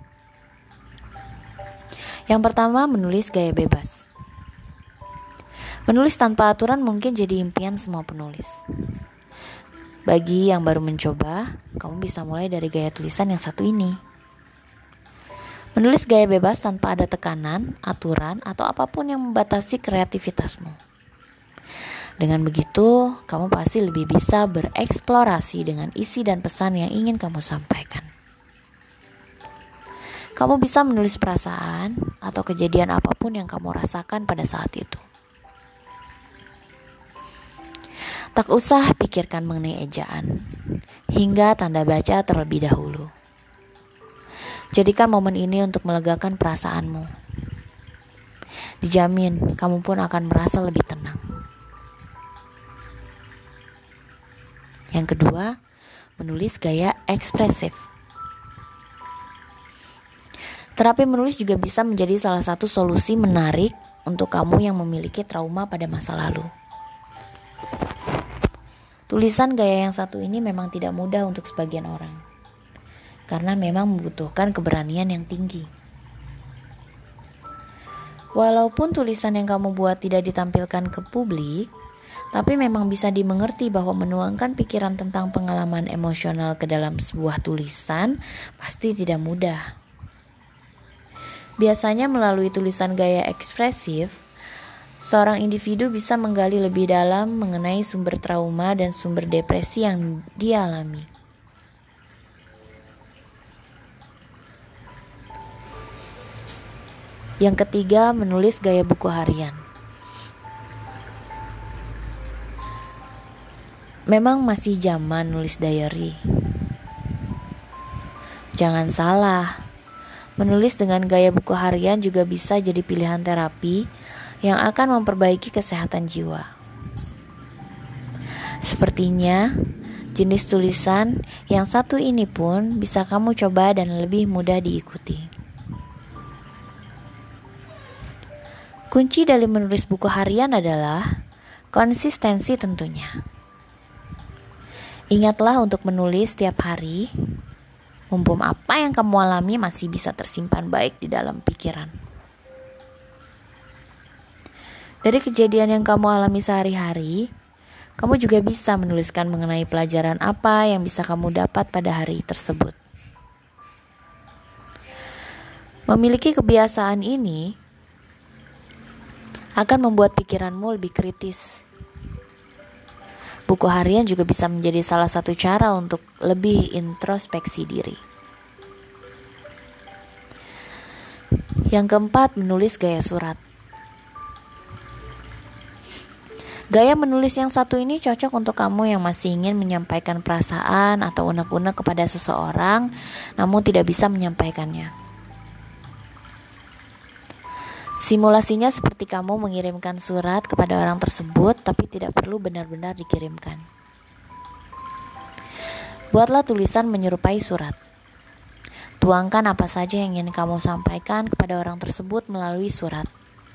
Yang pertama, menulis gaya bebas. Menulis tanpa aturan mungkin jadi impian semua penulis. Bagi yang baru mencoba, kamu bisa mulai dari gaya tulisan yang satu ini. Menulis gaya bebas tanpa ada tekanan, aturan, atau apapun yang membatasi kreativitasmu. Dengan begitu, kamu pasti lebih bisa bereksplorasi dengan isi dan pesan yang ingin kamu sampaikan. Kamu bisa menulis perasaan atau kejadian apapun yang kamu rasakan pada saat itu. Tak usah pikirkan mengenai ejaan, hingga tanda baca terlebih dahulu. Jadikan momen ini untuk melegakan perasaanmu. Dijamin, kamu pun akan merasa lebih tenang. Yang kedua, menulis gaya ekspresif. Terapi menulis juga bisa menjadi salah satu solusi menarik untuk kamu yang memiliki trauma pada masa lalu. Tulisan gaya yang satu ini memang tidak mudah untuk sebagian orang, karena memang membutuhkan keberanian yang tinggi. Walaupun tulisan yang kamu buat tidak ditampilkan ke publik, tapi memang bisa dimengerti bahwa menuangkan pikiran tentang pengalaman emosional ke dalam sebuah tulisan pasti tidak mudah. Biasanya melalui tulisan gaya ekspresif, seorang individu bisa menggali lebih dalam mengenai sumber trauma dan sumber depresi yang dia alami. Yang ketiga, menulis gaya buku harian. Memang masih zaman nulis diary. Jangan salah, menulis dengan gaya buku harian juga bisa jadi pilihan terapi yang akan memperbaiki kesehatan jiwa. Sepertinya, jenis tulisan yang satu ini pun bisa kamu coba dan lebih mudah diikuti. Kunci dari menulis buku harian adalah konsistensi tentunya. Ingatlah untuk menulis setiap hari, mumpung apa yang kamu alami masih bisa tersimpan baik di dalam pikiran. Dari kejadian yang kamu alami sehari-hari, kamu juga bisa menuliskan mengenai pelajaran apa yang bisa kamu dapat pada hari tersebut. Memiliki kebiasaan ini akan membuat pikiranmu lebih kritis. Buku harian juga bisa menjadi salah satu cara untuk lebih introspeksi diri. Yang keempat, menulis gaya surat. Gaya menulis yang satu ini cocok untuk kamu yang masih ingin menyampaikan perasaan atau unek-unek kepada seseorang, namun tidak bisa menyampaikannya. Simulasinya seperti kamu mengirimkan surat kepada orang tersebut, tapi tidak perlu benar-benar dikirimkan. Buatlah tulisan menyerupai surat. Tuangkan apa saja yang ingin kamu sampaikan kepada orang tersebut melalui surat.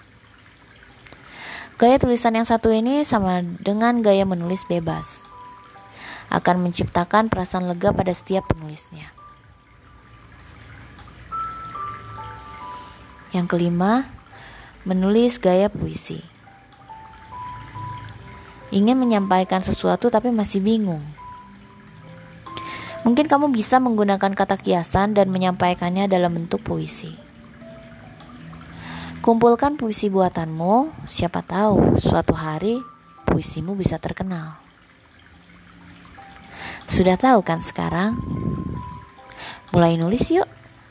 Gaya tulisan yang satu ini sama dengan gaya menulis bebas. Akan menciptakan perasaan lega pada setiap penulisnya. Yang kelima, menulis gaya puisi. Ingin menyampaikan sesuatu tapi masih bingung. Mungkin kamu bisa menggunakan kata kiasan dan menyampaikannya dalam bentuk puisi. Kumpulkan puisi buatanmu, siapa tahu suatu hari puisimu bisa terkenal. Sudah tahu kan sekarang? Mulai nulis yuk.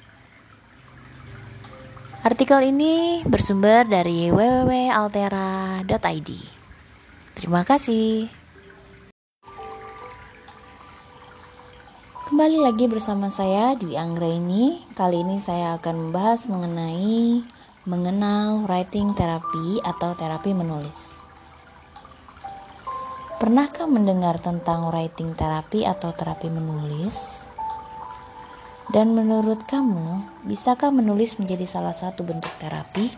Artikel ini bersumber dari w w w titik altera titik i d. Terima kasih. Kembali lagi bersama saya Dwi Anggraini. Kali ini saya akan membahas mengenai mengenal writing therapy atau terapi menulis. Pernahkah mendengar tentang writing therapy atau terapi menulis? Dan menurut kamu, bisakah menulis menjadi salah satu bentuk terapi?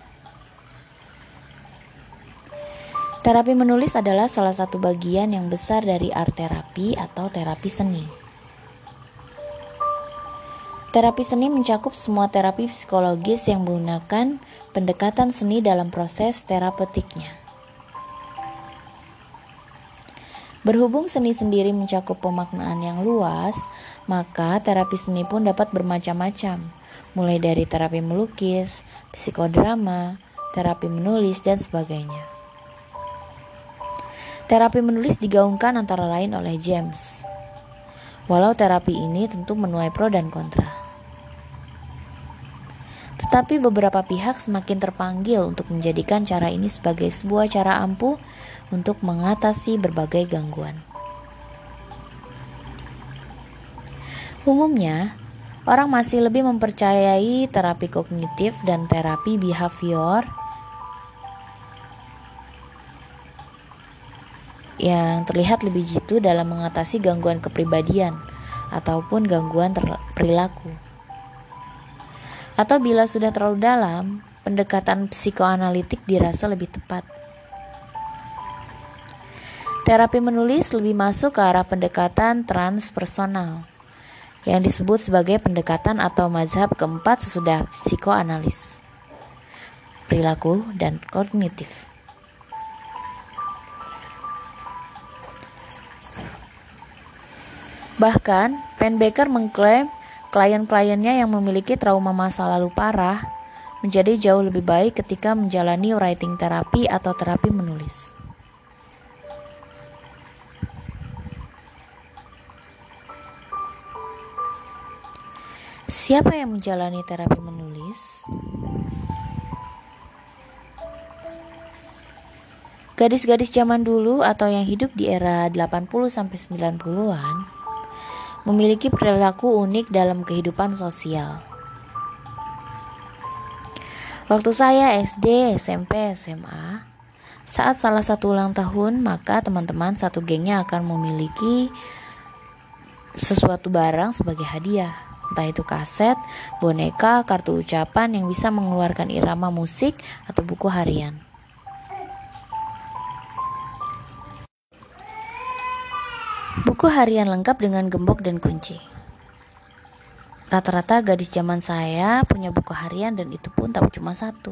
Terapi menulis adalah salah satu bagian yang besar dari art terapi atau terapi seni. Terapi seni mencakup semua terapi psikologis yang menggunakan pendekatan seni dalam proses terapeutiknya. Berhubung seni sendiri mencakup pemaknaan yang luas, maka terapi seni pun dapat bermacam-macam, mulai dari terapi melukis, psikodrama, terapi menulis, dan sebagainya. Terapi menulis digaungkan antara lain oleh James. Walau terapi ini tentu menuai pro dan kontra. Tetapi beberapa pihak semakin terpanggil untuk menjadikan cara ini sebagai sebuah cara ampuh untuk mengatasi berbagai gangguan. Umumnya, orang masih lebih mempercayai terapi kognitif dan terapi behavior yang terlihat lebih jitu dalam mengatasi gangguan kepribadian ataupun gangguan ter- perilaku. Atau bila sudah terlalu dalam, pendekatan psikoanalitik dirasa lebih tepat. Terapi menulis lebih masuk ke arah pendekatan transpersonal yang disebut sebagai pendekatan atau mazhab keempat sesudah psikoanalis, perilaku, dan kognitif. Bahkan, Pennebaker mengklaim klien-kliennya yang memiliki trauma masa lalu parah menjadi jauh lebih baik ketika menjalani writing terapi atau terapi menulis. Siapa yang menjalani terapi menulis? Gadis-gadis zaman dulu atau yang hidup di era delapan puluh sampai sembilan puluhan memiliki perilaku unik dalam kehidupan sosial. Waktu saya S D, S M P, S M A, saat salah satu ulang tahun, maka teman-teman satu gengnya akan memiliki sesuatu barang sebagai hadiah. entah itu kaset, boneka, kartu ucapan yang bisa mengeluarkan irama musik, atau buku harian. Buku harian lengkap dengan gembok dan kunci. Rata-rata gadis zaman saya punya buku harian, dan itu pun tak cuma satu.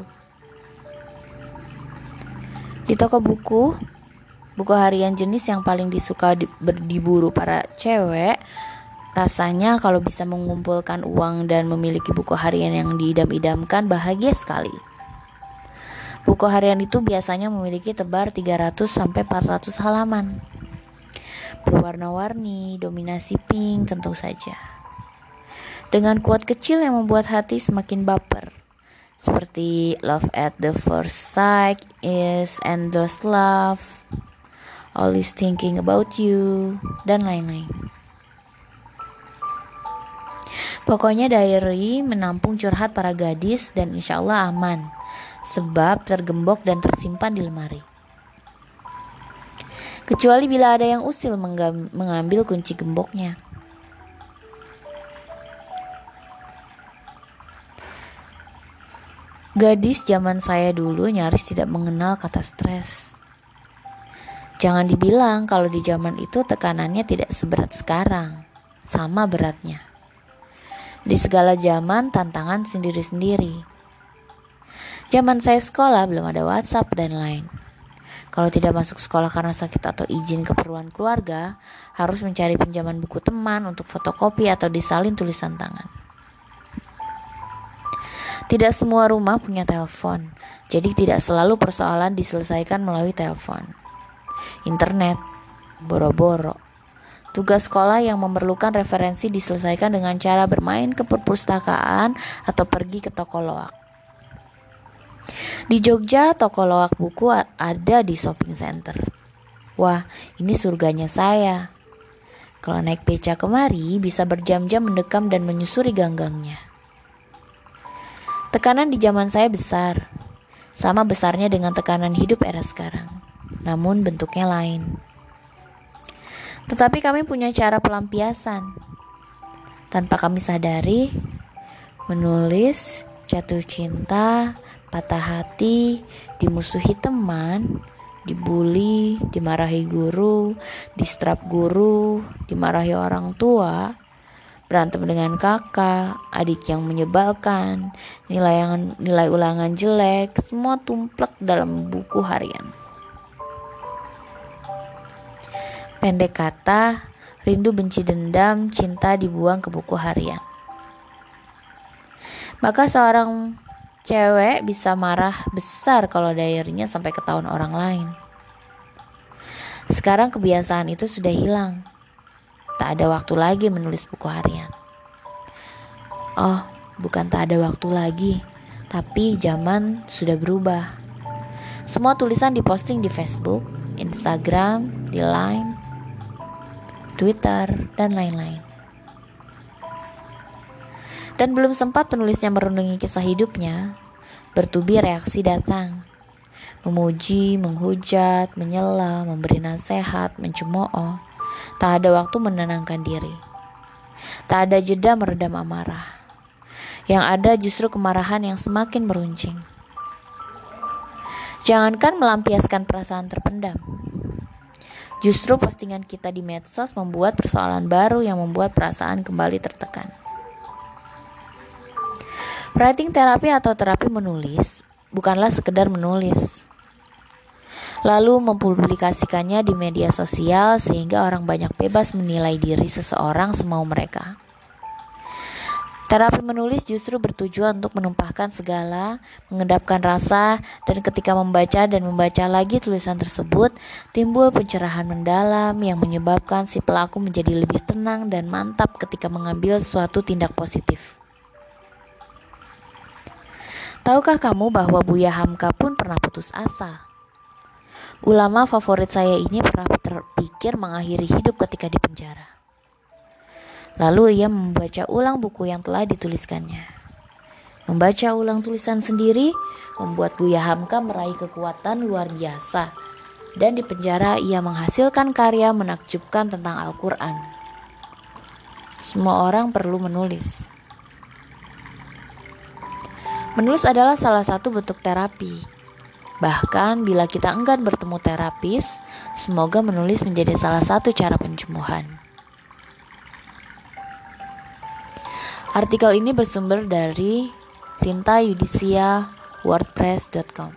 Di toko buku, buku harian jenis yang paling disuka diburu para cewek, rasanya kalau bisa mengumpulkan uang dan memiliki buku harian yang diidam-idamkan, bahagia sekali. Buku harian itu biasanya memiliki tebar tiga ratus sampai empat ratus halaman. Berwarna-warni, dominasi pink tentu saja. Dengan quote kecil yang membuat hati semakin baper, seperti love at the first sight is endless love, always thinking about you, dan lain-lain. Pokoknya diary menampung curhat para gadis dan insya Allah aman, sebab tergembok dan tersimpan di lemari. Kecuali bila ada yang usil mengambil kunci gemboknya. Gadis zaman saya dulu nyaris tidak mengenal kata stres. Jangan dibilang kalau di zaman itu tekanannya tidak seberat sekarang, sama beratnya. Di segala zaman tantangan sendiri-sendiri. Zaman saya sekolah belum ada WhatsApp dan lain. Kalau tidak masuk sekolah karena sakit atau izin keperluan keluarga, harus mencari pinjaman buku teman untuk fotokopi atau disalin tulisan tangan. Tidak semua rumah punya telepon, jadi tidak selalu persoalan diselesaikan melalui telepon, internet, boro-boro. Tugas sekolah yang memerlukan referensi diselesaikan dengan cara bermain ke perpustakaan atau pergi ke toko loak. Di Jogja, toko loak buku ada di shopping center. Wah, ini surganya saya. Kalau naik beca kemari, bisa berjam-jam mendekam dan menyusuri ganggangnya. Tekanan di zaman saya besar, sama besarnya dengan tekanan hidup era sekarang, namun bentuknya lain. Tetapi kami punya cara pelampiasan. Tanpa kami sadari, menulis, jatuh cinta, patah hati, dimusuhi teman, dibully, dimarahi guru, distrap guru, dimarahi orang tua, berantem dengan kakak, adik yang menyebalkan, nilai yang, nilai ulangan jelek, semua tumplek dalam buku harian. Pendek kata, rindu benci dendam, cinta dibuang ke buku harian. Maka seorang cewek bisa marah besar kalau diary-nya sampai ketahuan orang lain. Sekarang kebiasaan itu sudah hilang. Tak ada waktu lagi menulis buku harian. Oh, bukan tak ada waktu lagi, tapi zaman sudah berubah. Semua tulisan diposting di Facebook, Instagram, di Line, Twitter, dan lain-lain. Dan belum sempat penulisnya merenungi kisah hidupnya, bertubi reaksi datang. Memuji, menghujat, menyela, memberi nasihat, mencemooh. Tak ada waktu menenangkan diri. Tak ada jeda meredam amarah. Yang ada justru kemarahan yang semakin meruncing. Jangankan melampiaskan perasaan terpendam. Justru postingan kita di medsos membuat persoalan baru yang membuat perasaan kembali tertekan. Writing terapi atau terapi menulis bukanlah sekedar menulis, lalu mempublikasikannya di media sosial sehingga orang banyak bebas menilai diri seseorang semau mereka. Terapi menulis justru bertujuan untuk menumpahkan segala, mengendapkan rasa, dan ketika membaca dan membaca lagi tulisan tersebut, timbul pencerahan mendalam yang menyebabkan si pelaku menjadi lebih tenang dan mantap ketika mengambil suatu tindak positif. Tahukah kamu bahwa Buya Hamka pun pernah putus asa? Ulama favorit saya ini pernah terpikir mengakhiri hidup ketika di penjara. Lalu ia membaca ulang buku yang telah dituliskannya. Membaca ulang tulisan sendiri membuat Buya Hamka meraih kekuatan luar biasa. Dan di penjara ia menghasilkan karya menakjubkan tentang Al-Quran. Semua orang perlu menulis. Menulis adalah salah satu bentuk terapi. Bahkan bila kita enggan bertemu terapis, semoga menulis menjadi salah satu cara penyembuhan. Artikel ini bersumber dari Sinta Yudisia wordpress dot com.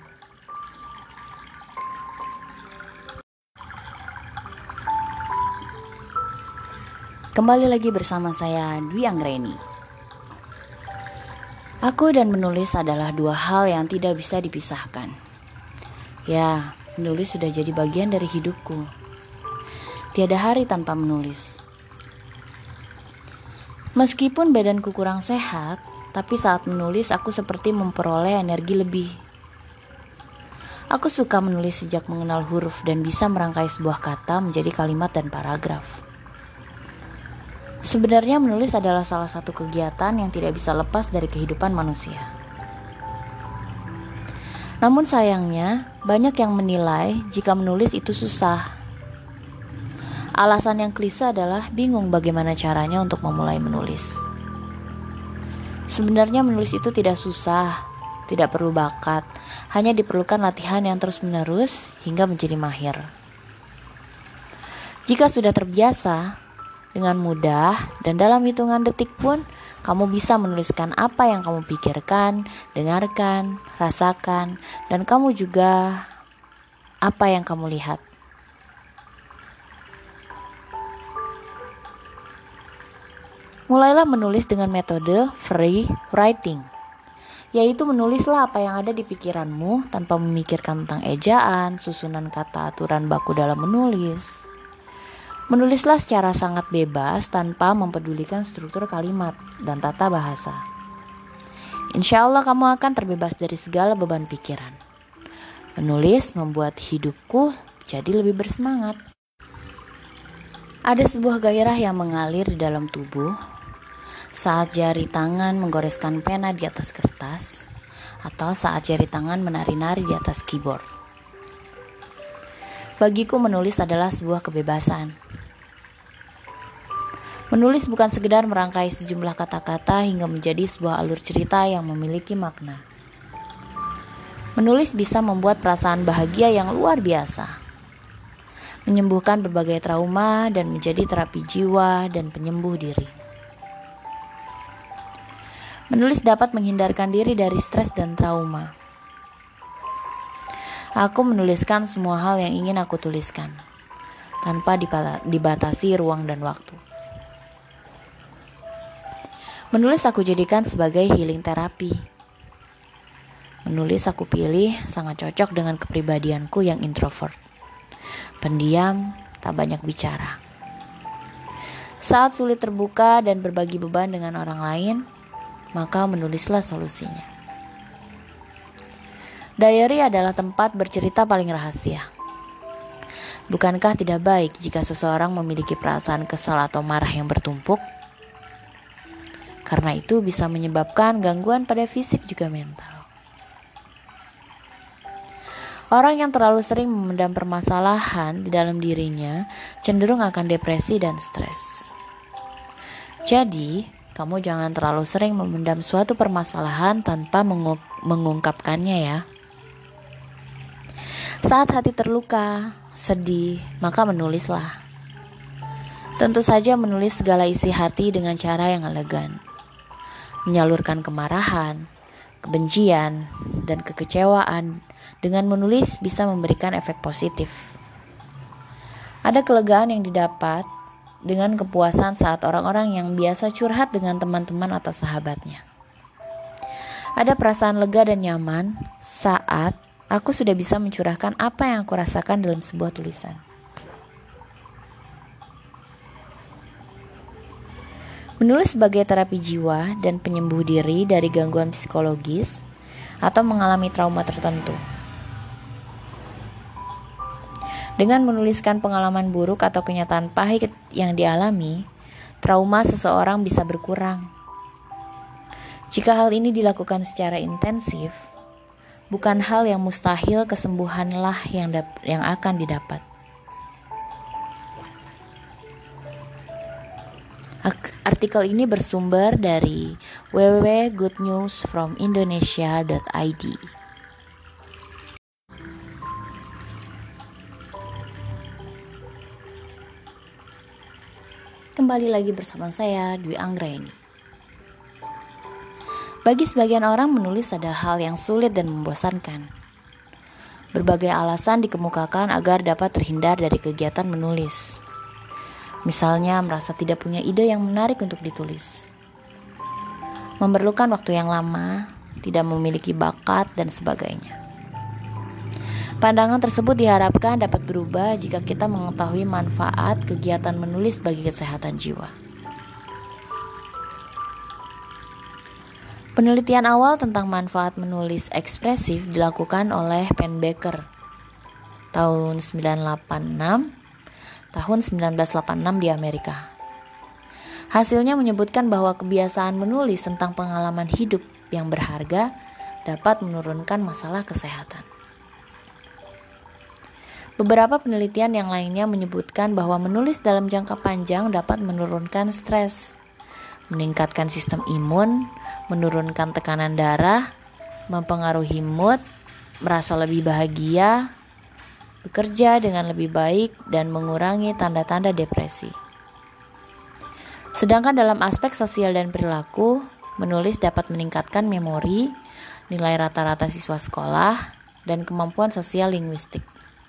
Kembali lagi bersama saya Dwi Anggreni. Aku dan menulis adalah dua hal yang tidak bisa dipisahkan. Ya, menulis sudah jadi bagian dari hidupku. Tiada hari tanpa menulis. Meskipun badanku kurang sehat, tapi saat menulis aku seperti memperoleh energi lebih. Aku suka menulis sejak mengenal huruf dan bisa merangkai sebuah kata menjadi kalimat dan paragraf. Sebenarnya menulis adalah salah satu kegiatan yang tidak bisa lepas dari kehidupan manusia. Namun sayangnya, banyak yang menilai jika menulis itu susah. Alasan yang klise adalah bingung bagaimana caranya untuk memulai menulis. Sebenarnya menulis itu tidak susah, tidak perlu bakat, hanya diperlukan latihan yang terus-menerus hingga menjadi mahir. Jika sudah terbiasa, dengan mudah dan dalam hitungan detik pun kamu bisa menuliskan apa yang kamu pikirkan, dengarkan, rasakan, dan kamu juga apa yang kamu lihat. Mulailah menulis dengan metode free writing, yaitu menulislah apa yang ada di pikiranmu tanpa memikirkan tentang ejaan, susunan kata, aturan baku dalam menulis. Menulislah secara sangat bebas tanpa mempedulikan struktur kalimat dan tata bahasa. Insya Allah kamu akan terbebas dari segala beban pikiran. Menulis membuat hidupku jadi lebih bersemangat. Ada sebuah gairah yang mengalir di dalam tubuh saat jari tangan menggoreskan pena di atas kertas atau saat jari tangan menari-nari di atas keyboard. Bagiku menulis adalah sebuah kebebasan. Menulis bukan sekedar merangkai sejumlah kata-kata hingga menjadi sebuah alur cerita yang memiliki makna. Menulis bisa membuat perasaan bahagia yang luar biasa, menyembuhkan berbagai trauma dan menjadi terapi jiwa dan penyembuh diri. Menulis dapat menghindarkan diri dari stres dan trauma. Aku menuliskan semua hal yang ingin aku tuliskan, tanpa dibatasi ruang dan waktu. Menulis aku jadikan sebagai healing terapi. Menulis aku pilih sangat cocok dengan kepribadianku yang introvert, pendiam, tak banyak bicara. Saat sulit terbuka dan berbagi beban dengan orang lain, maka menulislah solusinya. Diary adalah tempat bercerita paling rahasia. Bukankah tidak baik jika seseorang memiliki perasaan kesal atau marah yang bertumpuk? Karena itu bisa menyebabkan gangguan pada fisik juga mental. Orang yang terlalu sering memendam permasalahan di dalam dirinya cenderung akan depresi dan stres. Jadi, kamu jangan terlalu sering memendam suatu permasalahan tanpa mengung- mengungkapkannya ya. Saat hati terluka, sedih, maka menulislah. Tentu saja menulis segala isi hati dengan cara yang elegan. Menyalurkan kemarahan, kebencian, dan kekecewaan dengan menulis bisa memberikan efek positif. Ada kelegaan yang didapat dengan kepuasan saat orang-orang yang biasa curhat dengan teman-teman atau sahabatnya. Ada perasaan lega dan nyaman saat aku sudah bisa mencurahkan apa yang aku rasakan dalam sebuah tulisan. Menulis sebagai terapi jiwa dan penyembuh diri dari gangguan psikologis atau mengalami trauma tertentu. Dengan menuliskan pengalaman buruk atau kenyataan pahit yang dialami, trauma seseorang bisa berkurang. Jika hal ini dilakukan secara intensif, bukan hal yang mustahil kesembuhanlah yang dap- yang akan didapat. Ak- Artikel ini bersumber dari w w w titik good news from indonesia titik i d. Kembali lagi bersama saya, Dwi Anggraini. Bagi sebagian orang, menulis adalah hal yang sulit dan membosankan. Berbagai alasan dikemukakan agar dapat terhindar dari kegiatan menulis. Misalnya, merasa tidak punya ide yang menarik untuk ditulis, memerlukan waktu yang lama, tidak memiliki bakat, dan sebagainya. Pandangan tersebut diharapkan dapat berubah jika kita mengetahui manfaat kegiatan menulis bagi kesehatan jiwa. Penelitian awal tentang manfaat menulis ekspresif dilakukan oleh Pennebaker tahun sembilan belas delapan puluh enam, tahun sembilan belas delapan puluh enam di Amerika. Hasilnya menyebutkan bahwa kebiasaan menulis tentang pengalaman hidup yang berharga dapat menurunkan masalah kesehatan. Beberapa penelitian yang lainnya menyebutkan bahwa menulis dalam jangka panjang dapat menurunkan stres, meningkatkan sistem imun, menurunkan tekanan darah, mempengaruhi mood, merasa lebih bahagia, bekerja dengan lebih baik, dan mengurangi tanda-tanda depresi. Sedangkan dalam aspek sosial dan perilaku, menulis dapat meningkatkan memori, nilai rata-rata siswa sekolah, dan kemampuan sosial linguistik.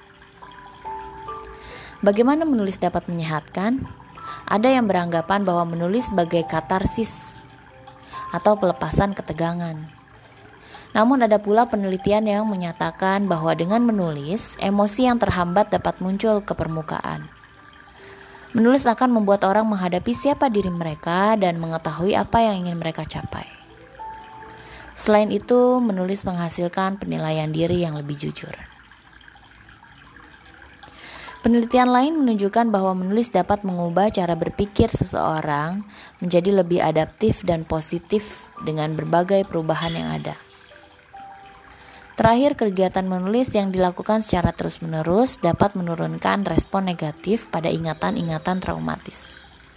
Bagaimana menulis dapat menyehatkan? Ada yang beranggapan bahwa menulis sebagai katarsis atau pelepasan ketegangan. Namun ada pula penelitian yang menyatakan bahwa dengan menulis, emosi yang terhambat dapat muncul ke permukaan. Menulis akan membuat orang menghadapi siapa diri mereka dan mengetahui apa yang ingin mereka capai. Selain itu, menulis menghasilkan penilaian diri yang lebih jujur. Penelitian lain menunjukkan bahwa menulis dapat mengubah cara berpikir seseorang menjadi lebih adaptif dan positif dengan berbagai perubahan yang ada. Terakhir, kegiatan menulis yang dilakukan secara terus-menerus dapat menurunkan respon negatif pada ingatan-ingatan traumatis.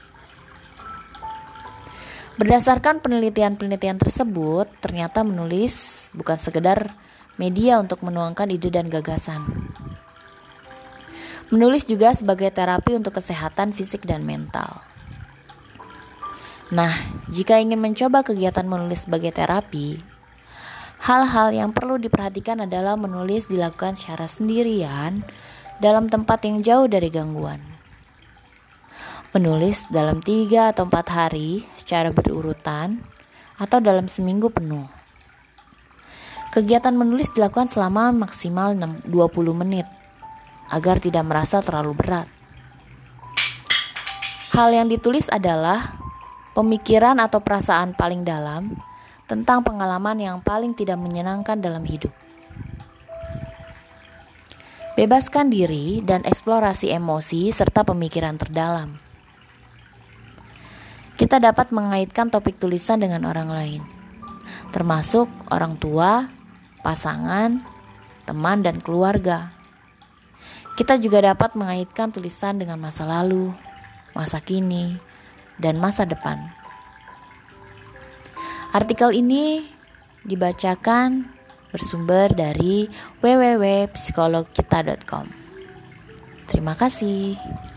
Berdasarkan penelitian-penelitian tersebut, ternyata menulis bukan sekedar media untuk menuangkan ide dan gagasan. Menulis juga sebagai terapi untuk kesehatan fisik dan mental. Nah, jika ingin mencoba kegiatan menulis sebagai terapi, hal-hal yang perlu diperhatikan adalah menulis dilakukan secara sendirian dalam tempat yang jauh dari gangguan. Menulis dalam tiga atau empat hari secara berurutan atau dalam seminggu penuh. Kegiatan menulis dilakukan selama maksimal dua puluh menit agar tidak merasa terlalu berat. Hal yang ditulis adalah pemikiran atau perasaan paling dalam tentang pengalaman yang paling tidak menyenangkan dalam hidup. Bebaskan diri dan eksplorasi emosi serta pemikiran terdalam. Kita dapat mengaitkan topik tulisan dengan orang lain, termasuk orang tua, pasangan, teman, dan keluarga. Kita juga dapat mengaitkan tulisan dengan masa lalu, masa kini, dan masa depan. Artikel ini dibacakan bersumber dari w w w titik psikolog kita titik com. Terima kasih.